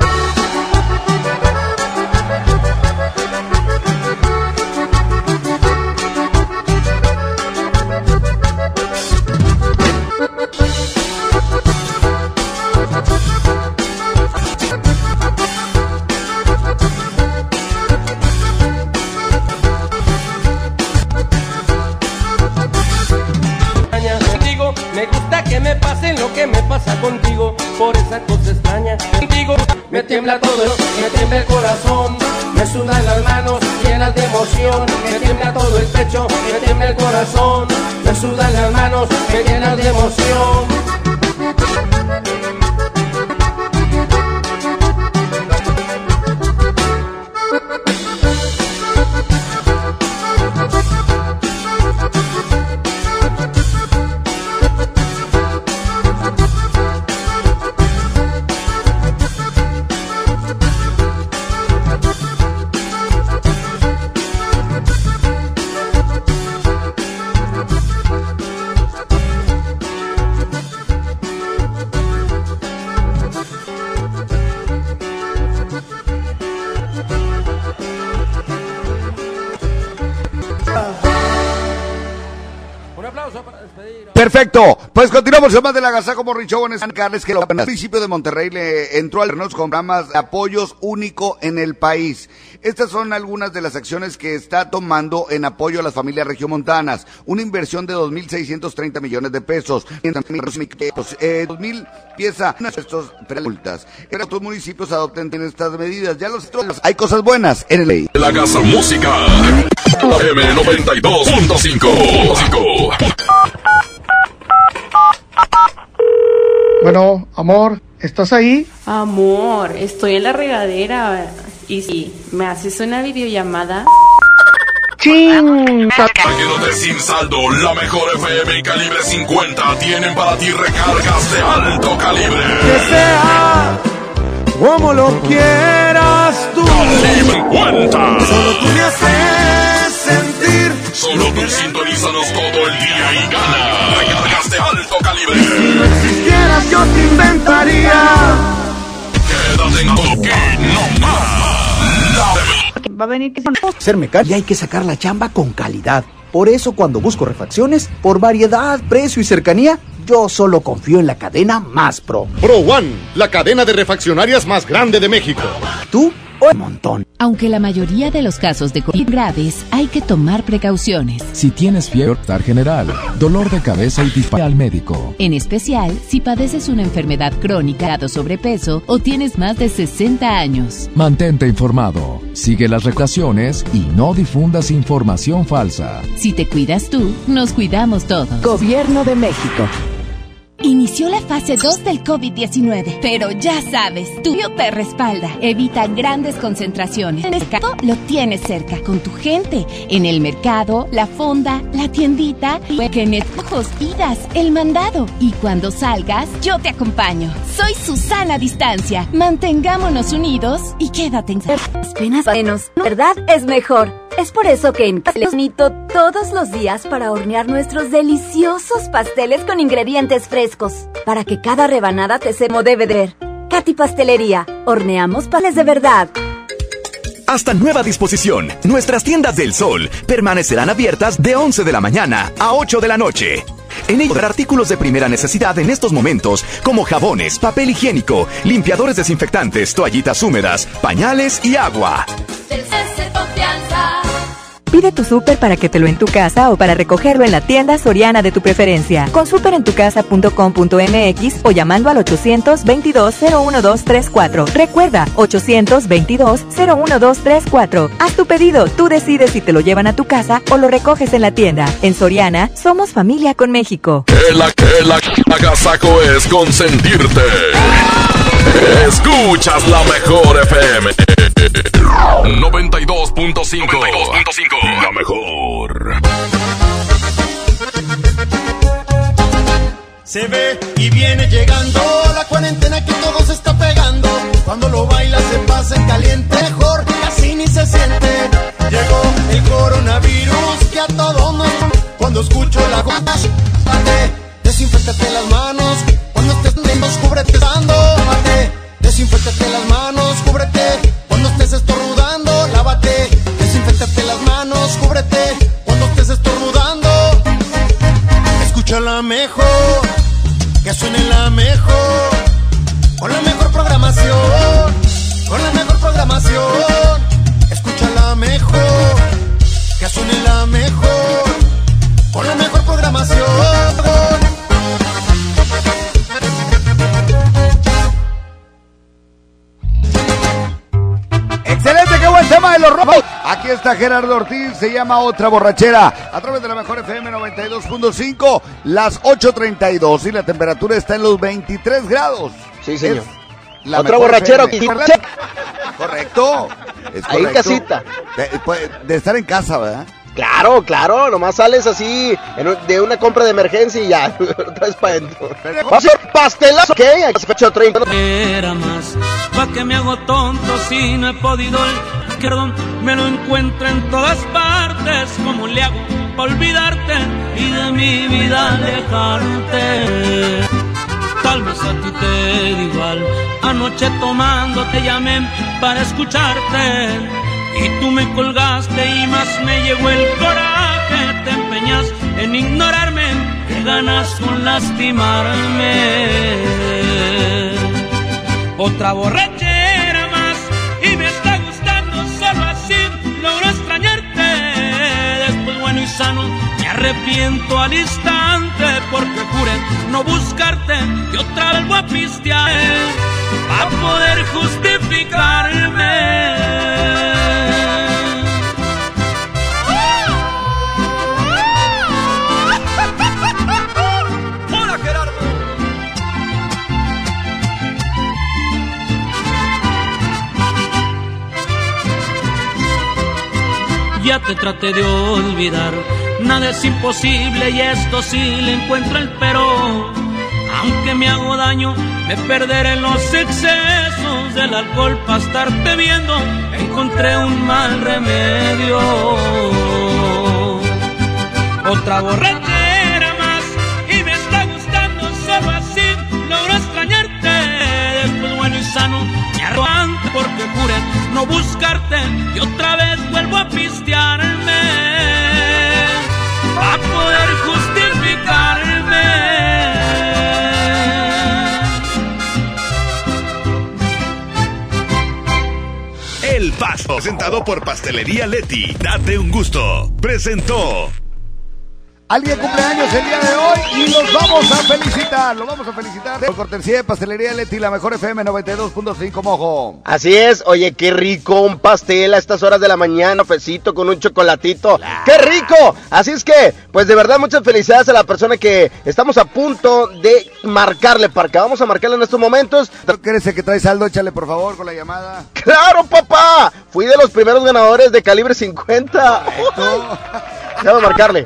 Me pase lo que me pasa contigo, por esa cosa extraña. Contigo me tiembla todo, me tiembla el corazón, me sudan las manos llenas de emoción. Me tiembla todo el pecho, me tiembla el corazón, me sudan las manos me llenas de emoción. Perfecto, pues continuamos con más del Agasajo Morning Show en San Carles, que el municipio de Monterrey le entró al Renos con programas de apoyos único en el país. Estas son algunas de las acciones que está tomando en apoyo a las familias regiomontanas. Una inversión de dos mil seiscientos treinta millones de pesos. Eh, dos mil piezas estos multas. Que otros municipios adopten estas medidas. Ya los hay cosas buenas en el ley. La Casa Música M noventa y dos punto cinco. Bueno, amor, ¿estás ahí? Amor, estoy en la regadera. Y si me haces una videollamada. ¡Ching! Quédate sin saldo. La mejor F M y calibre cincuenta tienen para ti recargas de alto calibre. Que sea como lo quieras tú. Calibre cincuenta. Solo tú me haces sentir. Solo tú sintonízanos todo el día y gana recargas de alto calibre. Si no existieras yo te inventaría. Quédate en aquí nomás. Va a venir ser mecánico y hay que sacar la chamba con calidad. Por eso cuando busco refacciones, por variedad, precio y cercanía, yo solo confío en la cadena Más Pro. Pro One, la cadena de refaccionarias más grande de México. ¿Tú? Un montón. Aunque la mayoría de los casos de COVID graves, hay que tomar precauciones. Si tienes fiebre general, dolor de cabeza y dispara al médico. En especial, si padeces una enfermedad crónica, sobrepeso o tienes más de sesenta años. Mantente informado, sigue las recomendaciones y no difundas información falsa. Si te cuidas tú, nos cuidamos todos. Gobierno de México. Inició la fase dos del COVID diecinueve, pero ya sabes, tu bio te respalda. Evita grandes concentraciones. En el mercado lo tienes cerca, con tu gente. En el mercado, la fonda, la tiendita, que ojos, idas, el mandado. Y cuando salgas, yo te acompaño. Soy Susana Distancia. Mantengámonos unidos y quédate en casa. Penas menos, ¿verdad? Es mejor. Es por eso que en les unito todos los días para hornear nuestros deliciosos pasteles con ingredientes frescos, para que cada rebanada te sepa como debe de ver. Katy Pastelería, horneamos pasteles de verdad. Hasta nueva disposición, nuestras tiendas del Sol permanecerán abiertas de once de la mañana a ocho de la noche. En ello, artículos de primera necesidad en estos momentos, como jabones, papel higiénico, limpiadores desinfectantes, toallitas húmedas, pañales y agua. Pide tu súper para que te lo en tu casa o para recogerlo en la tienda Soriana de tu preferencia. Con súper en tu casa punto com punto m x o llamando al ochocientos veintidós cero uno dos treinta y cuatro. Recuerda, ochocientos veintidós cero uno dos treinta y cuatro. Haz tu pedido, tú decides si te lo llevan a tu casa o lo recoges en la tienda. En Soriana, somos familia con México. El, el agasajo es consentirte. Escuchas la mejor F M noventa y dos punto cinco. La mejor. Se ve y viene llegando la cuarentena que todo se está pegando. Cuando lo baila se pasa en caliente, mejor casi ni se siente. Llegó el coronavirus que a todos nos... Cuando escucho la gota, desinféctate las manos. Cuando estés lejos, cúbrete dando. Desinféctate las manos, cúbrete. Cuando estés estornudando, lávate. Desinféctate las manos, cúbrete. Cuando estés estornudando, escucha la mejor, que suene la mejor. Con la mejor programación, con la mejor programación. Escucha la mejor, que suene la mejor. Con la mejor programación. Excelente, qué buen tema de los rojos. Aquí está Gerardo Ortiz, se llama Otra Borrachera, a través de la mejor F M noventa y dos punto cinco, las ocho treinta y dos y la temperatura está en los veintitrés grados. Sí, señor. Es la Otra borrachera. Correcto. Es ahí en casita. De, de estar en casa, ¿verdad? Claro, claro, nomás sales así en, de una compra de emergencia y ya, otra vez para adentro. Va a ser pastelazo, ¿qué? ocho treinta. Era más, pa' que me hago tonto si no he podido el perdón, me lo encuentro en todas partes. ¿Cómo le hago pa' olvidarte y de mi vida alejarte? Tal vez a ti te da igual, anoche tomando te llamé para escucharte. Y tú me colgaste y más me llegó el coraje. Te empeñas en ignorarme que ganas con lastimarme. Otra borrachera más y me está gustando, solo así logro extrañarte. Después bueno y sano me arrepiento al instante, porque juré no buscarte y otra vez voy a pistear a poder justificarme. ¡Hola, Gerardo! Ya te traté de olvidar, nada es imposible y esto sí le encuentro el pero. Aunque me hago daño, me perderé en los excesos del alcohol para estarte viendo. Encontré un mal remedio. Otra borrachera más y me está gustando, solo así logro extrañarte. Después bueno y sano me arroganto, porque juré no buscarte y otra vez vuelvo a pistearme a poder justificarme. El Paso, presentado por Pastelería Leti. Date un gusto. Presentó. Alguien cumpleaños el día de hoy y los vamos a felicitar, los vamos a felicitar por cortesía de Pastelería Leti, la mejor F M noventa y dos punto cinco, Mojo. Así es, oye, qué rico un pastel a estas horas de la mañana, cafecito con un chocolatito, claro. ¡Qué rico! Así es que, pues de verdad muchas felicidades a la persona que estamos a punto de marcarle, Parca, vamos a marcarle en estos momentos. ¿Qué eres el que trae saldo? Échale por favor con la llamada. ¡Claro, papá! Fui de los primeros ganadores de calibre cincuenta. Déjame marcarle.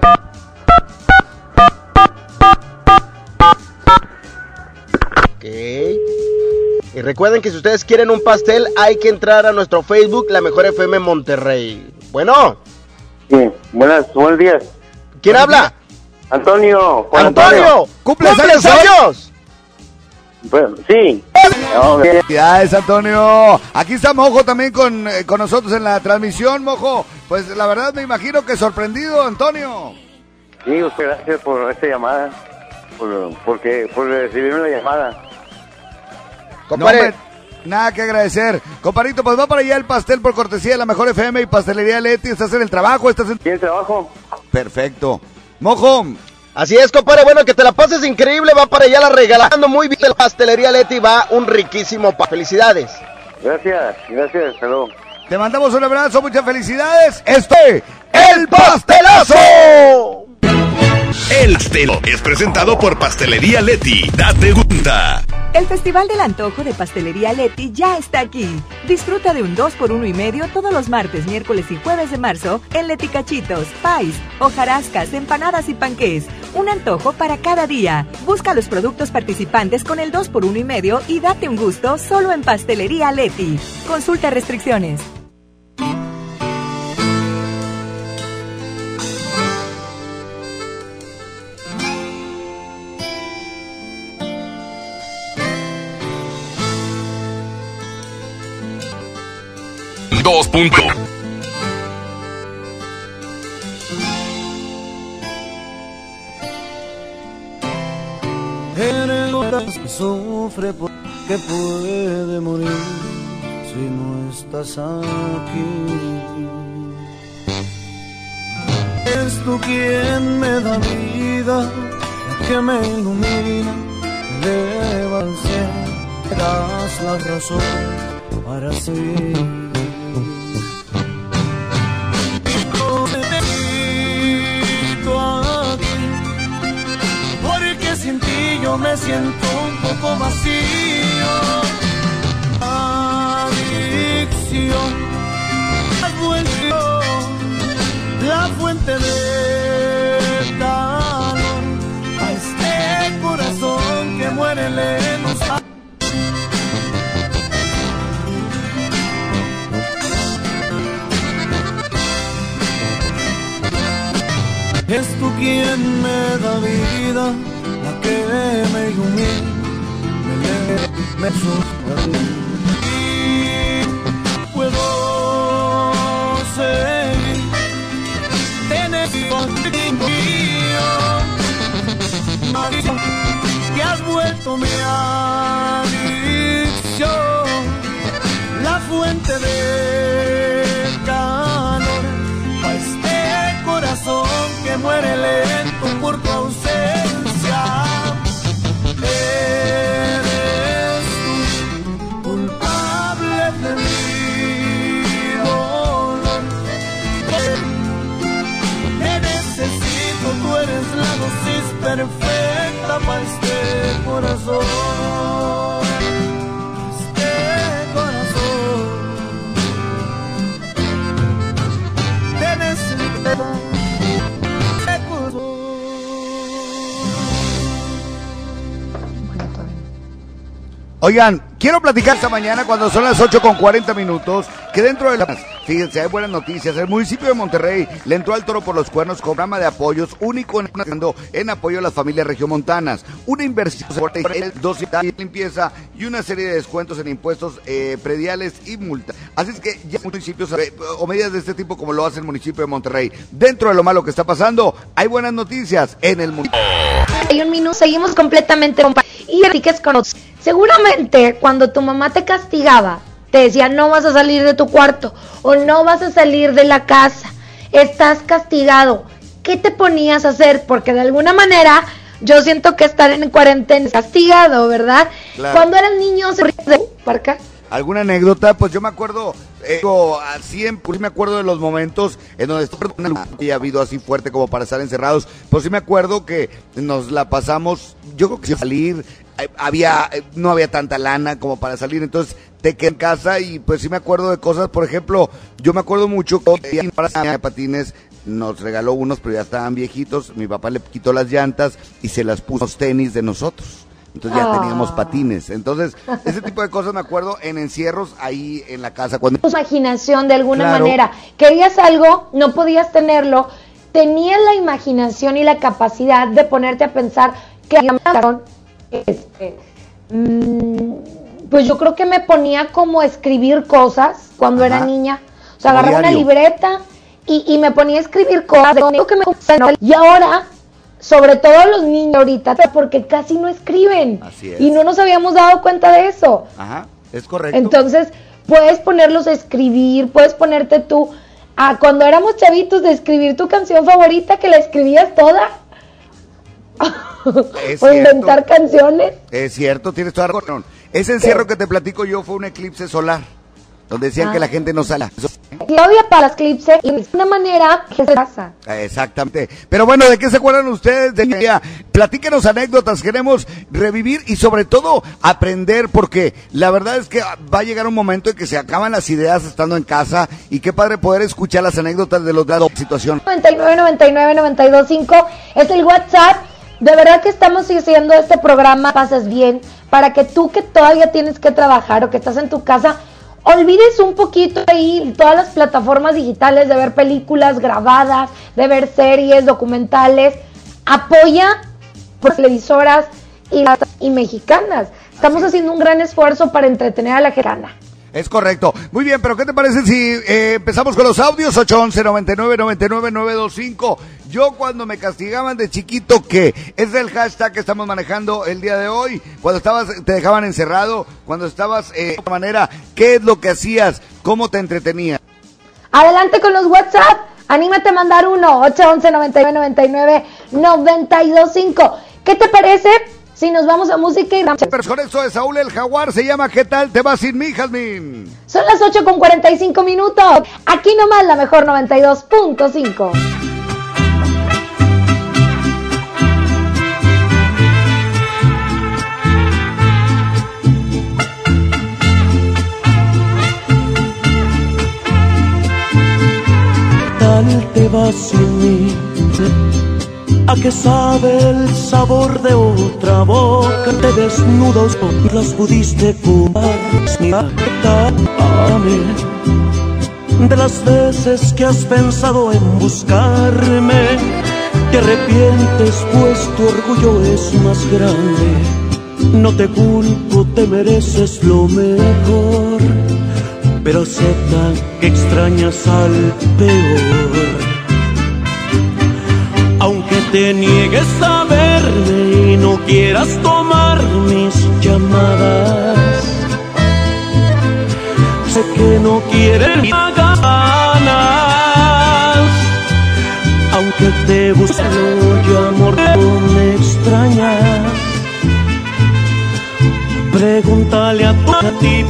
Okay. Y recuerden que si ustedes quieren un pastel hay que entrar a nuestro Facebook, La Mejor F M Monterrey. Bueno. Sí, buenas, buenos días. ¿Quién habla? Antonio. Juan Antonio. Antonio. ¿Cumples años? años? Bueno, sí. Felicidades, Antonio. Aquí está Mojo también con, eh, con nosotros en la transmisión, Mojo. Pues la verdad me imagino que sorprendido, Antonio. Sí, usted, gracias por esta llamada. Por, porque, por recibirme la llamada. Compadre, no, hombre, nada que agradecer. Comparito, pues va para allá el pastel por cortesía de la Mejor F M y Pastelería Leti. ¿Estás en el trabajo? ¿Estás en... ¿Tienes trabajo? Perfecto. Mojo. Así es, compadre, bueno, que te la pases increíble, va para allá la regalando muy bien la Pastelería Leti, va un riquísimo pa... Felicidades. Gracias, gracias, hasta luego. Te mandamos un abrazo, muchas felicidades. Esto es El Pastelazo. El Pastelo es presentado por Pastelería Leti. Date cuenta. El Festival del Antojo de Pastelería Leti ya está aquí. Disfruta de un dos por uno y medio todos los martes, miércoles y jueves de marzo en Leti Cachitos, Pais, hojarascas, empanadas y panqués. Un antojo para cada día. Busca los productos participantes con el dos por uno y medio y date un gusto solo en Pastelería Leti. Consulta restricciones. Dos puntos. Eres que sufre porque puede morir si no estás aquí. Es tú quien me da vida, que me ilumina, me eleva al cielo, me das la razón para seguir. Porque sin ti yo me siento un poco vacío. Adicción, la fuente de calor a este corazón que muere lejos. Es tú quien me da vida, la que me ilumina, me eleva, me sostiene. Y puedo seguir, tener contigo mío. has vuelto mi adicción, la fuente de calor para este corazón que muere lento por tu ausencia. Eres tú culpable de mi dolor. Te necesito, tú eres la dosis perfecta para este corazón. Este corazón. Te necesito. Oigan, quiero platicar esta mañana cuando son las ocho con cuarenta minutos, que dentro de las... Fíjense, hay buenas noticias. El municipio de Monterrey le entró al toro por los cuernos con programa de apoyos único en, en apoyo a las familias regiomontanas. Una inversión de dos de limpieza y una serie de descuentos en impuestos eh, prediales y multas. Así es que ya municipios eh, o medidas de este tipo como lo hace el municipio de Monterrey. Dentro de lo malo que está pasando, hay buenas noticias en el municipio. Hay un minuto, seguimos completamente y platiques con nosotros. Seguramente cuando tu mamá te castigaba, te decía no vas a salir de tu cuarto o no vas a salir de la casa, estás castigado. ¿Qué te ponías a hacer? Porque de alguna manera yo siento que estar en cuarentena es castigado, ¿verdad? Claro. Cuando eras niño, ¿se de Parca? ¿Alguna anécdota? Pues yo me acuerdo, eh, al cien, pues me acuerdo de los momentos en donde no había habido así fuerte como para estar encerrados, pues sí me acuerdo que nos la pasamos, yo creo que salir, eh, había, eh, no había tanta lana como para salir, entonces te quedé en casa y pues sí me acuerdo de cosas, por ejemplo, yo me acuerdo mucho que para patines nos regaló unos, pero ya estaban viejitos, mi papá le quitó las llantas y se las puso los tenis de nosotros. Entonces ya ah. teníamos patines. Entonces, ese tipo de cosas me acuerdo en encierros ahí en la casa. Cuando... Tu imaginación de alguna claro. manera. Querías algo, no podías tenerlo. Tenías la imaginación y la capacidad de ponerte a pensar que este, mmm, pues yo creo que me ponía como a escribir cosas cuando Ajá. era niña. O sea, agarraba una libreta y, y me ponía a escribir cosas. De que me y ahora... Sobre todo los niños ahorita, porque casi no escriben. Así es. Y no nos habíamos dado cuenta de eso. Ajá, es correcto. Entonces, puedes ponerlos a escribir, puedes ponerte tú, a cuando éramos chavitos, de escribir tu canción favorita, que la escribías toda. Es o cierto. inventar canciones. Es cierto, tienes toda la razón. Ese encierro sí. que te platico yo fue un eclipse solar, donde decían ah. que la gente no sale. Y obvio para las eclipses, y de una manera que se pasa. Exactamente. Pero bueno, ¿de qué se acuerdan ustedes? De día? Platíquenos anécdotas, queremos revivir y sobre todo aprender, porque la verdad es que va a llegar un momento en que se acaban las ideas estando en casa y qué padre poder escuchar las anécdotas de los dados de situación. noventa y nueve, noventa y nueve, noventa y dos, cinco es el WhatsApp. De verdad que estamos haciendo este programa, pases bien, para que tú que todavía tienes que trabajar o que estás en tu casa, olvides un poquito ahí todas las plataformas digitales de ver películas grabadas, de ver series, documentales. Apoya por televisoras y, y mexicanas. Estamos haciendo un gran esfuerzo para entretener a la gente. Es correcto. Muy bien, pero ¿qué te parece si eh, empezamos con los audios? ocho once, noventa y nueve, noventa y nueve, novecientos veinticinco. Yo cuando me castigaban de chiquito, ¿qué? Es el hashtag que estamos manejando el día de hoy. Cuando estabas, te dejaban encerrado, cuando estabas eh, de otra manera, ¿qué es lo que hacías? ¿Cómo te entretenías? Adelante con los WhatsApp. Anímate a mandar uno. ocho once, noventa y nueve, noventa y nueve, noventa y dos veinticinco. ¿Qué te parece si nos vamos a música y... Pero con esto de Saúl el Jaguar, se llama ¿Qué tal te vas sin mí, Jazmín? Son las ocho con cuarenta y cinco minutos. Aquí nomás la mejor noventa y dos punto cinco. ¿Qué tal te vas sin mí? ¿A qué sabe el sabor de otra boca? Te desnudos y las pudiste fumar. De las veces que has pensado en buscarme, te arrepientes pues tu orgullo es más grande. No te culpo, te mereces lo mejor, pero acepta que extrañas al peor. Aunque te niegues a verme y no quieras tomar mis llamadas. Sé que no quieres mis ganas, aunque te busco yo, amor, no me extrañas. Pregúntale a tu a ti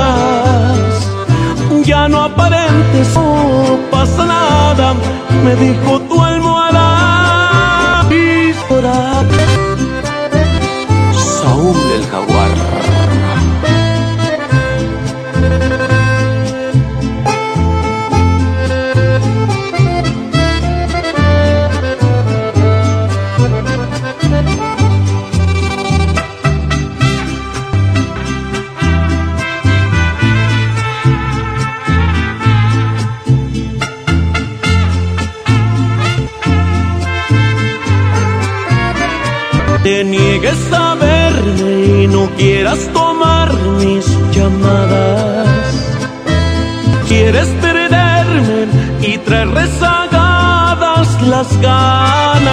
más, ya no aparentes, no pasa nada, me dijo tu almohada. Y llorar. Saúl el jaguar. Te niegues a verme y no quieras tomar mis llamadas. Quieres perderme y traer rezagadas las ganas.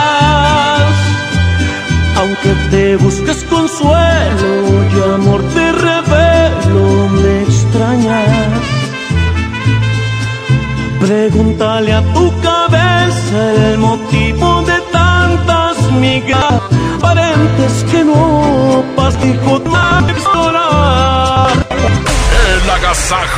Aunque te busques consuelo y amor te revelo, me extrañas. Pregúntale a tu cabeza el motivo de tantas migas aparentes que no pas dijo llorar. El agasajo.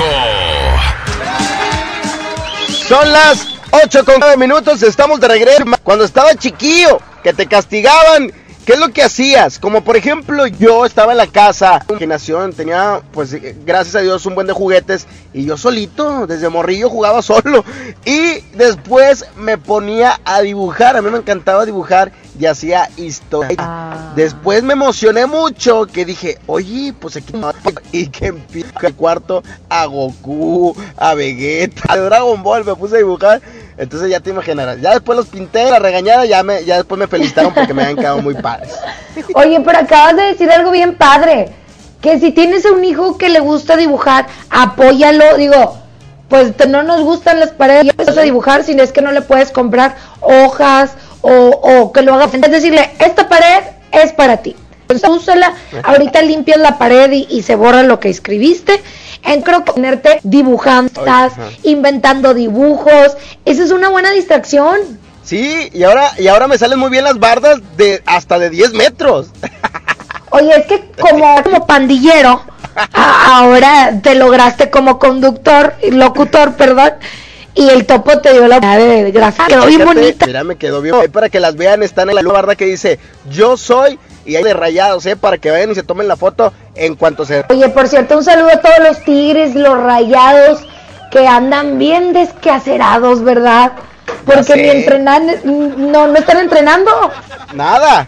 Son las ocho con nueve minutos, estamos de regreso. Cuando estaba chiquillo, que te castigaban, ¿qué es lo que hacías? Como por ejemplo, yo estaba en la casa, imaginación, tenía, pues, gracias a Dios, un buen de juguetes, y yo solito, desde morrillo, jugaba solo, y después me ponía a dibujar, a mí me encantaba dibujar, y hacía historia. Ah. Después me emocioné mucho, que dije, oye, pues aquí, y que empiezo el cuarto a Goku, a Vegeta, a Dragon Ball, me puse a dibujar. Entonces ya te imaginarás, ya después los pinté, la regañada, ya me, ya después me felicitaron porque me habían quedado muy padres. Oye, pero acabas de decir algo bien padre, que si tienes a un hijo que le gusta dibujar, apóyalo, digo, pues no nos gustan las paredes a dibujar, si es que no le puedes comprar hojas o, o que lo haga, es decirle, esta pared es para ti. Entonces úsala, ahorita limpias la pared y, y se borra lo que escribiste. En creo que ponerte dibujando, estás inventando dibujos, esa es una buena distracción. Sí, y ahora y ahora me salen muy bien las bardas de hasta de diez metros. Oye, es que como, como pandillero, a, ahora te lograste como conductor, locutor, perdón, y el topo te dio la de grafía, quedó bien bonita. Mira, me quedó bien, para que las vean, están en la barda que dice, yo soy, y hay de rayados, ¿eh? Para que vayan y se tomen la foto en cuanto se... Oye, por cierto, un saludo a todos los tigres, los rayados, que andan bien desquacerados, ¿verdad? Porque ni entrenan, no, no están entrenando. Nada.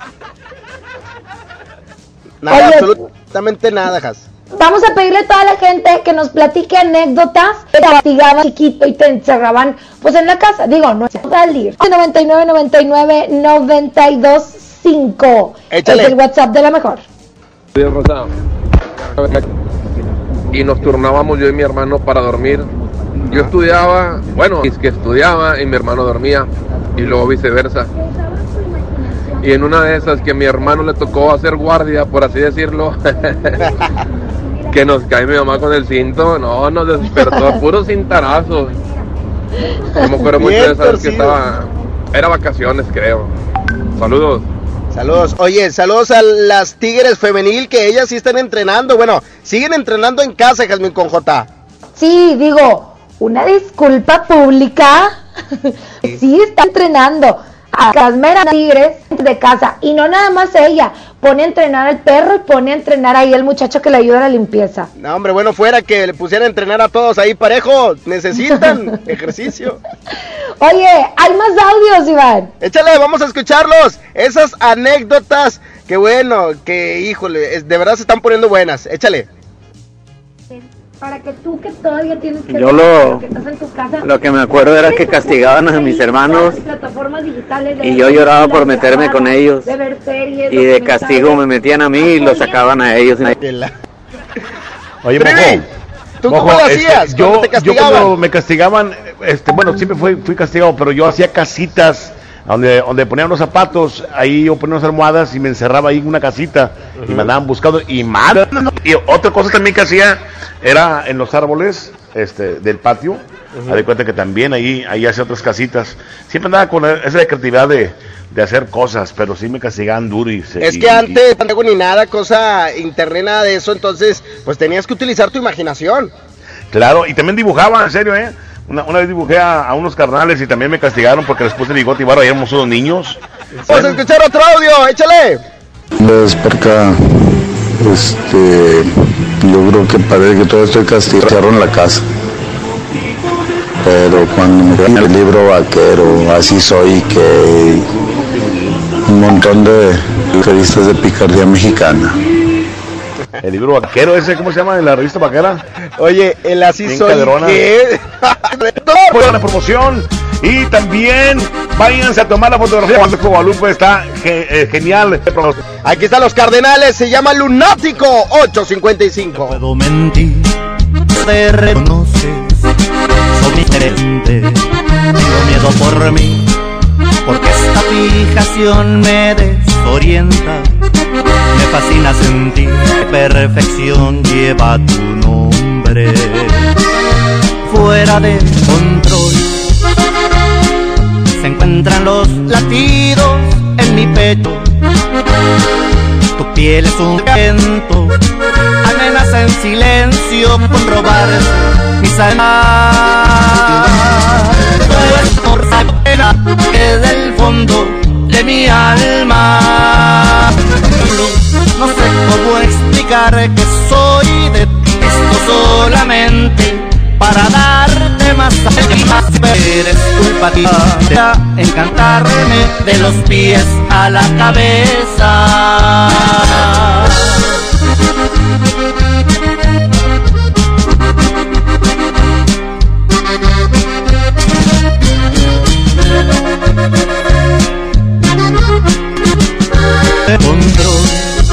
Nada, Oye, absolutamente nada, Jas. Vamos a pedirle a toda la gente que nos platique anécdotas que te castigaban chiquito y te encerraban, pues, en la casa. Digo, no es salir. noventa y nueve, noventa y nueve, noventa y dos, cinco. Échale. Es el WhatsApp de la mejor. Y nos turnábamos yo y mi hermano para dormir. Yo estudiaba, bueno, es que estudiaba y mi hermano dormía, y luego viceversa. Y en una de esas que a mi hermano le tocó hacer guardia, por así decirlo, que nos cae mi mamá con el cinto, no, nos despertó a puros cintarazos. Yo me acuerdo mucho de esa vez que estaba, era vacaciones, creo. Saludos. Saludos. Oye, saludos a las Tigres femenil, que ellas sí están entrenando. Bueno, siguen entrenando en casa, Jazmín con J. Sí, digo, una disculpa pública. Sí está entrenando. A Casmera Tigres de casa. Y no nada más ella. Pone a entrenar al perro y pone a entrenar ahí al muchacho que le ayuda a la limpieza. No, hombre, bueno, fuera que le pusieran a entrenar a todos ahí parejo. Necesitan ejercicio. Oye, hay más audios, Iván. Échale, vamos a escucharlos. Esas anécdotas que bueno, que híjole, es, de verdad se están poniendo buenas. Échale. Para que tú que todavía tienes que... Yo lo, que estás en tu casa, lo que me acuerdo era que castigaban a mis hermanos y yo lloraba por meterme con ellos, de ver series, y de castigo me metían a mí y lo sacaban a ellos. Oye, Mojo, ¿tú Mojo, cómo lo hacías? Este, yo, yo cuando me castigaban, este, bueno, siempre fui, fui castigado, pero yo hacía casitas donde, donde ponía unos zapatos, ahí yo ponía unas almohadas y me encerraba ahí en una casita uh-huh. y me andaban buscando y mal. Y otra cosa también que hacía era en los árboles este, del patio, uh-huh. me di cuenta que también ahí, ahí hacía otras casitas. Siempre andaba con esa creatividad de, de hacer cosas, pero sí me castigaban duro. Y se, es y, que antes no tengo ni nada, cosa internet, nada de eso, entonces pues tenías que utilizar tu imaginación. Claro, y también dibujaba, en serio, ¿eh? Una, una vez dibujé a, a unos carnales y también me castigaron porque les puse bigote y barra y éramos unos niños. Vamos a escuchar otro audio, échale. Desperca, este, yo creo que parece que todavía estoy castigado en la casa. Pero cuando me dan el libro vaquero, así soy, que un montón de revistas de picardía mexicana. El libro vaquero ese, ¿cómo se llama? ¿En la revista vaquera? Oye, el así Bien soy cadrona. ¿qué? Pues la promoción. Y también váyanse a tomar la fotografía cuando Guadalupe está ge- eh, genial. Aquí están los Cardenales, se llama Lunático ocho cincuenta y cinco. No puedo mentir, te reconoces, soy diferente, tengo miedo por mí, porque esta fijación me desorienta. Me fascina sentir que perfección lleva tu nombre, fuera de control. Se encuentran los latidos en mi pecho, tu piel es un viento, amenaza en silencio con robarse mis almas. Por pena que del fondo de mi alma, no sé cómo explicar que soy de esto solamente para darte más, más eres culpa de encantarme de los pies a la cabeza. Control,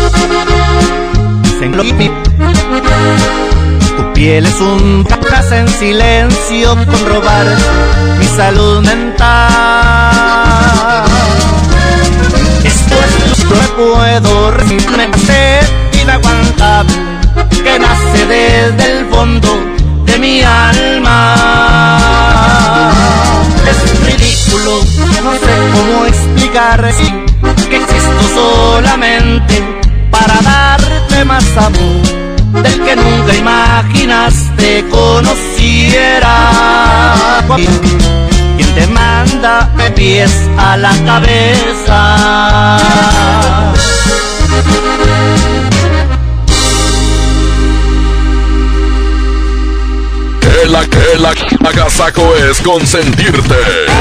tu piel es un casa en silencio con robar mi salud mental. Esto es lo que puedo resistirme a ser inaguantable que nace desde el fondo de mi alma. Es ridículo, no sé cómo explicar que existo solamente para darte más amor del que nunca imaginaste conociera. ¿Quién te manda de pies a la cabeza? Que la que la agasajo es consentirte.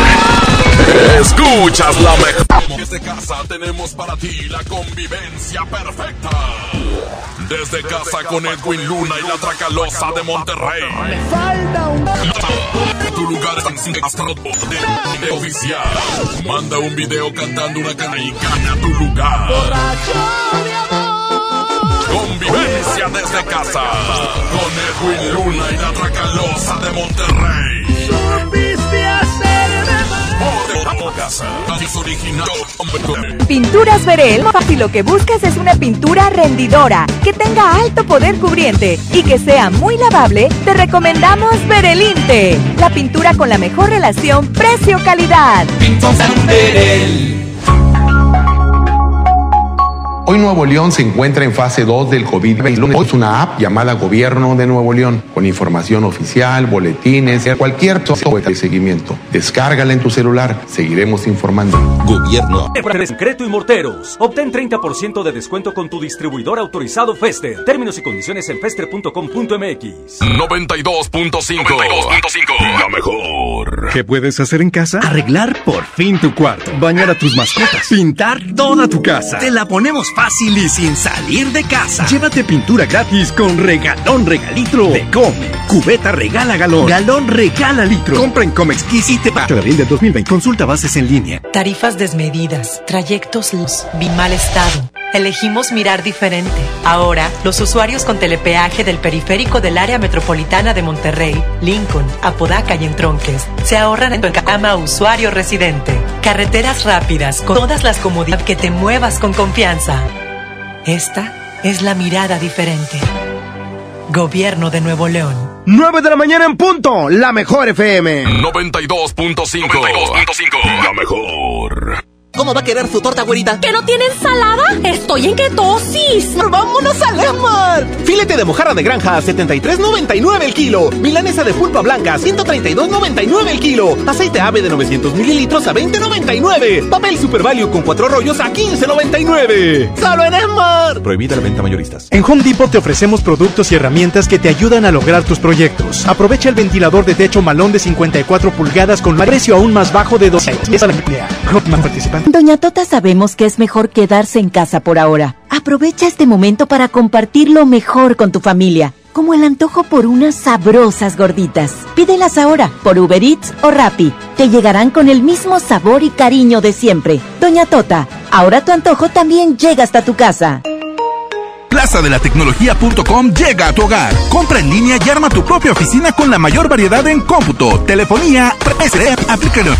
Escuchas la mejor. Desde casa tenemos para ti la convivencia perfecta. Desde casa con Edwin Luna y la Tracalosa de Monterrey. Me falta un... Tu lugar es de oficial. Manda un video cantando una cana y gana tu lugar. Convivencia desde casa con Edwin Luna y la Tracalosa de Monterrey. Supiste hacerme Pinturas Verel, si lo que buscas es una pintura rendidora, que tenga alto poder cubriente y que sea muy lavable, te recomendamos Verelinte, la pintura con la mejor relación precio-calidad. Verel. Hoy Nuevo León se encuentra en fase dos del COVID veintiuno. Es una app llamada Gobierno de Nuevo León, con información oficial, boletines, cualquier software de seguimiento. Descárgala en tu celular, seguiremos informando. Gobierno. Concreto y morteros. Obtén treinta por ciento de descuento con tu distribuidor autorizado Fester. Términos y condiciones en fester punto com punto m x. noventa y dos punto cinco. La mejor. ¿Qué puedes hacer en casa? Arreglar por fin tu cuarto, bañar a tus mascotas, pintar toda tu casa. Te la ponemos fácil y sin salir de casa. Llévate pintura gratis con regalón regalitro de Comex. Cubeta regala galón, galón regala litro. Compra en Comex Kiss y te paga. De abril del dos mil veinte. Consulta bases en línea. Tarifas desmedidas, trayectos, mal estado. elegimos mirar diferente. Ahora, los usuarios con telepeaje del periférico del área metropolitana de Monterrey, Lincoln, Apodaca y Entronques se ahorran en tu cama usuario residente. Carreteras rápidas con todas las comodidades que te muevas con confianza. Esta es la mirada diferente. Gobierno de Nuevo León. nueve de la mañana en punto, la mejor F M. noventa y dos punto cinco. La mejor. ¿Cómo va a querer su torta, güerita? ¿Que no tiene ensalada? ¡Estoy en ketosis! ¡Vámonos a Lemar! Filete de mojarra de granja a setenta y tres noventa y nueve el kilo. Milanesa de pulpa blanca a ciento treinta y dos noventa y nueve el kilo. Aceite ave de novecientos mililitros a veinte noventa y nueve. Papel Super Value con cuatro rollos a quince noventa y nueve. ¡Solo en Lemar! Prohibida la venta mayoristas. En Home Depot te ofrecemos productos y herramientas que te ayudan a lograr tus proyectos. Aprovecha el ventilador de techo Malón de cincuenta y cuatro pulgadas con un precio aún más bajo de doscientos. Es a la Home participante. Doña Tota, sabemos que es mejor quedarse en casa por ahora. Aprovecha este momento para compartir lo mejor con tu familia, como el antojo por unas sabrosas gorditas. Pídelas ahora por Uber Eats o Rappi. Te llegarán con el mismo sabor y cariño de siempre. Doña Tota, ahora tu antojo también llega hasta tu casa. Plaza de la Tecnología punto com llega a tu hogar. Compra en línea y arma tu propia oficina con la mayor variedad en cómputo, telefonía, S D, aplícalo.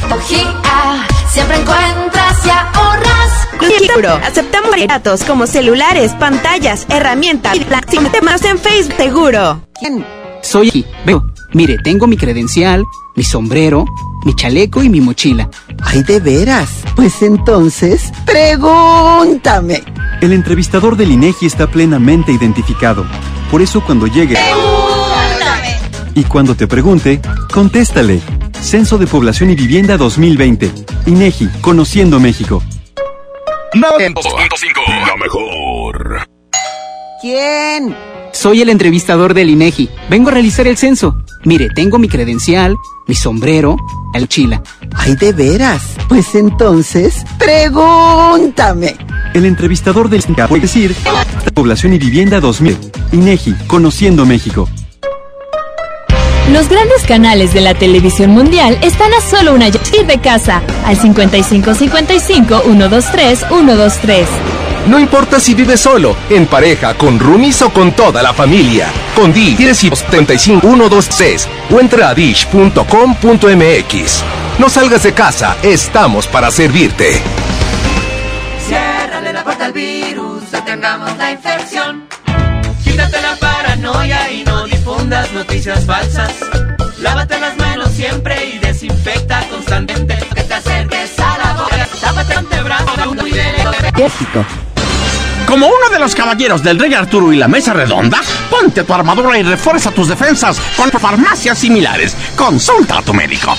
Siempre encuentras y ahorras. Seguro. Aceptamos datos como celulares, pantallas, herramientas y más en Facebook. Seguro. ¿Quién? Soy aquí. Veo. Mire, tengo mi credencial, mi sombrero, mi chaleco y mi mochila. Ay, ¿de veras? Pues entonces, pregúntame. El entrevistador del INEGI está plenamente identificado. Por eso cuando llegue... ¡Pregúntame! Y cuando te pregunte, contéstale. Censo de Población y Vivienda dos mil veinte. INEGI, Conociendo México. noventa punto cinco. La mejor. ¿Quién? Soy el entrevistador del INEGI. Vengo a realizar el censo. Mire, tengo mi credencial, mi sombrero, el mochila. Ay, ¿de veras? Pues entonces, pregúntame. El entrevistador del INEGI puede decir Población y Vivienda dos mil. INEGI, Conociendo México. Los grandes canales de la televisión mundial están a solo una llamada de casa, al cincuenta y cinco cincuenta y cinco, ciento veintitrés, ciento veintitrés. No importa si vives solo, en pareja, con roomies o con toda la familia. Con Dish tienes setenta y cinco, ciento veintitrés o entra a dish punto com punto m x. No salgas de casa, estamos para servirte. Ciérrale la puerta al virus, detengamos la infección. Quítate la paranoia y no difundas noticias falsas. Lávate las manos siempre y desinfecta constantemente. Que te acerques a la boca, tápate el antebrazo y México. Como uno de los caballeros del Rey Arturo y la Mesa Redonda, ponte tu armadura y refuerza tus defensas con farmacias similares. Consulta a tu médico.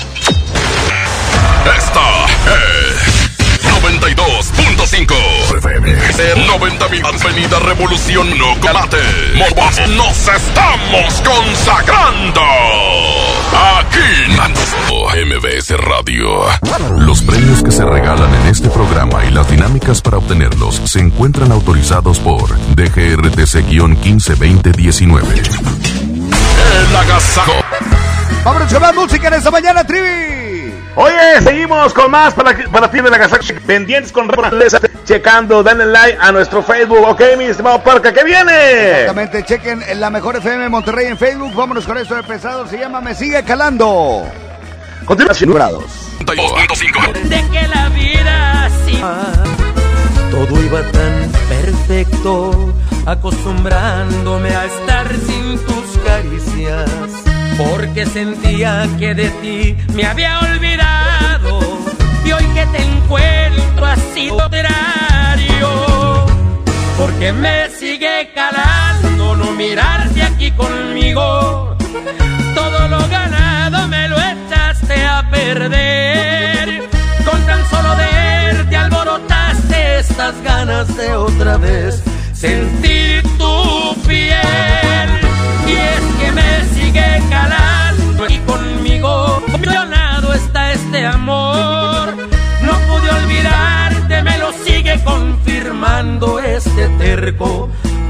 Esta es noventa y dos punto cinco F M. noventa mil. Avenida Revolución No Colate. Morbas, nos estamos consagrando. Aquí M B S Radio. Los premios que se regalan en este programa y las dinámicas para obtenerlos se encuentran autorizados por D G R T C quince veinte diecinueve. El agasajo. Vámonos con más música en esta mañana, Trivi. Oye, seguimos con más para, para ti de la agasajo. Pendientes con responsabilidad. Checando, denle like a nuestro Facebook. Ok, mi estimado Parca, ¿qué viene? Exactamente, chequen la mejor F M Monterrey en Facebook. Vámonos con esto de pesado. Se llama Me Sigue Calando. Continuación. de que la vida así. Todo iba tan perfecto, acostumbrándome a estar sin tus caricias, porque sentía que de ti me había olvidado, y hoy que te encuentro así contrario, porque me sigue calando no mirarte aquí conmigo. Todo lo ganado me lo echaste a perder, con tan solo verte alborotaste estas ganas de otra vez sentir tu piel. Y es que me sigue calando y conmigo violado está este amor. No pude olvidarte, me lo sigue confirmando este terco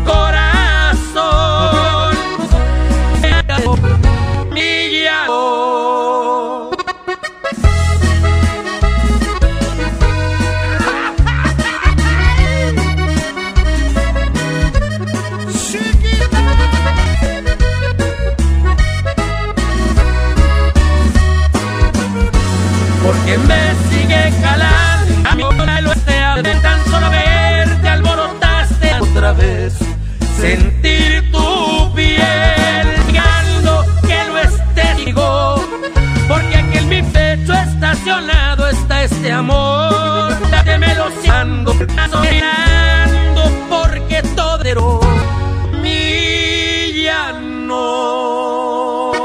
corazón. Mi llanto. sentir tu piel, llegando que lo estético, porque aquí en mi pecho estacionado está este amor. Dátemelo ando, soñando, porque todo era mi llano.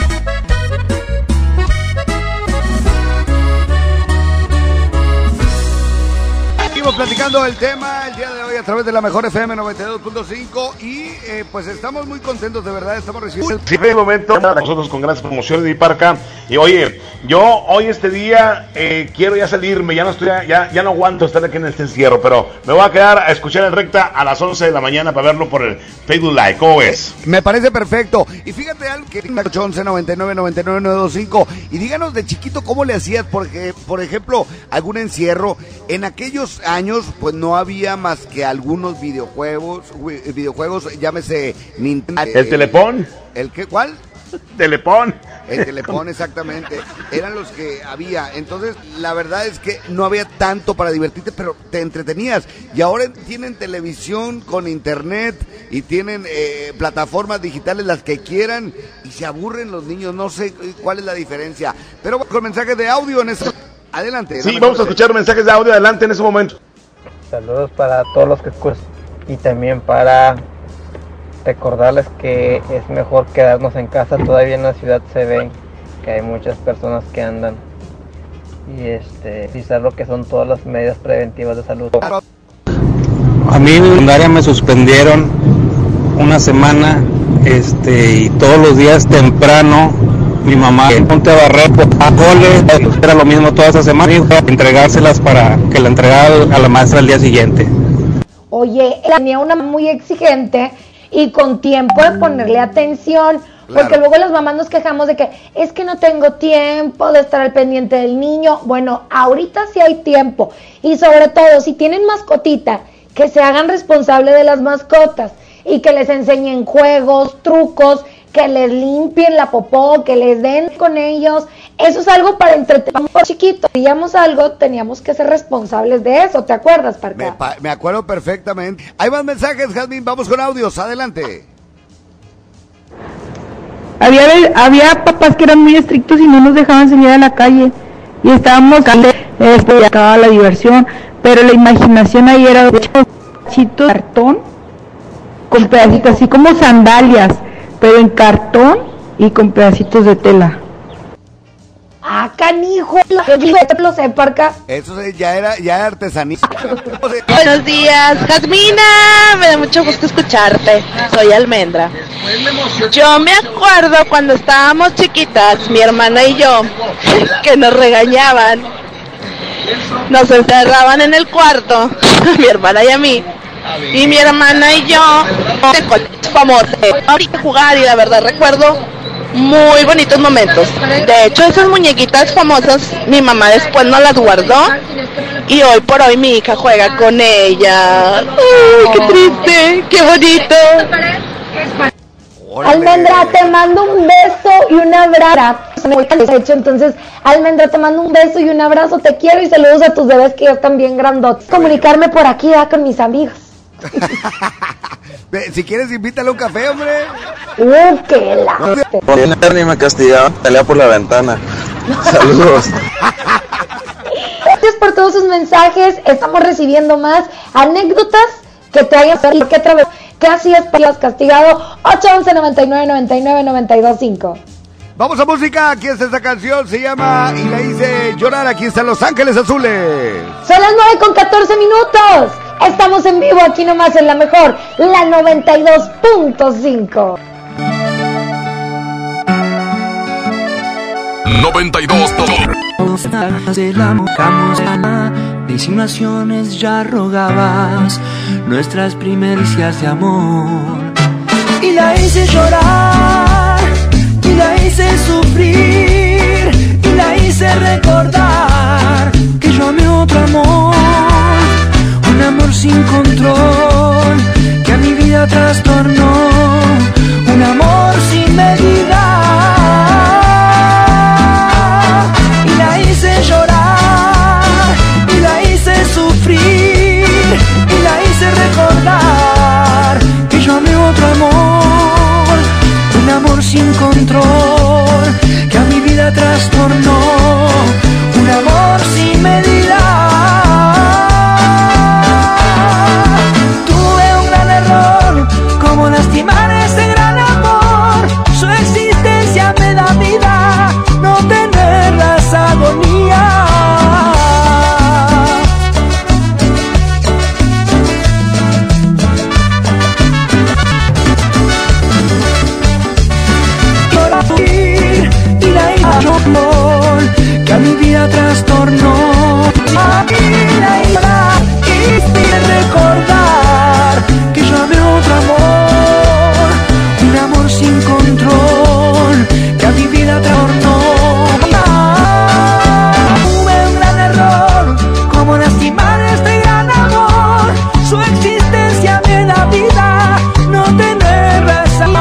Seguimos platicando el tema el día de hoy a través de la mejor F M noventa y dos punto cinco y eh, pues estamos muy contentos, de verdad, estamos recibiendo... Sí, de momento, nosotros con grandes promociones de Iparca, y oye, yo hoy este día eh, quiero ya salirme, ya no estoy, ya, ya no aguanto estar aquí en este encierro, pero me voy a quedar a escuchar el Recta a las once de la mañana para verlo por el Facebook Live. ¿Cómo es? Me parece perfecto. Y fíjate algo que ocho once noventa y nueve noventa y nueve nueve dos cinco y díganos de chiquito cómo le hacías, porque por ejemplo, algún encierro en aquellos años pues no había más que algunos videojuegos, videojuegos, llámese Nintendo. ¿El Telepón? ¿El qué? ¿Cuál? Telepón. El Telepón, exactamente. Eran los que había. Entonces, la verdad es que no había tanto para divertirte, pero te entretenías. Y ahora tienen televisión con internet y tienen eh, plataformas digitales las que quieran y se aburren los niños. No sé cuál es la diferencia. Pero con mensajes de audio en este... Adelante. Sí, vamos a escuchar mensajes de audio adelante en ese momento. Saludos para todos los que escuchan y también para recordarles que es mejor quedarnos en casa. Todavía en la ciudad se ven que hay muchas personas que andan y este quizás lo que son todas las medidas preventivas de salud. A mí en secundaria me suspendieron una semana este y todos los días temprano mi mamá ponte a barrer a cole, era lo mismo toda esa semana, y entregárselas para que la entregara a la maestra al día siguiente. Oye, tenía una muy exigente y con tiempo de ponerle atención, porque claro, luego las mamás nos quejamos de que es que no tengo tiempo de estar al pendiente del niño. Bueno, ahorita sí hay tiempo, y sobre todo si tienen mascotita, que se hagan responsables de las mascotas y que les enseñen juegos, trucos, que les limpien la popó, que les den con ellos. Eso es algo para entretener por chiquito. Si veíamos algo, teníamos que ser responsables de eso. ¿Te acuerdas, Parca? Me, pa- me acuerdo perfectamente. Hay más mensajes, Jazmín. Vamos con audios. Adelante. Había, había papás que eran muy estrictos y no nos dejaban salir a la calle. Y estábamos después de acababa la diversión. Pero la imaginación ahí era de pedacitos de cartón con pedacitos así como sandalias, pero en cartón y con pedacitos de tela. ¡Ah, canijo! Lo sé, Parca. Eso ya era, ya era artesanía. Buenos días, Jazmina. Me da mucho gusto escucharte. Soy Almendra. Yo me acuerdo cuando estábamos chiquitas, mi hermana y yo, que nos regañaban. Nos encerraban en el cuarto, mi hermana y a mí. Y mi hermana y yo, famosos, ahorita jugar, y la verdad recuerdo muy bonitos momentos. De hecho, esas muñequitas famosas, mi mamá después no las guardó y hoy por hoy mi hija juega con ella. ¡Uy, qué triste! ¡Qué bonito! Almendra, te mando un beso y un abrazo. Entonces, Almendra, te mando un beso y un abrazo. Te quiero y saludos a tus bebés que ya están bien grandotes. Comunicarme por aquí ya con mis amigos. Si quieres, invítale un café, hombre. Uh, qué la... Ni me castigaban, salía por la ventana. Saludos. Gracias por todos sus mensajes. Estamos recibiendo más anécdotas que te hayan perdido. ¿Qué, tra- ¿Qué hacías para los castigados? ocho once noventa y nueve noventa y nueve noventa y dos cinco. Vamos a música. Aquí está esta canción. Se llama Y la hice llorar. Aquí están Los Ángeles Azules. Son las nueve con catorce minutos. Estamos en vivo aquí nomás en la mejor, la noventa y dos punto cinco. noventa y dos. De la mocamosana, de insinuaciones ya rogabas nuestras primericias de amor. Y la hice llorar, y la hice sufrir, y la hice recordar que yo amé otro amor, un amor sin control que a mi vida trastornó, un amor sin medida. Y la hice llorar, y la hice sufrir, y la hice recordar que yo amé sin control que a mi vida trastornó, un amor sin medida. Tuve un gran error, como lastimar ese gran amor. Su existencia me da vida, no tenerla es agonía. Y la amor que a mi vida trastornó, y la ira y sin recordar que yo amé otro amor, un amor sin control que a mi vida trastornó. Tuve un gran error, como lastimar este gran amor. Su existencia me da vida, no tener razón.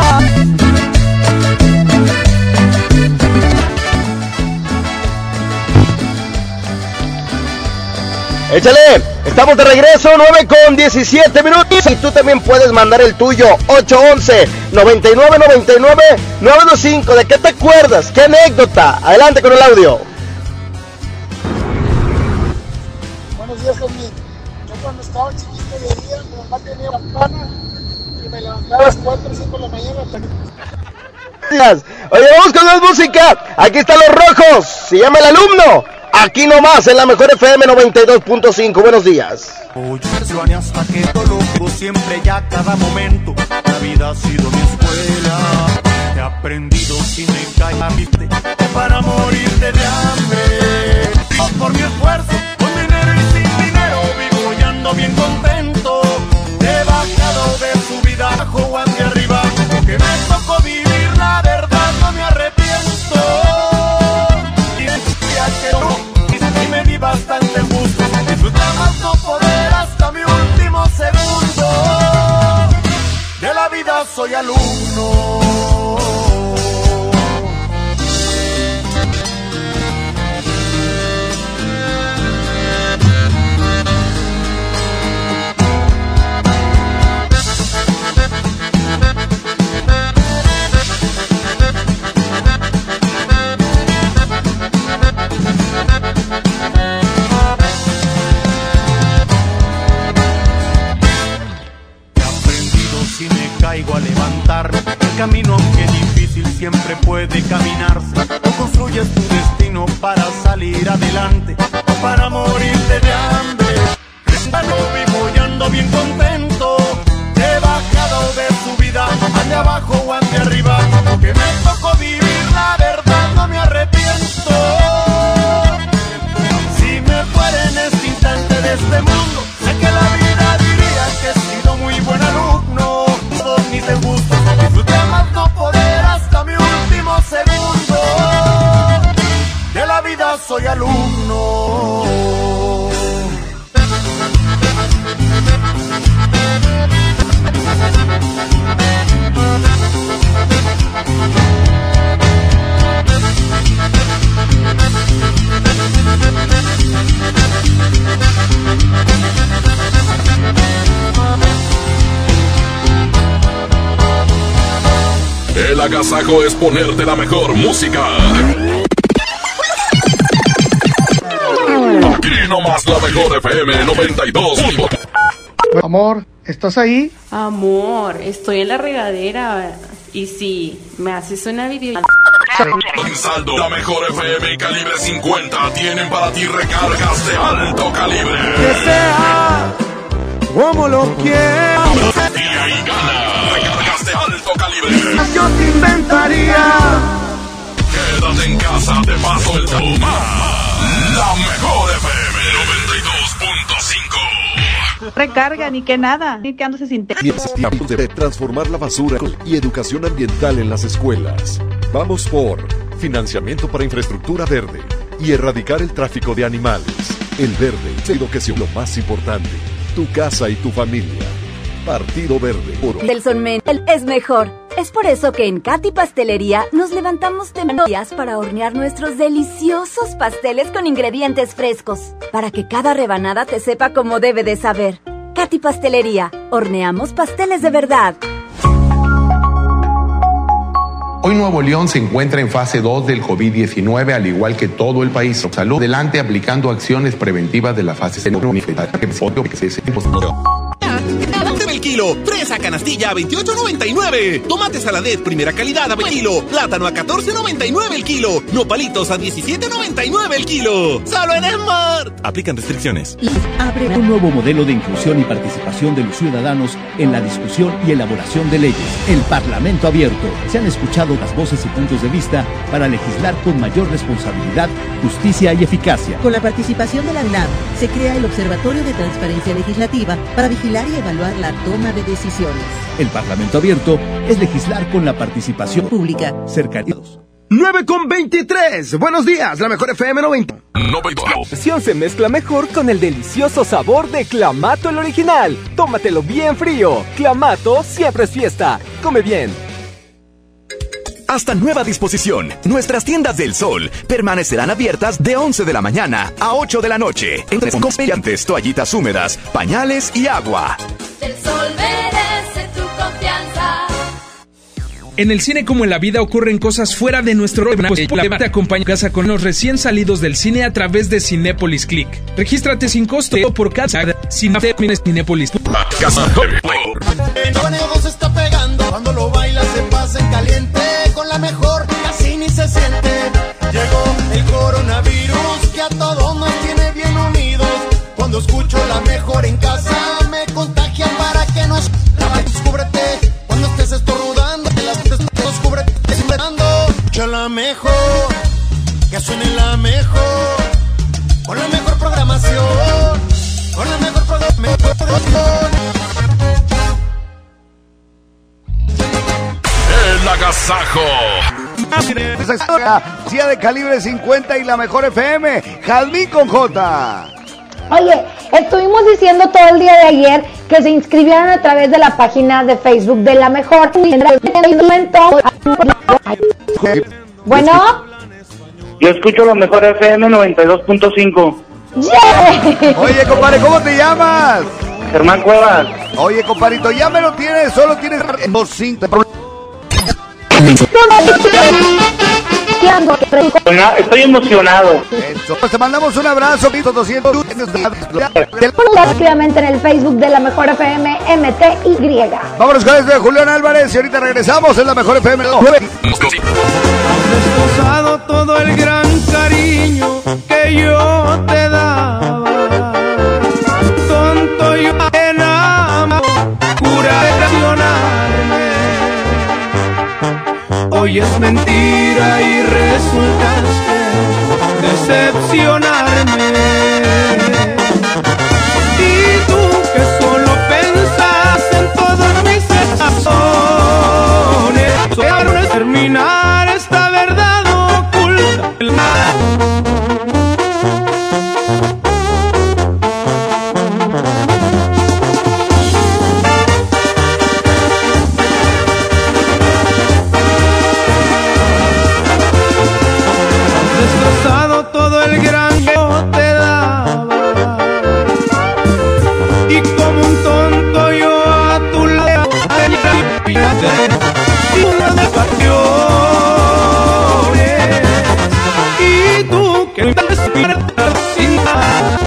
Échale, estamos de regreso, nueve con diecisiete minutos, y tú también puedes mandar el tuyo, ocho once, noventa y nueve, noventa y nueve, nueve veinticinco. ¿De qué te acuerdas? ¿Qué anécdota? Adelante con el audio. Buenos días, Tommy. Yo cuando estaba chiquito de día, mi mamá tenía campana y me levantaba a las cuatro o cinco de la mañana. Oye, vamos con más música. Aquí están Los Rojos, se llama El Alumno. Aquí nomás, en la mejor F M noventa y dos punto cinco. Buenos días. Hasta que todo loco, siempre y a cada momento. La vida ha sido mi escuela. He aprendido si me caíste para morirte de hambre. Por mi esfuerzo, con dinero y sin dinero, vivo y ando bien contento. He bajado de subida abajo hacia arriba, porque me tocó vivir, la verdad no me arrepiento. Y me di bastante gusto, disfrutamos no poder hasta mi último segundo. De la vida soy alumno. Caigo a levantarme, el camino aunque difícil siempre puede caminarse. Tú construyes tu destino para salir adelante, o para morirte de hambre. Lo vivo y ando bien contento. He bajado de subida, hacia abajo o hacia arriba, porque me tocó vivir, la verdad no me arrepiento. Si me fuera en este instante de este mundo, sé que la vida diría que he sido muy buen alumno. Ni te gusta, disfruté más no poder hasta mi último segundo. De la vida soy alumno. El agasajo es ponerte la mejor música. Aquí nomás la mejor F M noventa y dos. Amor, ¿estás ahí? Amor, estoy en la regadera. Y si me haces una video... En saldo, la mejor F M y calibre cincuenta tienen para ti recargas de alto calibre. Que sea como lo quieras. Y ahí gana. Recargas de alto calibre. Yo te inventaría. Quédate en casa, te paso el toma. La mejor F M noventa y dos punto cinco. Recarga, ni que nada, ni que andes sin te... Tiempo de transformar la basura y educación ambiental en las escuelas. Vamos por financiamiento para infraestructura verde y erradicar el tráfico de animales. El verde es educación, lo más importante. Tu casa y tu familia. Partido Verde. Oro. Del Sonmental es mejor. Es por eso que en Katy Pastelería nos levantamos temprano para hornear nuestros deliciosos pasteles con ingredientes frescos, para que cada rebanada te sepa como debe de saber. Katy Pastelería, horneamos pasteles de verdad. Hoy Nuevo León se encuentra en fase dos del COVID diecinueve, al igual que todo el país. Salud adelante aplicando acciones preventivas de la fase cero. El kilo, fresa canastilla a veintiocho noventa y nueve, tomate saladet primera calidad a veinte kilo, plátano a catorce noventa y nueve el kilo, nopalitos a diecisiete noventa y nueve el kilo. Solo en Smart. Aplican restricciones. Abre un nuevo modelo de inclusión y participación de los ciudadanos en la discusión y elaboración de leyes. El Parlamento Abierto. Se han escuchado las voces y puntos de vista para legislar con mayor responsabilidad, justicia y eficacia. Con la participación de la UNAM, se crea el Observatorio de Transparencia Legislativa para vigilar y evaluar la toma de decisiones. El Parlamento Abierto es legislar con la participación pública, cercanos. nueve con veintitrés. Buenos días, la mejor F M noventa. noventa. La versión se mezcla mejor con el delicioso sabor de Clamato el original. Tómatelo bien frío. Clamato siempre es fiesta. Come bien. Hasta nueva disposición, nuestras tiendas del Sol permanecerán abiertas de once de la mañana a ocho de la noche. Entre confiantes, toallitas húmedas, pañales y agua. El Sol merece tu confianza. En el cine como en la vida ocurren cosas fuera de nuestro orden. Te acompaña a casa con los recién salidos del cine a través de Cinépolis Click. Regístrate sin costo por casa. Cinépolis. El nuevo se está pegando, cuando lo baila se pasa en caliente, con la mejor casi ni se siente. Llegó el coronavirus que a todos nos tiene bien unidos. Cuando escucho la mejor en casa me contagia para que no es. Descúbrete cuando estés estornudando, que la descúbrete esperando. Yo la mejor, que suene la mejor, con la mejor programación, con la mejor programación. El agasajo. Día de calibre cincuenta y la mejor F M. Jazmín con J. Oye, estuvimos diciendo todo el día de ayer que se inscribieran a través de la página de Facebook de La Mejor. Bueno. Yo escucho La Mejor F M noventa y dos punto cinco. Yeah. Oye, compadre, ¿cómo te llamas? Germán Cuevas. Oye, compadrito, ya me lo tienes, solo tienes dos cinco. Estoy emocionado. Eso. Pues te mandamos un abrazo, doscientos. Rápidamente en el Facebook de La Mejor F M M T Y. Vámonos con esto de Julián Álvarez y ahorita regresamos en La Mejor F M. Destrozado todo el gran cariño que yo te daba. Tonto yo enamorado, cura de traicionarme. Hoy es mentira y resultaste decepcionarme. Y tú que solo pensás en todos mis razones, solo terminar esta verdad oculta. Destrozado todo el gran que yo te daba, y como un tonto yo a tu lado y una de pasiones, y tú que me despiertas sin nada.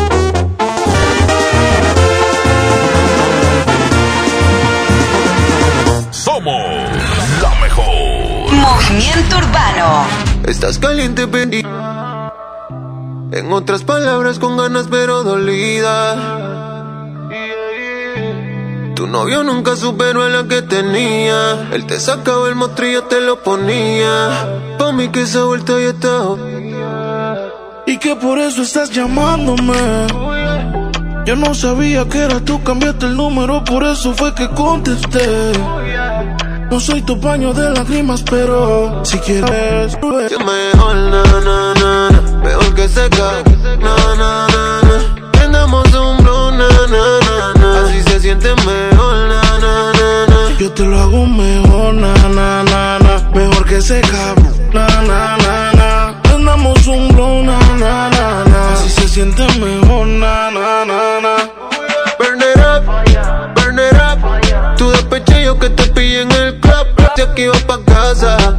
Somos la mejor. Movimiento Urbano. Estás caliente, baby. En otras palabras, con ganas pero dolida. Tu novio nunca superó a la que tenía. Él te sacaba el mostrillo, te lo ponía. Pa' mí que esa vuelta ya está. Y que por eso estás llamándome. Yo no sabía que eras tú, cambiaste el número, por eso fue que contesté. No soy tu paño de lágrimas, pero si quieres, pues. Yo mejor, na, na, na, na. Mejor que seca, na, na, na, na. Prendamos un blow, na, na, na, na. Así se siente mejor, na, na, na, na. Yo te lo hago mejor, na, na, na, na. Mejor que seca, na, na, na, na. Prendamos un blow, na, na, na, na. Así se siente mejor, na, na, na, na. Burn it up, burn it up. Tu despeche yo que te pillé en el club. De aquí vas pa' casa.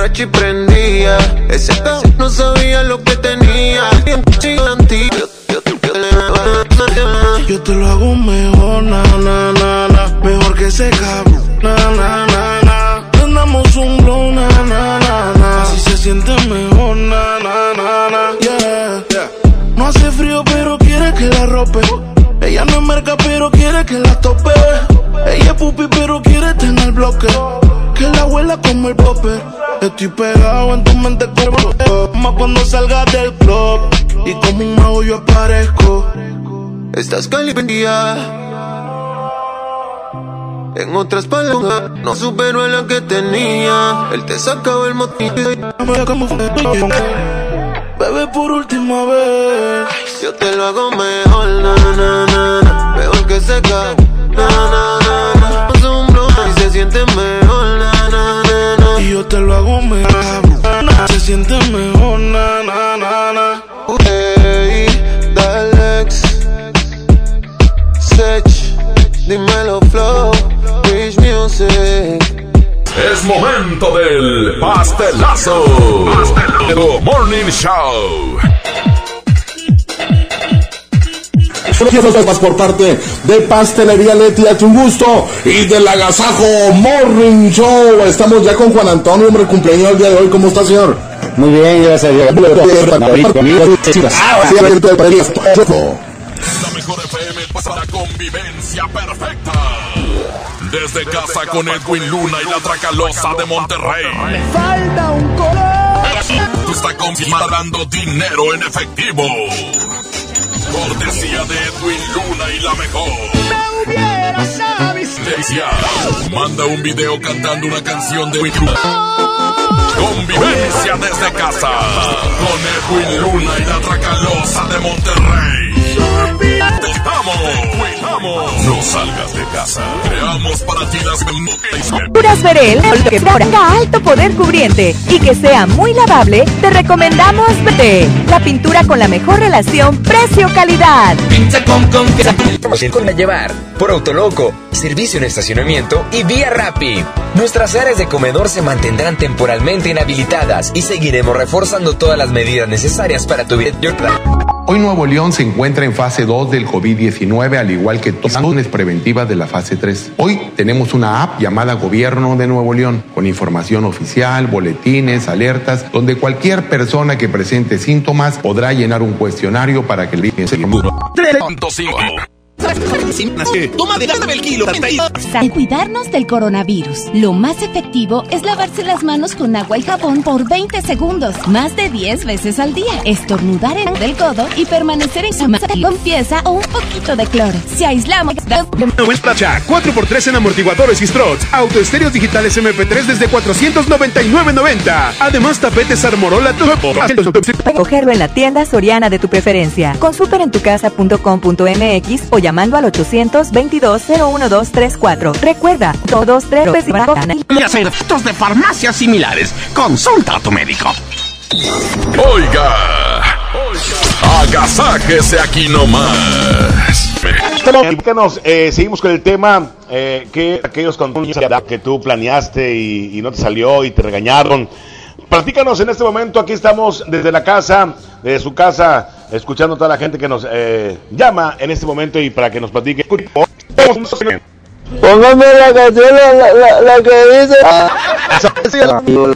borracho y prendía. Ese cabrón no sabía lo que tenía. Yo te lo hago mejor, na, na, na, na. Mejor que ese cabrón, na, na, na, na. Prendamos un blow, na, na, na, na. Así se siente mejor, na, na, na, na. Yeah, yeah. No hace frío pero quiere que la rope. Ella no es merca pero quiere que la tope. Ella es pupi pero quiere tener bloque. Que la huela como el popper. Estoy pegado en tu mente como más cuando salgas del club. Y como un mago yo aparezco. Estás caliente. En otras palabras, no superó la que tenía. Él te sacaba el motivo. Bebé, por última vez. Yo te lo hago mejor, na, na, na, na. Mejor que se cae, na, na, na, na. Y se siente mejor, na, na, na, na. Y yo te lo hago mejor, se siente mejor, na, na, na, na. Hey, Dalex, Sech, dímelo flow, Rich Music. Es momento del pastelazo. Pastelazo Morning Show. Gracias por parte de Pastelería Leti, hazte un gusto, y del Agasajo Morning Show. Estamos ya con Juan Antonio, hombre, cumpleaños el día de hoy. ¿Cómo está, señor? Muy bien, gracias a Dios. La mejor F M para convivencia perfecta. Desde casa con Edwin Luna y la Tracalosa de Monterrey. Me falta un color. Está confirmada dando dinero en efectivo. Cortesía de Edwin Luna y la mejor. Me hubieras avisado. Manda un video cantando una canción de Edwin Luna. Convivencia desde casa con Edwin Luna y la Tracalosa de Monterrey. ¡Estamos! No salgas de casa. Creamos para ti las Pinturas Verel, que tenga alto poder cubriente y que sea muy lavable, te recomendamos Vete, la pintura con la mejor relación precio-calidad. Pinta con con con llevar por Autoloco, servicio en estacionamiento y vía Rappi. Nuestras áreas de comedor se mantendrán temporalmente inhabilitadas y seguiremos reforzando todas las medidas necesarias para tu vida. Hoy Nuevo León se encuentra en fase dos del COVID diecinueve, al igual que todas las acciones preventivas de la fase tres. Hoy tenemos una app llamada Gobierno de Nuevo León, con información oficial, boletines, alertas, donde cualquier persona que presente síntomas podrá llenar un cuestionario para que le den seguimiento. Toma de el kilo. En cuidarnos del coronavirus, lo más efectivo es lavarse las manos con agua y jabón por veinte segundos, más de diez veces al día. Estornudar en el codo y permanecer en su masa con pieza o un poquito de cloro. Si aislamos... cuatro por tres en amortiguadores y struts. Autoestéreos digitales eme pe tres desde cuatrocientos noventa y nueve noventa. Además, tapetes Armorola. Cogerlo en la tienda Soriana de tu preferencia. Con super en tu casa punto com punto eme equis o llamando al ochocientos veintidós cero uno dos treinta y cuatro. Recuerda, todos tres efectos de farmacias similares. Consulta a tu médico. Oiga, oiga, agasájese aquí nomás. Platícanos, eh, seguimos con el tema eh, que aquellos contenidos que tú planeaste y, y no te salió y te regañaron. Platícanos en este momento, aquí estamos desde la casa, desde su casa, escuchando a toda la gente que nos eh, llama en este momento y para que nos platique. Póngame la canción, la, la, la que dice.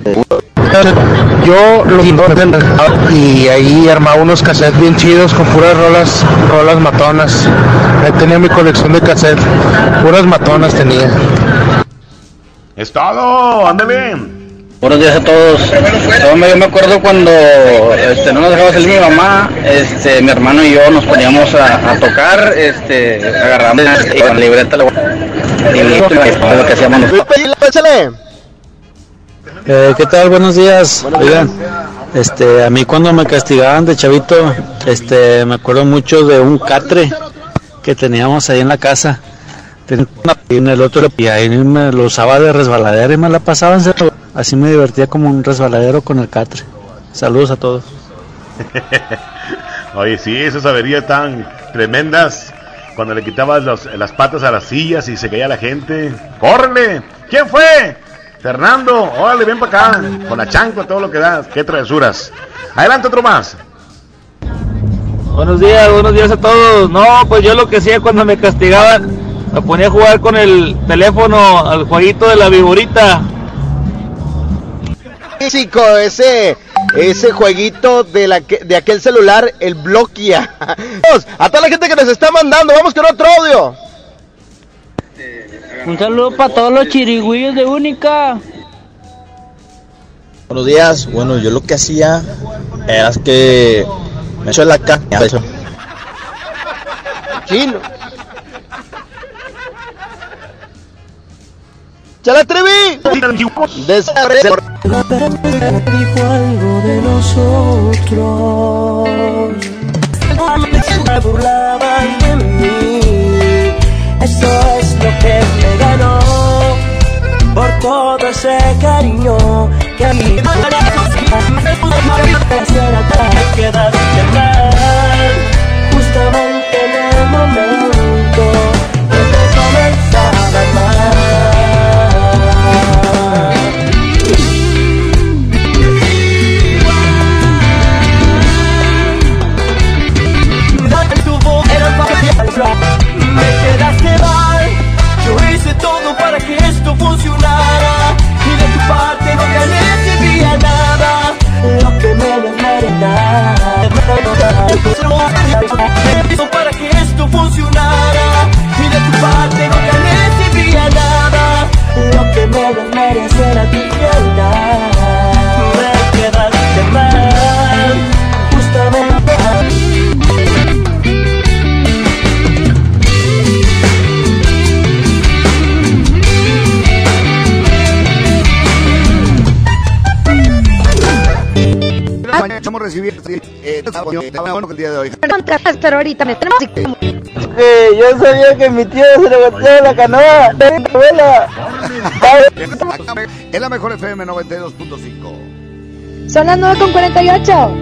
Yo lo y ahí armaba unos cassettes bien chidos con puras rolas, rolas matonas. Ahí tenía mi colección de cassettes, puras matonas tenía. Es todo, ande bien. Buenos días a todos. Yo me, yo me acuerdo cuando este, no nos dejaba salir mi mamá, este, mi hermano y yo nos poníamos a, a tocar, este, agarramos la libreta y lo que hacíamos nosotros. Eh, ¿Qué tal? Buenos días. Oigan, este, a mí cuando me castigaban de chavito, este, me acuerdo mucho de un catre que teníamos ahí en la casa. Y en el otro, y ahí me lo usaba de resbaladero y me la pasaba en serio. Así me divertía como un resbaladero con el catre. Saludos a todos. Oye, sí, esas averías tan tremendas. Cuando le quitabas los, las patas a las sillas y se caía la gente. ¡Córrele! ¿Quién fue? Fernando, órale, ven para acá, con la chancla, todo lo que da, qué travesuras. Adelante, otro más. Buenos días, buenos días a todos. No, pues yo lo que hacía cuando me castigaban, me ponía a jugar con el teléfono al jueguito de la viborita. Físico, ese, ese jueguito de, la, de aquel celular, el Bloquia. A toda la gente que nos está mandando, vamos con otro audio. Un saludo para todos los chirigüillos de Única. Buenos días, bueno, yo lo que hacía era que me echo la caña. Chino. ¡Ya la atreví! Dijo algo de nosotros. Me burlaban de mí. Eso es lo que me ganó. Por todo ese cariño que a mí me quedaste mal. Justamente en el momento que te comenzaba a amar. Me quedaste mal, yo hice todo para que esto funcionara y de tu parte no recibía nada, lo que menos merecía. Para que esto funcionara y de tu parte no recibía nada, lo que menos merecía era tu fidelidad. Me quedaste mal, justamente. Estamos recibiendo eh, bueno el día de hoy. Pero ahorita me tenemos que yo sabía que mi tío se le volteaba la canoa. Es la mejor F M noventa y dos punto cinco. Son las nueve con cuarenta y ocho.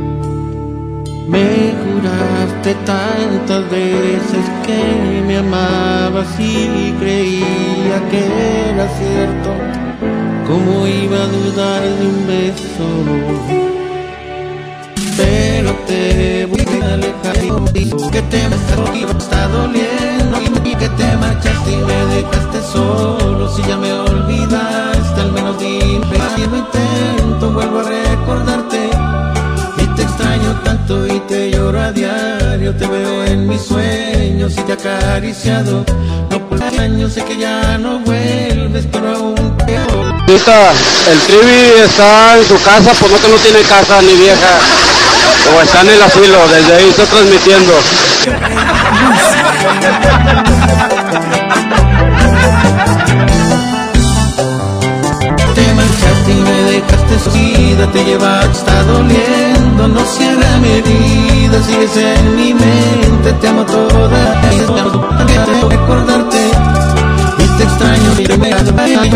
Me juraste tantas veces que me amabas y creía que era cierto. ¿Cómo iba a dudar de un beso? Pero te voy a alejar que te me está doliendo y que te marchaste y me dejaste solo. Si ya me olvidaste, al menos dime que lo intento, vuelvo a recordarte y te extraño tanto y te lloro a diario. Te veo en mis sueños y te he acariciado, no por años, sé que ya no vuelves, pero aún peor. Ahorita el Trivi está en su casa, pues no que no tiene casa ni vieja. O está en el asilo, desde ahí está transmitiendo. Te marchaste y me dejaste solida, te lleva, está doliendo, no cierra mi herida, sigues en mi mente, te amo toda, te amo recordarte y te extraño y me hace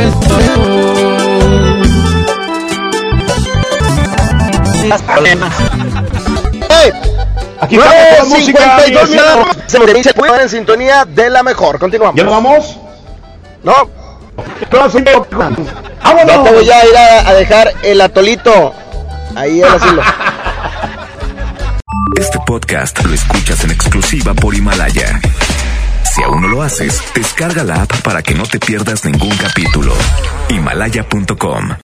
Aquí nueve cincuenta y dos minutos. Se me dice pueden en sintonía de la mejor. Continuamos. ¿Ya nos vamos? No. No, sí, no. Ya te voy a ir a, a dejar el atolito ahí al asilo. Este podcast lo escuchas en exclusiva por Himalaya. Si aún no lo haces, descarga la app para que no te pierdas ningún capítulo. Himalaya punto com